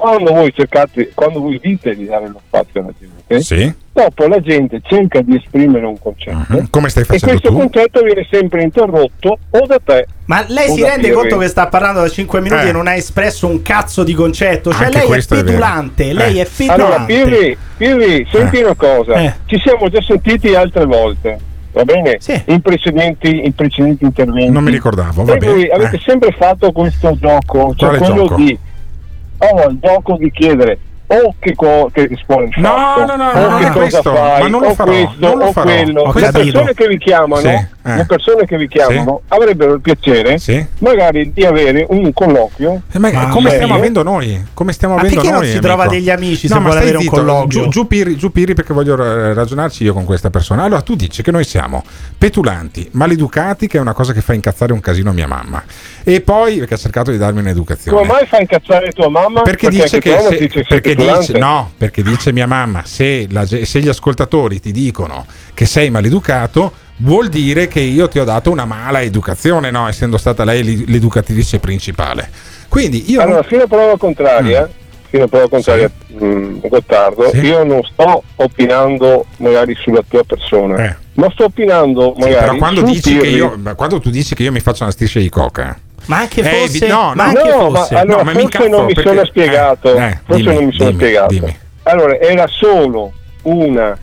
quando voi cercate, quando voi dite di dare lo spazio alla gente, sì. dopo la gente cerca di esprimere un concetto, uh-huh. come stai facendo e questo tu? concetto viene sempre interrotto o da te. Ma lei o si da rende Pirri. conto che sta parlando da cinque minuti Eh. e non ha espresso un cazzo di concetto? Cioè Anche lei è questo è vero. petulante, lei Eh. è petulante. Allora Pirri, Pirri senti Eh. una cosa, Eh. ci siamo già sentiti altre volte, va bene? Sì. In precedenti, in precedenti interventi. Non mi ricordavo, va E bene. voi avete Eh. sempre fatto questo gioco, cioè Quale quello gioco? di oh, il gioco di chiedere o che, co- che scuola hai No, fatto, no, no, o non che è cosa questo, fai, ma non lo o farò, questo, non lo o farò. quello. Ho Le capito. persone che vi chiamano, Sì, eh. le persone che vi chiamano avrebbero il piacere Sì. magari di avere un colloquio. Eh, ma Ma come beh. stiamo avendo noi? Come stiamo Ma avendo perché noi? non si amico? trova degli amici se No, ma vuole stai avere un zitto, colloquio? Giù, giù, Pirri, giù Pirri, perché voglio eh, ragionarci io con questa persona. Allora tu dici che noi siamo petulanti, maleducati, che è una cosa che fa incazzare un casino mia mamma. E poi perché ha cercato di darmi un'educazione. Come mai fa incazzare tua mamma? Perché, dice anche che tua mamma se, dice sei perché petulante. dice no, perché dice mia mamma, se, la ge- se gli ascoltatori ti dicono che sei maleducato, vuol dire che io ti ho dato una mala educazione, no? Essendo stata lei l'i- l'educatrice principale. Quindi io Allora, non- fino a prova contraria, fino a prova contraria, mh, Gottardo, Sì. io non sto opinando magari sulla tua persona, Eh. ma sto opinando Sì, magari però quando su dici che Pirri. io ma quando tu dici che io mi faccio una striscia di coca, Ma anche Eh, fosse, vi- no, ma no, anche No, ma fosse. allora No, ma mi forse incazzo non mi perché- sono spiegato, eh, eh, forse dimmi, non mi sono dimmi, spiegato. dimmi. Allora, era solo una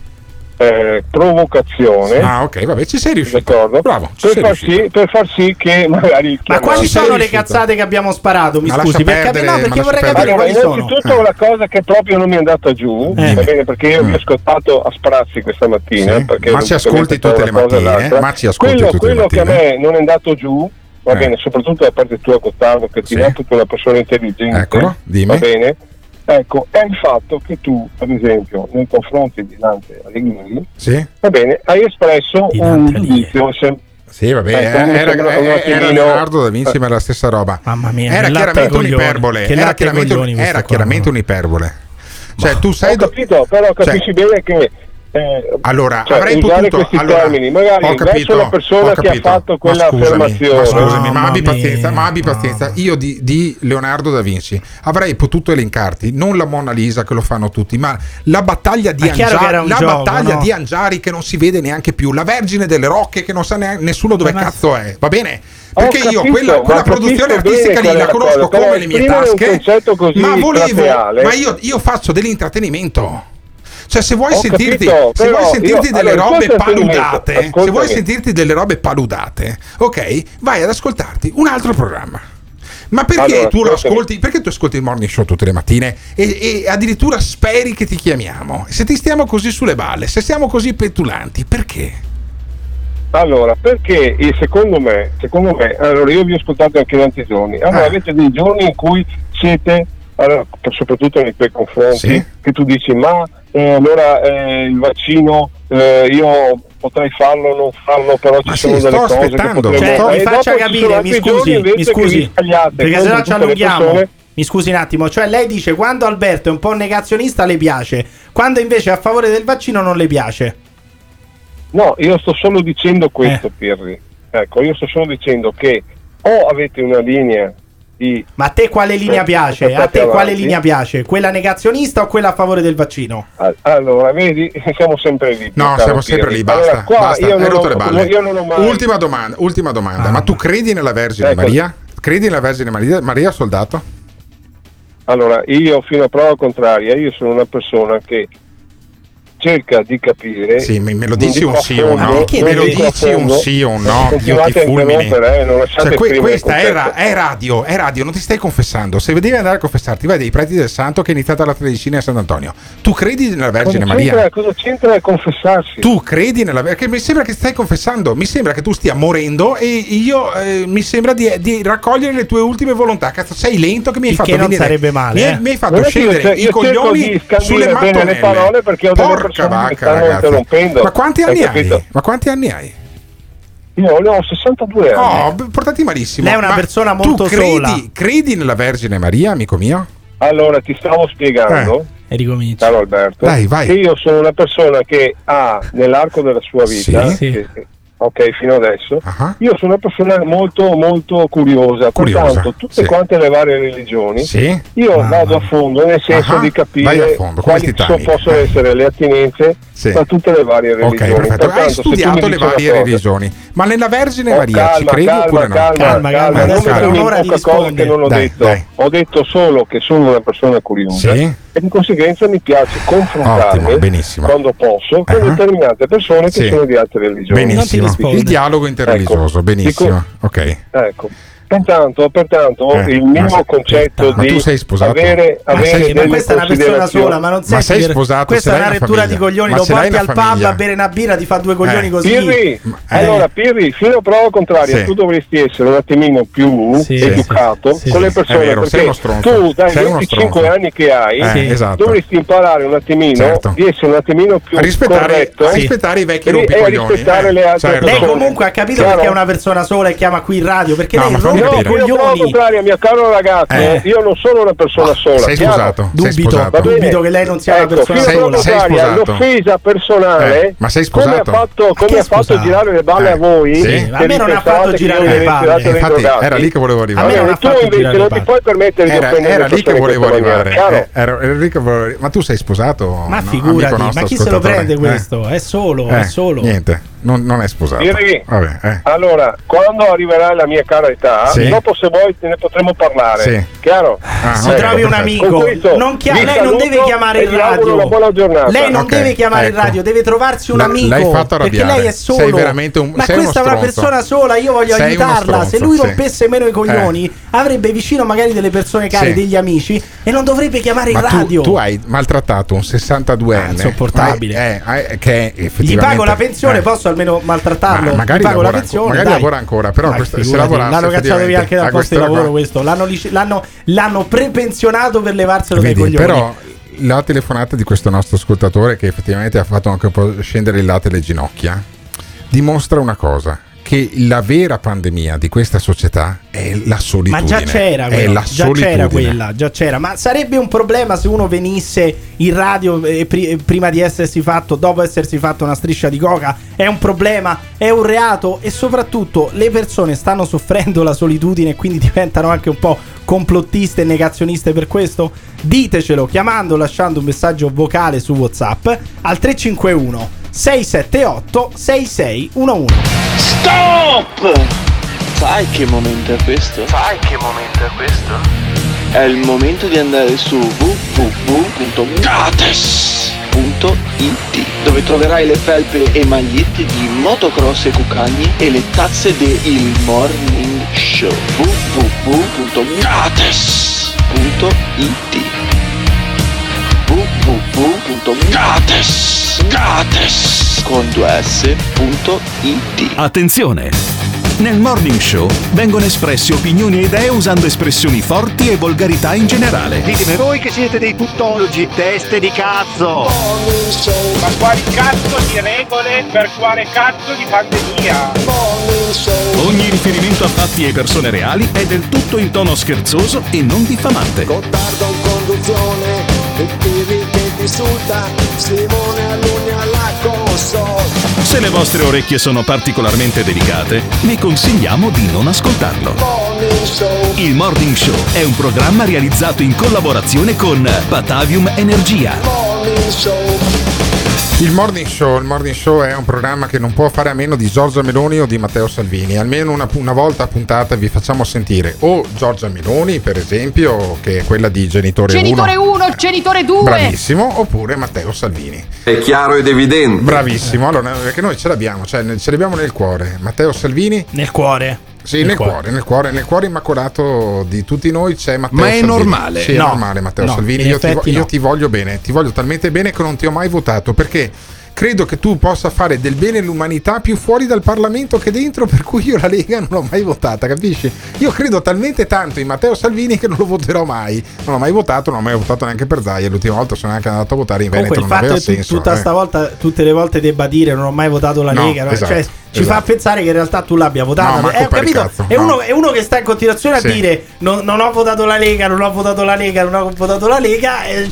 eh, provocazione. Ah, ok, vabbè, ci sei riuscito. D'accordo? Bravo, ci Per sei far, riuscito. sì, per far sì che magari il Ma chiamato- quali Ci sei sono le riuscito. cazzate che abbiamo sparato? Mi Ma scusi, lascia per capire, perdere, no, ma perché lascia vorrei perdere. capire Allora, quali sono. innanzitutto la cosa che proprio non mi è andata giù, Eh. va bene, perché io Mm. vi ho ascoltato a sprazzi questa mattina, Sì, perché ma ci ascolti tra tutte una le cosa e mattine, l'altra. ma ci ascolti quello, tutte le quello che a mattine. me non è andato giù, va Eh. bene, soprattutto da parte tua, Gottardo, che ti Sì. reputo una persona intelligente, Eccolo, dimmi. va bene, ecco, è il fatto che tu, ad esempio, nei confronti di Dante Alighieri, Sì? va bene, hai espresso Di un Dante giudizio sem- Sì, vabbè, Ecco, mi era, sembra un era, attimino- era Leonardo da Vinci, ma era la stessa roba. Mamma mia, era che latte chiaramente coglioni, un'iperbole. che Era latte chiaramente, coglioni questo era qua. chiaramente un'iperbole. Cioè, tu sai. Ho capito, però capisci cioè- bene che eh, Allora, cioè, avrei usare potuto. questi Allora, termini, magari ho capito, verso la persona ho che capito, ha fatto ma quella scusami, affermazione. Ma scusami, ma Mamma abbi mia, pazienza, ma abbi no. pazienza. Io di, di Leonardo da Vinci avrei potuto elencarti non la Mona Lisa che lo fanno tutti, ma la battaglia di Ma è chiaro che era Angiari, un la gioco, battaglia no? di Angiari che non si vede neanche più, la Vergine delle Rocche che non sa neanche nessuno dove Ma- cazzo è, va bene? Ho Perché io capito, quella, ma quella capisco produzione bene artistica lì qual è la la conosco cosa, però come le mie esprimere un tasche, concetto così ma volevo, plateale- ma io, io faccio dell'intrattenimento. Cioè, se vuoi Ho sentirti, capito, se però vuoi sentirti io- delle allora, robe questo è il sentimento, paludate, se ascoltami. vuoi sentirti delle robe paludate, ok, vai ad ascoltarti un altro programma. Ma perché Allora, tu lo ascoltami. ascolti? Perché tu ascolti il morning show tutte le mattine e, e addirittura speri che ti chiamiamo? Se ti stiamo così sulle balle, se siamo così petulanti, perché? Allora, perché eh, secondo me, secondo me, allora io vi ho ascoltato anche tanti giorni, allora Ah. avete dei giorni in cui siete, allora, soprattutto nei tuoi confronti, Sì. che tu dici ma eh, allora eh, il vaccino eh, io potrei farlo o non farlo, però ci Ma sono sì, delle sto cose aspettando. che potremmo Cioè, fare. mi E faccia dopo ci sono capire, altri mi giorni scusi, invece mi che vi scusi, sbagliate perché contro se no ci tutte le allunghiamo. persone. Mi scusi un attimo, cioè lei dice quando Alberto è un po' negazionista le piace, quando invece è a favore del vaccino non le piace. No, io sto solo dicendo questo, Eh. Pirri. Ecco, io sto solo dicendo che o avete una linea di... Ma a te quale linea Eh, piace? A portate te quale avanti. linea piace? Quella negazionista o quella a favore del vaccino? Ah, allora, vedi, siamo sempre lì. No, caro siamo sempre Pirri. lì, basta, Allora, qua basta, io hai non rotto ho- le balle. io non ho mai... Ultima domanda, ultima domanda. Ah. Ma tu credi nella Vergine Ecco. Maria? Credi nella Vergine Maria, Maria soldato? Allora, io fino a prova contraria, io sono una persona che cerca di capire. Sì, me, me lo non dici dico un a sì o un fondo, no? Perché Me lo devi- dici un sì o un no? Dio Continuate ti a fulmini. interrompere, eh, non lasciate Cioè, que- esprimere questa il era, concetto. è radio, è radio, non ti stai confessando. Se devi andare a confessarti, vai dai preti del santo che è iniziata la tredicina a Sant'Antonio. Tu credi nella Vergine Cosa Maria? c'entra, cosa c'entra a confessarsi? Tu credi nella Vergine? Perché mi sembra che stai confessando, mi sembra che tu stia morendo e io eh, mi sembra di, di raccogliere le tue ultime volontà. Cazzo, sei lento che mi hai Il fatto che non venire- sarebbe male, Mi hai, eh. mi hai fatto Non è che io scendere cer- i io cerco coglioni di scandire sulle bene le mattonelle. parole perché ho delle Porca persone che mi vacca, stanno ragazzi. interrompendo. Ma quanti Hai anni capito? hai? Ma quanti anni hai? Io ne ho sessantadue anni. Oh, b- portati malissimo. Lei è una Ma persona molto tu credi, sola. credi nella Vergine Maria, amico mio? Allora ti stavo spiegando, E ricomincia. caro Alberto, Dai, vai. che io sono una persona che ha nell'arco della sua vita, Sì. che- che ok, fino adesso, uh-huh. io sono una persona molto molto curiosa, curiosa pertanto tutte sì. quante le varie religioni, sì? io ah. vado a fondo nel senso uh-huh. di capire fondo, quali so, possono essere le attinenze sì. tra tutte le varie religioni. Ok, perfetto. Pertanto, hai studiato le varie cosa, religioni, ma nella Vergine oh, Maria calma, ci credi calma, oppure no? Calma, calma, calma, calma, non calma. mi un'ora di cose che non ho dai, detto, dai. ho detto solo che sono una persona curiosa. Sì. E di conseguenza mi piace confrontarmi Ottimo, benissimo. quando posso con uh-huh. determinate persone che sì. sono di altre religioni. Benissimo, il dialogo interreligioso, ecco. benissimo. Dico, ok. Ecco. Pertanto, pertanto eh, il mio ma, concetto ma di tu sei sposato? avere, ma, avere sei, ma questa è una persona sola, ma non sei, ma sei sposato? Questa è una rettura di coglioni, ma lo porti al famiglia. pub a bere una birra, ti fa due coglioni eh. così. Pirri, eh. allora Pirri, fino a prova contraria, sì. tu dovresti essere un attimino più sì, educato sì, con sì, le persone, vero, perché tu dai venticinque anni che hai eh, esatto. dovresti imparare un attimino certo. di essere un attimino più a rispettare, corretto, a rispettare i vecchi e, rompicoglioni, e a rispettare eh, le altre certo. persone. Lei comunque ha capito Chiaro? perché è una persona sola e chiama qui in radio, perché no, lei ma rompe no, i fino a prova coglioni. contraria, mio caro ragazzo, eh. io non sono una persona sola. Sei chiaro? sposato? Dubito, sei sposato? dubito che lei non sia ecco, una persona fino a sola. sei contraria, sposato? l'offesa personale, eh. ma sei come ha sposato? fatto, come ha fatto girare le balle eh. a voi? Sì. Che A me non ha fatto girare le balle. Eh, infatti era lì che volevo arrivare. A me non e ha tu fatto invece girare non le ti puoi permettere di era, offendere era le lì che persone in volevo questa arrivare maniera, eh, era, era lì che volevo arrivare. Ma tu sei sposato? Ma no? figurati, Amico nostro, ma chi se lo ascoltatore? prende questo? Eh. È solo, Eh, è solo. Niente, non, non è sposato. Pirri, Vabbè, eh. allora, quando arriverà la mia cara età, Sì. dopo se vuoi te ne potremo parlare. Sì. Chiaro? Ah, Si ecco, trovi un perfetto. amico, Con questo non chia- vi lei non saluto deve chiamare e il vi auguro radio. una buona giornata. Lei non Ok, deve chiamare ecco. il radio, deve trovarsi un La- amico. l'hai fatto perché arrabbiare. lei è solo. Sei veramente un- Ma sei questa è uno una stronzo. persona sola, io voglio Sei uno aiutarla. Se stronzo, lui sì. rompesse meno i coglioni, avrebbe vicino magari delle persone care, Sì. degli amici, e non dovrebbe chiamare Ma il tu, radio. tu hai maltrattato un sessantaduenne Ah, insopportabile. eh, eh, che è effettivamente Gli pago la pensione, eh. posso almeno maltrattarlo? Ma magari Gli pago lavora, la pensione, magari dai. lavora ancora, però Ma questo, se figurati, lavorasse l'hanno cacciato via anche dal a posto di questa lavoro qua- questo. L'hanno, lic- l'hanno, l'hanno prepensionato per levarselo dai Vedi, coglioni. però la telefonata di questo nostro ascoltatore, che effettivamente ha fatto anche un po' scendere il latte alle ginocchia, dimostra una cosa: che la vera pandemia di questa società è la solitudine. Ma già c'era è quella, la già solitudine. c'era quella, già c'era. Ma sarebbe un problema se uno venisse in radio eh, pri- prima di essersi fatto, dopo essersi fatto una striscia di coca? È un problema, è un reato, e soprattutto le persone stanno soffrendo la solitudine e quindi diventano anche un po' complottiste e negazioniste per questo? Ditecelo chiamando o lasciando un messaggio vocale su WhatsApp al tre cinque uno sei sette otto sei sei uno uno. Stop! Sai che momento è questo? Sai che momento è questo? È il momento di andare su w w w punto gates punto i t, dove troverai le felpe e magliette di motocross e cucagni e le tazze de Il Morning Show. w w w punto gates punto i t w w w punto gates gates con due s punto i t. Attenzione! Nel Morning Show vengono espresse opinioni e idee usando espressioni forti e volgarità in generale. Ditemi voi che siete dei tuttologi, teste di cazzo! Ma quali cazzo di regole per quale cazzo di pandemia? Ogni riferimento a fatti e persone reali è del tutto in tono scherzoso e non diffamante. Gottardo in conduzione, il Pirri che ti insulta, Simone Alunni alla console. Se le vostre orecchie sono particolarmente delicate, vi consigliamo di non ascoltarlo. Il Morning Show è un programma realizzato in collaborazione con Batavium Energia. Il Morning Show, il Morning Show è un programma che non può fare a meno di Giorgia Meloni o di Matteo Salvini. Almeno una, una volta a puntata vi facciamo sentire o Giorgia Meloni, per esempio, che è quella di Genitore uno. Genitore uno, genitore due. Bravissimo, oppure Matteo Salvini. È chiaro ed evidente. Bravissimo, allora perché noi ce l'abbiamo, cioè ce l'abbiamo nel cuore. Matteo Salvini nel cuore. Sì, nel, nel cuore. cuore, nel cuore, nel cuore immacolato di tutti noi c'è Matteo Ma è Salvini. normale? Sì, è No, normale Matteo no, Salvini. in Io, ti, vo- effetti io no. ti voglio bene, ti voglio talmente bene che non ti ho mai votato, perché credo che tu possa fare del bene all'umanità più fuori dal Parlamento che dentro, per cui io la Lega non l'ho mai votata, capisci? Io credo talmente tanto in Matteo Salvini che non lo voterò mai. Non l'ho mai votato, non l'ho mai votato neanche per Zaia. L'ultima volta sono anche andato a votare in Veneto. Comunque il non fatto aveva è che senso. tutta eh. stavolta, tutte le volte debba dire non ho mai votato la No, Lega, no? esatto, Cioè, ci esatto. fa pensare che in realtà tu l'abbia votata. No, manco eh, ho per il capito? cazzo, è, no. uno, è uno che sta in continuazione a Sì. dire non, non ho votato la Lega, non ho votato la Lega, non ho votato la Lega, eh, cioè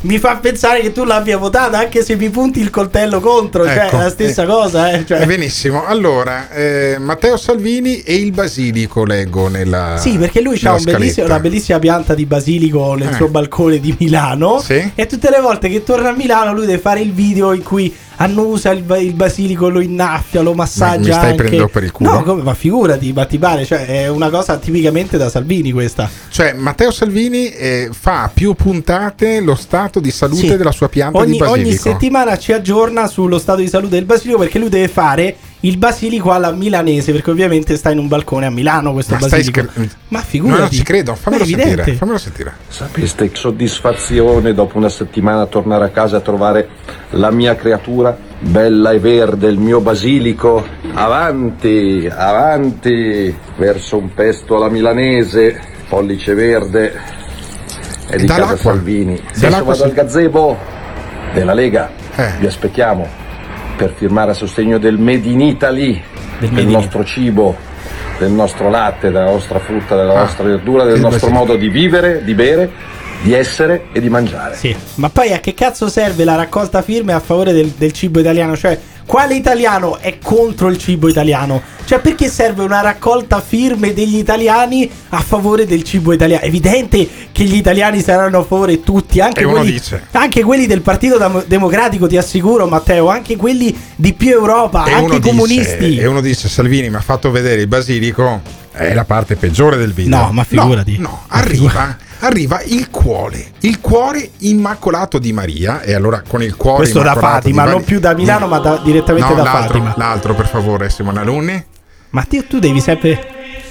mi fa pensare che tu l'abbia votata, anche se mi punti il coltello contro, cioè Ecco, è la stessa eh, cosa. Eh, cioè. eh, benissimo. Allora, eh, Matteo Salvini e il basilico, leggo nella. Sì, perché lui ha un bellissimo, una bellissima pianta di basilico nel Eh. suo balcone di Milano. Sì. E tutte le volte che torna a Milano lui deve fare il video in cui annusa il, ba- il basilico, lo innaffia, lo massaggia. Mi stai anche. prendendo per il culo? No, come, ma figurati, ma ti pare, cioè è una cosa tipicamente da Salvini questa. Cioè, Matteo Salvini eh, fa più puntate lo stato di salute Sì. della sua pianta Ogni, di basilico. ogni settimana ci aggiorna sullo stato di salute del basilico, perché lui deve fare il basilico alla milanese, perché ovviamente sta in un balcone a Milano questo Ma stai basilico. scher- Ma figurati. No, non ci credo, fammelo Ma è sentire, evidente. fammelo sentire. Sapeste che soddisfazione dopo una settimana tornare a casa e trovare la mia creatura bella e verde, il mio basilico. Avanti, avanti, verso un pesto alla milanese, pollice verde. È di casa Dall'acqua. Salvini. Dall'acqua Adesso vado sì. al gazebo della Lega. Eh. Vi aspettiamo per firmare a sostegno del Made in Italy, Del del, Made in nostro cibo, del nostro latte, della nostra frutta, della Ah, nostra verdura, del il nostro basilico. modo di vivere, di bere, di essere e di mangiare. Sì, ma poi a che cazzo serve la raccolta firme a favore del, del cibo italiano? Cioè, quale italiano è contro il cibo italiano? Cioè, perché serve una raccolta firme degli italiani a favore del cibo italiano? È evidente che gli italiani saranno a favore tutti, anche E uno quelli, dice. anche quelli del Partito Dam- Democratico, ti assicuro, Matteo, anche quelli di più Europa, E anche uno i comunisti. Dice, e uno dice: Salvini mi ha fatto vedere il basilico. È la parte peggiore del video. No, ma figurati. No, no, arriva, arriva il cuore, il cuore immacolato di Maria. E allora con il cuore Questo da immacolato Fatima, di Maria- non più da Milano, ma da- direttamente No, da l'altro, Fatima. L'altro, per favore, Simone Alunni. Ma te- tu devi sempre...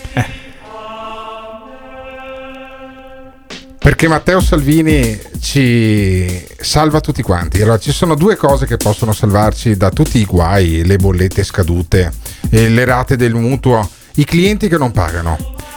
Perché Matteo Salvini ci salva tutti quanti. Allora, ci sono due cose che possono salvarci da tutti i guai: le bollette scadute, eh, le rate del mutuo, i clienti che non pagano.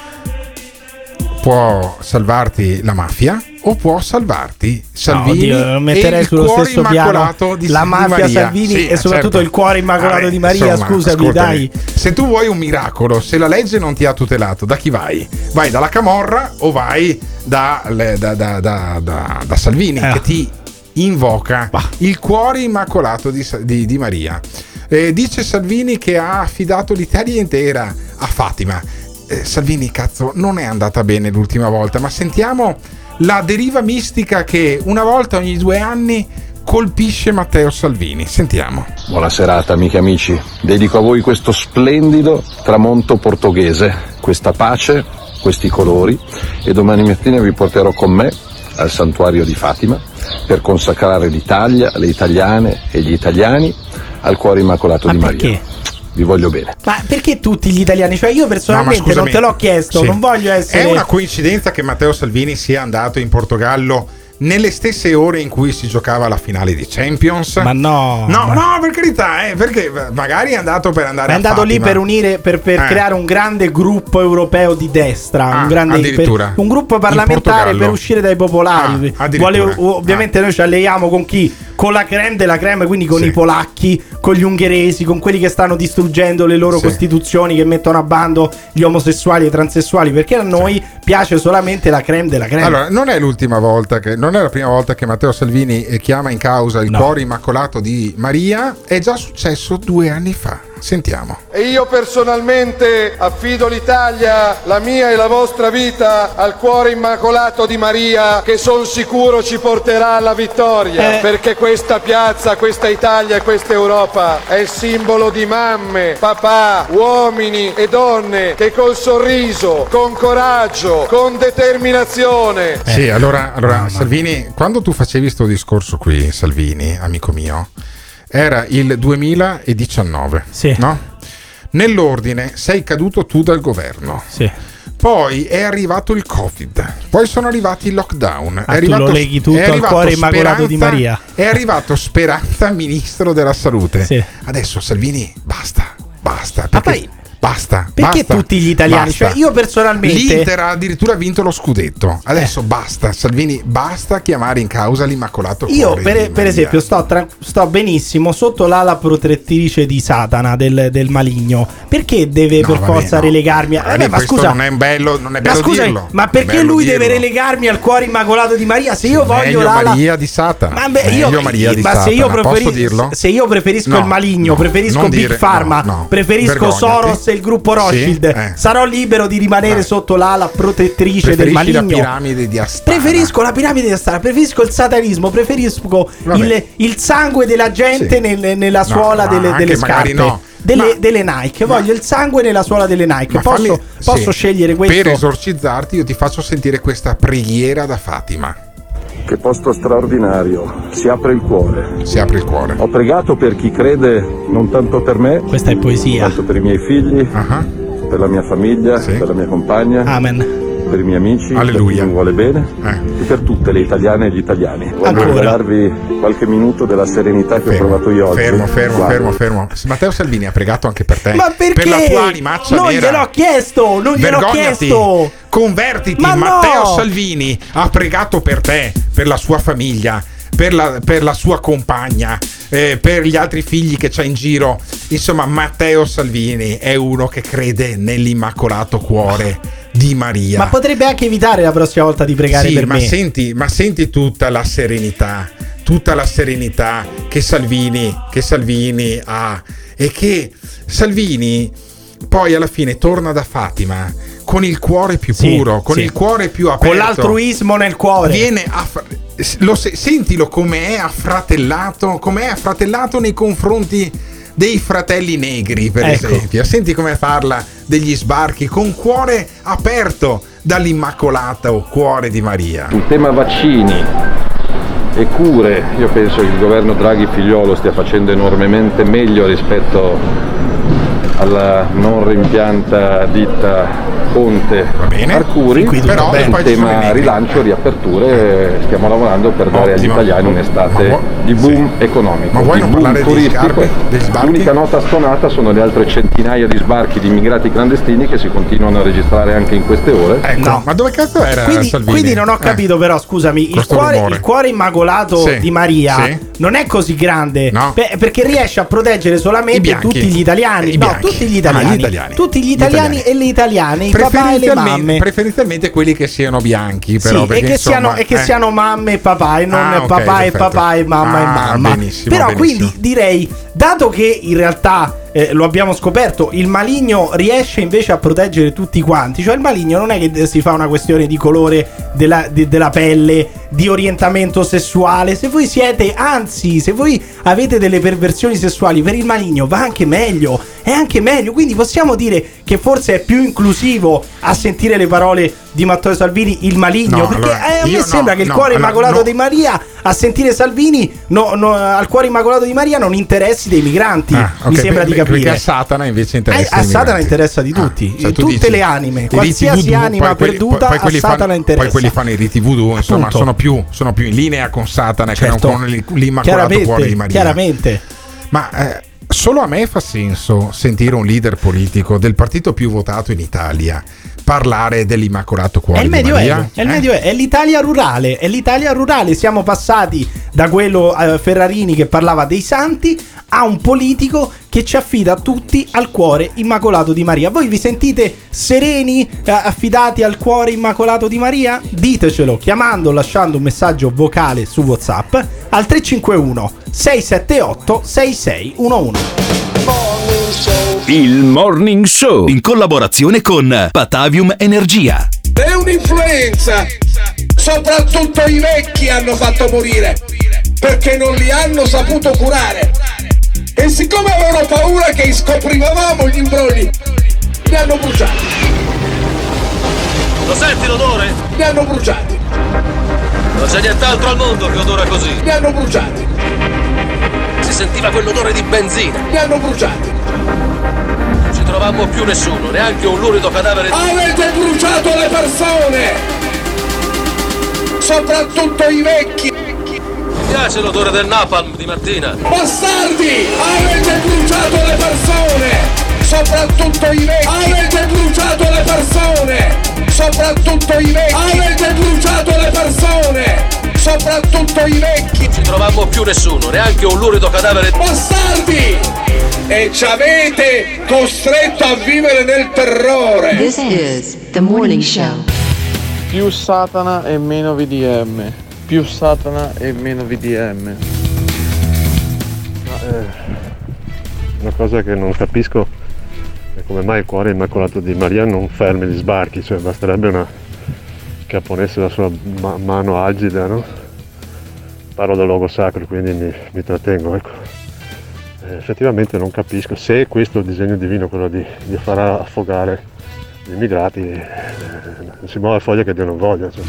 Può salvarti la mafia o può salvarti Salvini. No, oddio, lo metterei e il sullo cuore stesso piano immacolato di, la di mafia, Maria. Salvini Sì, e soprattutto certo. il cuore immacolato Vabbè, di Maria. insomma, Scusami, ascoltami. dai. Se tu vuoi un miracolo, se la legge non ti ha tutelato, da chi vai? Vai dalla Camorra o vai da, le- da, da, da, da, da Salvini, Eh. che ti invoca il cuore immacolato di, Sa- di, di Maria. Eh, dice Salvini che ha affidato l'Italia intera a Fatima. Eh, Salvini, cazzo, non è andata bene l'ultima volta, ma sentiamo la deriva mistica che una volta ogni due anni colpisce Matteo Salvini. Sentiamo. Buona serata amiche e amici, dedico a voi questo splendido tramonto portoghese, questa pace, questi colori, e domani mattina vi porterò con me al santuario di Fatima per consacrare l'Italia, le italiane e gli italiani al cuore immacolato Ma di perché? Maria. Vi voglio bene. Ma perché tutti gli italiani? Cioè, io personalmente No, ma non scusami. te l'ho chiesto, Sì. non voglio essere. È una coincidenza che Matteo Salvini sia andato in Portogallo nelle stesse ore in cui si giocava la finale di Champions? Ma no, No, ma- no, per carità, eh, perché magari è andato per andare È a andato lì Fatima. per unire, per, per Eh. creare un grande gruppo europeo di destra, Ah, un, grande, addirittura. per- un gruppo In parlamentare Portogallo. per uscire dai popolari. Ah, addirittura. Vuole- ovviamente noi ci alleiamo con chi? Con la creme della creme, quindi con Sì. i polacchi, con gli ungheresi, con quelli che stanno distruggendo le loro Sì. costituzioni, che mettono a bando gli omosessuali e i transessuali, perché a noi piace solamente la creme della creme. Allora, non è l'ultima volta che non è la prima volta che Matteo Salvini eh, chiama in causa il No. cuore immacolato di Maria, è già successo due anni fa. Sentiamo. E io personalmente affido l'Italia, la mia e la vostra vita al cuore immacolato di Maria, che son sicuro ci porterà alla vittoria, Eh. perché questa piazza, questa Italia e questa Europa è il simbolo di mamme, papà, uomini e donne che col sorriso, con coraggio, con determinazione. Sì, allora, allora Salvini, quando tu facevi sto discorso qui, Salvini, amico mio, era il duemiladiciannove, Sì. no? Nell'ordine sei caduto tu dal governo. Sì. Poi è arrivato il Covid, poi sono arrivati i lockdown. Ah, è tu lo arrivato, leghi tutto è al arrivato cuore immacolato di Speranza- Maria. È arrivato Speranza, ministro della salute. Sì. Adesso Salvini, basta, basta. Ma perché poi basta. Perché basta, tutti gli italiani? basta. Cioè, io personalmente. L'Inter ha addirittura vinto lo scudetto. Adesso eh. basta, Salvini, basta chiamare in causa l'Immacolato Cuore. Io, per, per esempio, sto, tra, sto benissimo sotto l'ala protettrice di Satana, del, del maligno. Perché deve no, per vabbè, forza no. relegarmi? A... Vabbè, vabbè, ma scusa, non è bello, non è bello ma scusa, dirlo. Ma perché lui dirlo. deve relegarmi al cuore immacolato di Maria? Se io sì, voglio l'ala Maria di Satana. Ma beh, io, meglio Maria di ma Satana. Se io, preferi... Posso dirlo? se io preferisco no, il maligno, no, preferisco Big dire, Pharma, no, no. preferisco Vergognati. Soros e il gruppo Rothschild, sì, eh. sarò libero di rimanere eh. sotto l'ala protettrice Preferisci del maligno. la piramide di Astana. Preferisco la piramide di Astana, preferisco il satanismo, preferisco il, il sangue della gente sì. nel, nella suola no, delle, delle scarpe. No. Delle, ma, delle Nike, ma, voglio il sangue nella suola delle Nike. Posso, fammi, posso sì. scegliere questo? Per esorcizzarti, io ti faccio sentire questa preghiera da Fatima. Che posto straordinario, si apre il cuore. Si apre il cuore. Ho pregato per chi crede, non tanto per me. Questa è poesia. Quanto per i miei figli, uh-huh. per la mia famiglia, sì. per la mia compagna. Amen. Per i miei amici, Alleluia. per chi mi vuole bene eh. e per tutte le italiane e gli italiani. Voglio regalarvi qualche minuto della serenità che fermo, ho provato io oggi. Fermo, fermo, Guarda. fermo, fermo. Matteo Salvini ha pregato anche per te. Ma perché? Per la tua animaccia non nera. gliel'ho chiesto, non gliel'ho Vergognati. chiesto. Convertiti. Ma Matteo no. Salvini ha pregato per te, per la sua famiglia, per la, per la sua compagna, eh, per gli altri figli che c'ha in giro. Insomma, Matteo Salvini è uno che crede nell'Immacolato Cuore di Maria. Ma potrebbe anche evitare la prossima volta di pregare sì, per ma me. Senti, ma senti tutta la serenità, tutta la serenità che Salvini, che Salvini ha, e che Salvini poi alla fine torna da Fatima con il cuore più puro, sì, con sì. il cuore più aperto, con l'altruismo nel cuore. Viene a lo sentilo come è affratellato, come è affratellato nei confronti dei fratelli negri, per ecco. esempio. Senti come parla degli sbarchi con cuore aperto dall'Immacolato Cuore di Maria. Sul tema vaccini e cure, io penso che il governo Draghi-Figliolo stia facendo enormemente meglio rispetto alla non rimpianta ditta Ponte Arcuri, però sul tema rilancio, riaperture stiamo lavorando per dare Ottimo. agli italiani un'estate vuoi, di boom sì. economico, ma vuoi di non boom parlare turistico. Di scarpe, dei sbarchi? L'unica nota stonata sono le altre centinaia di sbarchi di immigrati clandestini che si continuano a registrare anche in queste ore. Ecco, no. Ma dove cazzo era quindi, Salvini? Quindi non ho capito, eh. però scusami, il cuore, il cuore immacolato sì. di Maria sì. non è così grande, no. per, perché riesce a proteggere solamente tutti gli italiani, I no, tutti gli italiani, ah, gli italiani, tutti gli italiani, gli italiani e le italiane, i papà e le mamme. Preferenzialmente quelli che siano bianchi, però, sì, perché, e, che insomma, siano, e che eh. siano mamme e papà e non ah, okay, papà perfetto. e papà e mamma ah, e mamma. Benissimo, però benissimo. Quindi direi, dato che in realtà eh, lo abbiamo scoperto, il maligno riesce invece a proteggere tutti quanti, cioè il maligno non è che si fa una questione di colore della, de, della pelle, di orientamento sessuale. Se voi siete, anzi, se voi avete delle perversioni sessuali, per il maligno va anche meglio, è anche meglio. Quindi possiamo dire che forse è più inclusivo a sentire le parole di Matteo Salvini il maligno, no, perché allora, eh, a me no, sembra che il no, cuore allora, immacolato no. di Maria, a sentire Salvini no, no, al cuore immacolato di Maria non interessi dei migranti, ah, okay, mi sembra per, di capire. Perché a Satana invece interessa a, a Satana interessa di tutti, ah, cioè tutte dici, le anime, qualsiasi voodoo, anima poi perduta poi, poi a Satana fanno, interessa. Poi quelli fanno i riti voodoo, insomma, sono più, sono più in linea con Satana certo. che non con l'immacolato cuore di Maria. Chiaramente. Ma eh, solo a me fa senso sentire un leader politico del partito più votato in Italia parlare dell'Immacolato Cuore di Maria. È il Medioevo, è l'Italia rurale, è l'Italia rurale. Siamo passati da quello uh, Ferrarini che parlava dei santi a un politico che ci affida tutti al cuore immacolato di Maria. Voi vi sentite sereni uh, affidati al cuore immacolato di Maria? Ditecelo chiamando o lasciando un messaggio vocale su WhatsApp al tre cinque uno sei sette otto sei sei uno uno. Il Morning Show in collaborazione con Patavium Energia. È un'influenza. Soprattutto i vecchi hanno fatto morire perché non li hanno saputo curare. E siccome avevano paura che scoprivamo gli imbrogli, li hanno bruciati. Lo senti l'odore? Li hanno bruciati. Non c'è nient'altro al mondo che odora così. Li hanno bruciati. Si sentiva quell'odore di benzina. Li hanno bruciati. Non ci trovammo più nessuno, neanche un lurido cadavere. Avete bruciato le persone! Soprattutto i vecchi! Mi piace l'odore del napalm di mattina. Bastardi! Avete bruciato le persone! Soprattutto i vecchi! soprattutto i vecchi. Non ci trovammo più nessuno, neanche un lurido cadavere. Bastardi! E ci avete costretto a vivere nel terrore. This is the morning show. Più Satana e meno V D M. Più Satana e meno V D M. Eh, una cosa che non capisco è come mai il cuore immacolato di Maria non fermi gli sbarchi, cioè basterebbe una che apponesse la sua ma- mano agida, no? Parlo del luogo sacro, quindi mi, mi trattengo, ecco. Eh, effettivamente non capisco se questo è il disegno divino, quello di, di far affogare gli immigrati, eh, non si muove foglia che Dio non voglia, cioè.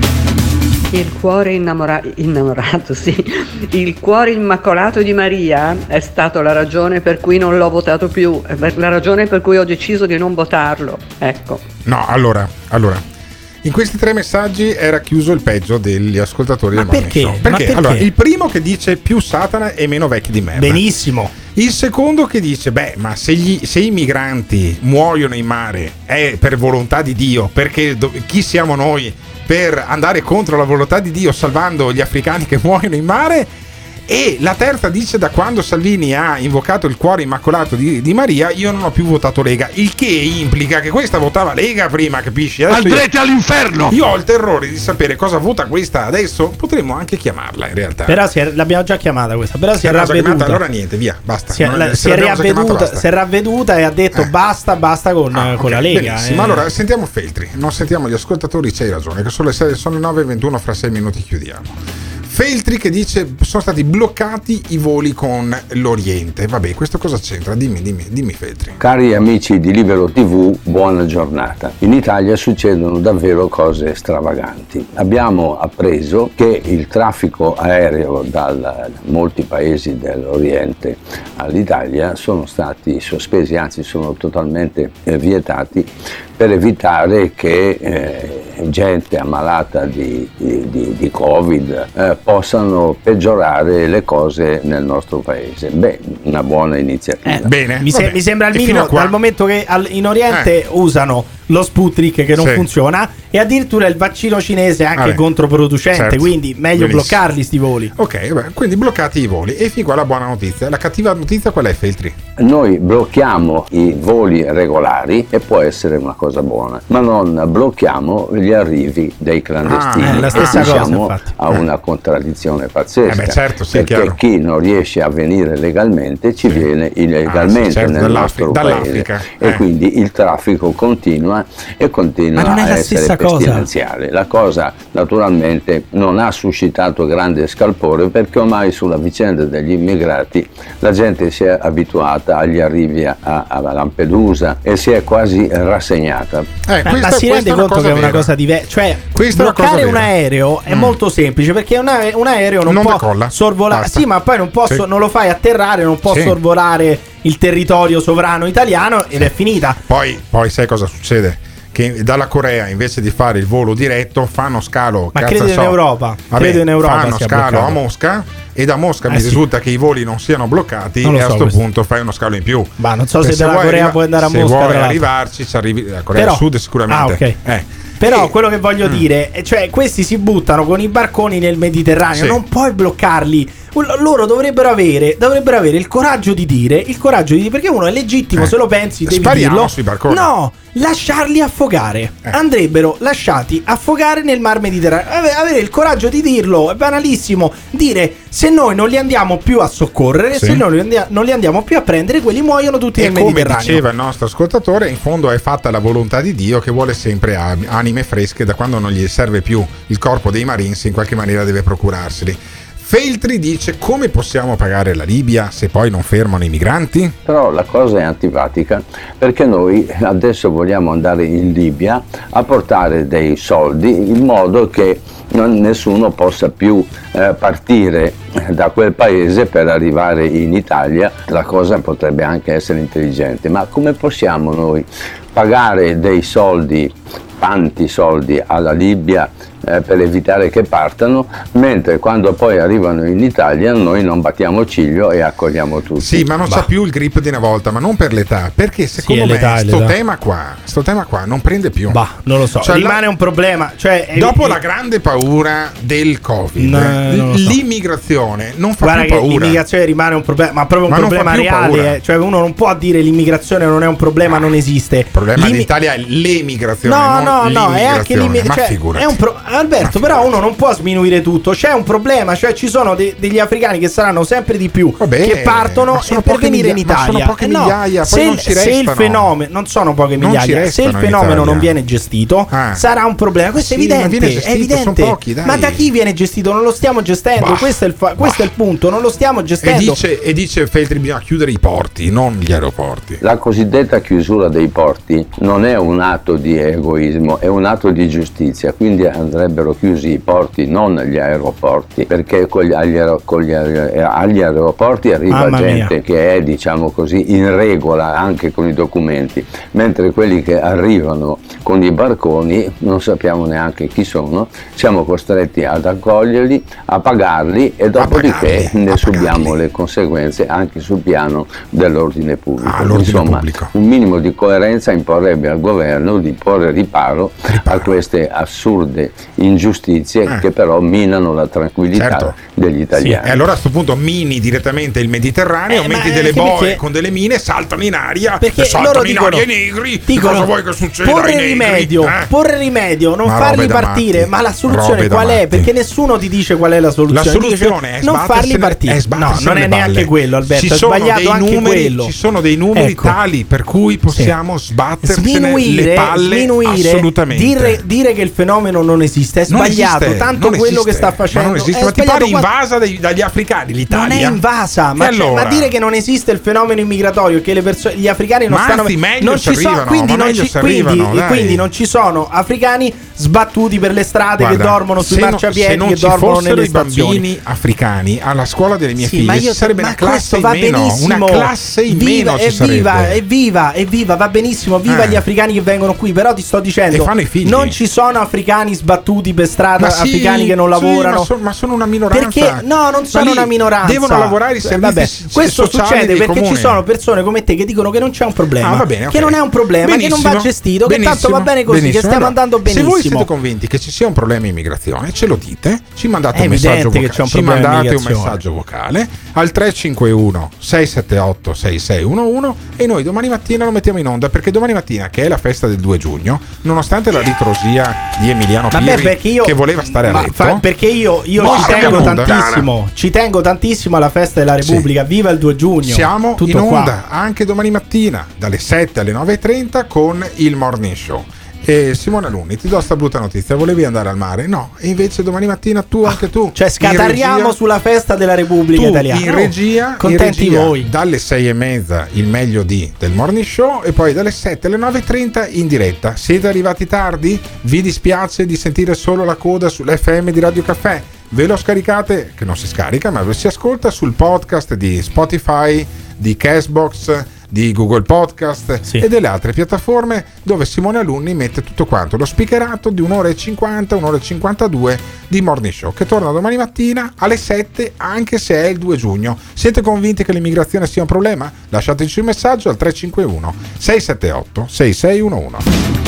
Il cuore innamora- innamorato, sì. Il cuore immacolato di Maria è stato la ragione per cui non l'ho votato più, è la ragione per cui ho deciso di non votarlo. Ecco. No, allora, allora. In questi tre messaggi era chiuso il peggio degli ascoltatori Ma del Morning perché? Show. Ma Perché? perché? Allora, il primo che dice più Satana e meno vecchi di merda. Benissimo. Il secondo che dice, beh, ma se, gli, se i migranti muoiono in mare è per volontà di Dio, perché do, chi siamo noi per andare contro la volontà di Dio salvando gli africani che muoiono in mare? E la terza dice, da quando Salvini ha invocato il cuore immacolato di, di Maria io non ho più votato Lega, il che implica che questa votava Lega prima, capisci? Adesso Andrete io, all'inferno! Io ho il terrore di sapere cosa vota questa adesso, potremmo anche chiamarla in realtà. Però si è, l'abbiamo già chiamata questa, però si è ravveduta. Allora niente, via, basta. Si è, Non- la- se si è l'abbiamo già chiamata, ravveduta, basta. si è ravveduta e ha detto Eh. basta, basta con, Ah, con ok, la Lega. benissimo. eh. Allora sentiamo Feltri, non sentiamo gli ascoltatori, c'hai ragione, che sono le, sei, sono le nove e ventuno, fra sei minuti chiudiamo. Feltri che dice sono stati bloccati i voli con l'Oriente. Vabbè, questo cosa c'entra? Dimmi, dimmi, dimmi Feltri. Cari amici di Libero tivù, buona giornata. In Italia succedono davvero cose stravaganti. Abbiamo appreso che il traffico aereo da molti paesi dell'Oriente all'Italia sono stati sospesi, anzi sono totalmente eh, vietati per evitare che eh, gente ammalata di, di, di, di Covid eh, possano peggiorare le cose nel nostro paese. Beh, una buona iniziativa. Eh, Bene, mi, se- mi sembra il minimo dal momento che al- in Oriente Eh. usano lo Sputnik che non Sì. funziona e addirittura il vaccino cinese è anche Vabbè, controproducente, certo. quindi meglio Benissimo. bloccarli sti voli. Ok, beh, quindi bloccati i voli. E fin qua la buona notizia. La cattiva notizia qual è, Feltri? Noi blocchiamo i voli regolari e può essere una cosa buona, ma non blocchiamo gli arrivi dei clandestini. Ah, è la stessa E cosa, siamo infatti. a una contraddizione pazzesca, Eh beh, certo, sì, è perché chiaro. chi non riesce a venire legalmente ci viene illegalmente Ah, sì, certo, nel dall'Afri- nostro dall'Africa. paese Eh. e quindi il traffico continua e continua Ma non è a la essere stessa cosa. pestilenziale. La cosa naturalmente non ha suscitato grande scalpore perché ormai sulla vicenda degli immigrati la gente si è abituata agli arrivi a, a Lampedusa e si è quasi rassegnata. Eh, Ma- questa- ma si questa rende è una conto cosa che è una vera. cosa diversa, cioè Questa è una bloccare cosa un vera. aereo è Mm. molto semplice perché un, ae- un aereo non, Non può decolla. sorvolare, Basta. sì, ma poi non, può Sì. so- non lo fai atterrare, non può Sì. sorvolare il territorio sovrano italiano ed è finita. Poi, poi sai cosa succede? Che dalla Corea invece di fare il volo diretto fanno scalo. Ma cazzo credo in so. Europa, Vabbè, credo in Europa fanno sia scalo bloccato. a Mosca e da Mosca Eh mi sì. risulta che i voli non siano bloccati Non e lo a so questo questo. punto fai uno scalo in più. Ma non so Per se dalla vuoi Corea arriva- puoi andare a se Mosca, vuoi tra l'altro. arrivarci ci arrivi la Corea Però- del Sud sicuramente. Ah, ok. Eh. Però E- quello che voglio Mm. dire, è, cioè questi si buttano con i barconi nel Mediterraneo, Sì. non puoi bloccarli. L- Loro dovrebbero avere, dovrebbero avere il coraggio di dire, il coraggio di dire, perché uno è legittimo, Eh. se lo pensi, devi Spariamo dirlo. sui barconi. No, lasciarli affogare. Eh. Andrebbero lasciati affogare nel Mar Mediterraneo. Ave- Avere il coraggio di dirlo, è banalissimo. Dire, se noi non li andiamo più a soccorrere, Sì. se noi non li andia- non li andiamo più a prendere, quelli muoiono tutti E nel come Mediterraneo. diceva il nostro ascoltatore, in fondo è fatta la volontà di Dio che vuole sempre a- anime fresche da quando non gli serve più il corpo dei Marines, in qualche maniera deve procurarseli. Feltri dice: come possiamo pagare la Libia se poi non fermano i migranti? Però la cosa è antipatica perché noi adesso vogliamo andare in Libia a portare dei soldi in modo che non- nessuno possa più eh, partire da quel paese per arrivare in Italia. La cosa potrebbe anche essere intelligente, ma come possiamo noi pagare dei soldi, tanti soldi alla Libia eh, per evitare che partano, mentre quando poi arrivano in Italia noi non battiamo ciglio e accogliamo tutti. Sì, ma non bah. c'ha più il grip di una volta, ma non per l'età, perché secondo Sì, me l'età, sto l'età. tema qua, sto tema qua non prende più. Bah, non lo so, Cioè, rimane la- un problema. Cioè, è- Dopo è- la grande paura del Covid, No, non lo so. l'immigrazione non fa Guarda più che paura. l'immigrazione rimane un problema, ma proprio un Ma non fa problema più reale. paura. eh. Cioè, uno non può dire l'immigrazione non è un problema, non esiste. Il problema d'Italia è l'emigrazione, No, non no, no, è anche l'immigrazione. l'immigrazione. Ma Cioè, figurati. è un pro- Alberto, però uno non può sminuire tutto. C'è un problema, cioè ci sono de- degli africani che saranno sempre di più Vabbè, che partono ma sono e per poche venire in miglia- ma Italia. sono poche Eh no, migliaia, poi se, non ci se il restano. fenomeno non sono poche Non ci migliaia, se restano il in fenomeno Italia. non viene gestito, Ah. sarà un problema. Questo Sì, è ma evidente, viene è gestito, evidente. sono pochi, dai. Ma da chi viene gestito? Non lo stiamo gestendo. Bah. Questo è il fa- questo è il punto, non lo stiamo E gestendo. dice, e dice Feltri bisogna chiudere i porti, non gli aeroporti. La cosiddetta chiusura dei porti non è un atto di egoismo, è un atto di giustizia, quindi andrebbero chiusi i porti, non gli aeroporti, perché con gli, agli, aer- con gli aer- agli aeroporti arriva Mamma gente mia. che è, diciamo così, in regola anche con i documenti, mentre quelli che arrivano con i barconi non sappiamo neanche chi sono, siamo costretti ad accoglierli, a pagarli e dopodiché ne subiamo le conseguenze anche sul piano dell'ordine pubblico. Ah, l'ordine Insomma, pubblico. un minimo di coerenza imporrebbe al governo di porre riparo, a queste assurde ingiustizie Eh. che però minano la tranquillità Certo. degli italiani. E allora a questo punto mini direttamente il Mediterraneo, Eh, metti ma delle anche boe perché- con delle mine, saltano in aria, Perché e saltano loro in dicono, aria i negri. dicono, Cosa vuoi che succeda porre ai negri? rimedio, Eh? porre rimedio, non Ma farli robe da partire. matti. Ma la soluzione Robe da qual è? matti. Perché nessuno ti dice qual è la soluzione. La Ti dice, soluzione è non farli sbattersene- partire. è No, sbattersene non è le neanche balle. quello, Alberto. Ci È sono sbagliato dei anche numeri, quello. ci sono dei numeri Ecco. tali per cui possiamo sbattersene Sminuire, le palle sminuire, assolutamente. dire, dire che il fenomeno non esiste è Non sbagliato. esiste, Tanto non quello esiste, che sta ma facendo non esiste. è Ma ti sbagliato pare quanto- invasa dai- dagli africani l'Italia? Non è invasa, ma, E cioè, allora? ma dire che non esiste il fenomeno immigratorio, che le persone, gli africani non Ma stanno anzi, meglio non ci ci sono, arrivano, quindi, ma non meglio ci, ci quindi, arrivano, e dai. quindi non ci sono africani sbattuti per le strade Guarda, che dormono sui se no- marciapiedi, se non che ci dormono fossero nelle i stazioni. bambini africani alla scuola delle mie Sì, figlie ma io ci sarebbe ma una classe questo in va meno, benissimo. una classe in Viva, meno ci evviva, sarebbe. evviva, evviva, va benissimo, viva Eh. gli africani che vengono qui, però ti sto dicendo, E fanno i figli. non ci sono africani sbattuti per strada, Ma sì, africani che non sì, lavorano. ma, so- ma sono una minoranza. Perché no, non Ma sono lì una minoranza. devono lavorare i servizi Vabbè, s- questo sociali succede dei perché comuni. ci sono persone come te che dicono che non c'è un problema, Ah, va bene, ok. che non è un problema, che non va Benissimo, gestito, che tanto benissimo, va bene così, benissimo. che stiamo Allora, andando benissimo. Se voi siete convinti che ci sia un problema immigrazione, ce lo dite, ci mandate È un messaggio evidente che vocale. c'è un Ci problema mandate un immigrazione. messaggio vocale al tre cinque uno sei sette otto sei sei uno uno e noi domani mattina lo mettiamo in onda, perché domani mattina, che è la festa del due giugno, nonostante la ritrosia di Emiliano Vabbè, Pirri perché io, che voleva stare a ma letto, fa- perché io, io No, ci siamo tengo in onda. tantissimo, ci tengo tantissimo alla festa della Repubblica. Viva il due giugno! siamo Tutto in onda qua. anche domani mattina dalle sette alle nove e trenta con il Morning Show. E Simone Alunni, ti do sta brutta notizia, volevi andare al mare? No, e invece domani mattina tu, anche tu. Cioè scatarriamo in regia- sulla festa della Repubblica tu, Italiana. in Oh, regia, in contenti regia, voi. dalle sei e mezza il meglio di del Morning Show e poi dalle sette alle nove e trenta in diretta. Siete arrivati tardi? Vi dispiace di sentire solo la coda sull'F M di Radio Caffè? Ve lo scaricate, che non si scarica ma si ascolta sul podcast di Spotify, di Castbox, di Google Podcast e delle altre piattaforme, dove Simone Alunni mette tutto quanto, lo speakerato di un'ora e cinquanta, un'ora e cinquantadue di Morning Show, che torna domani mattina alle sette, anche se è il due giugno. Siete convinti che l'immigrazione sia un problema? Lasciateci un messaggio al tre cinque uno sei sette otto sei sei uno uno.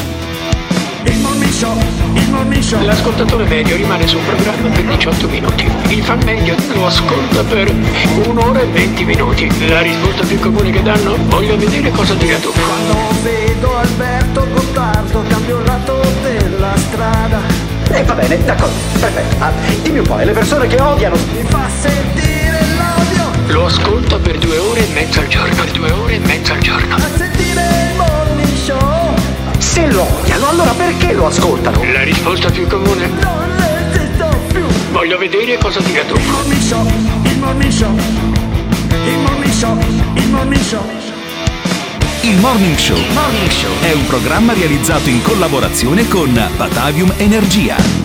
Il Morning Show, il Morning Show. L'ascoltatore medio rimane sul programma per diciotto minuti. Il fan medio lo ascolta per un'ora e venti minuti. La risposta più comune che danno: voglio vedere cosa dirà tu. Quando vedo Alberto Gottardo cambio il lato della strada. E va bene, d'accordo, perfetto. Ah, dimmi un po', e le persone che odiano? Mi fa sentire l'odio. Lo ascolta per due ore e mezza al giorno. Per due ore e mezza al giorno. A sentire il Morning Show. Se lo odiano, allora perché lo ascoltano? La risposta più comune: non resisto più. Voglio vedere cosa dirà tu. Il Morning Show, il Morning Show. Il Morning Show, il Morning Show. Il Morning Show. Morning Show è un programma realizzato in collaborazione con Batavium Energia.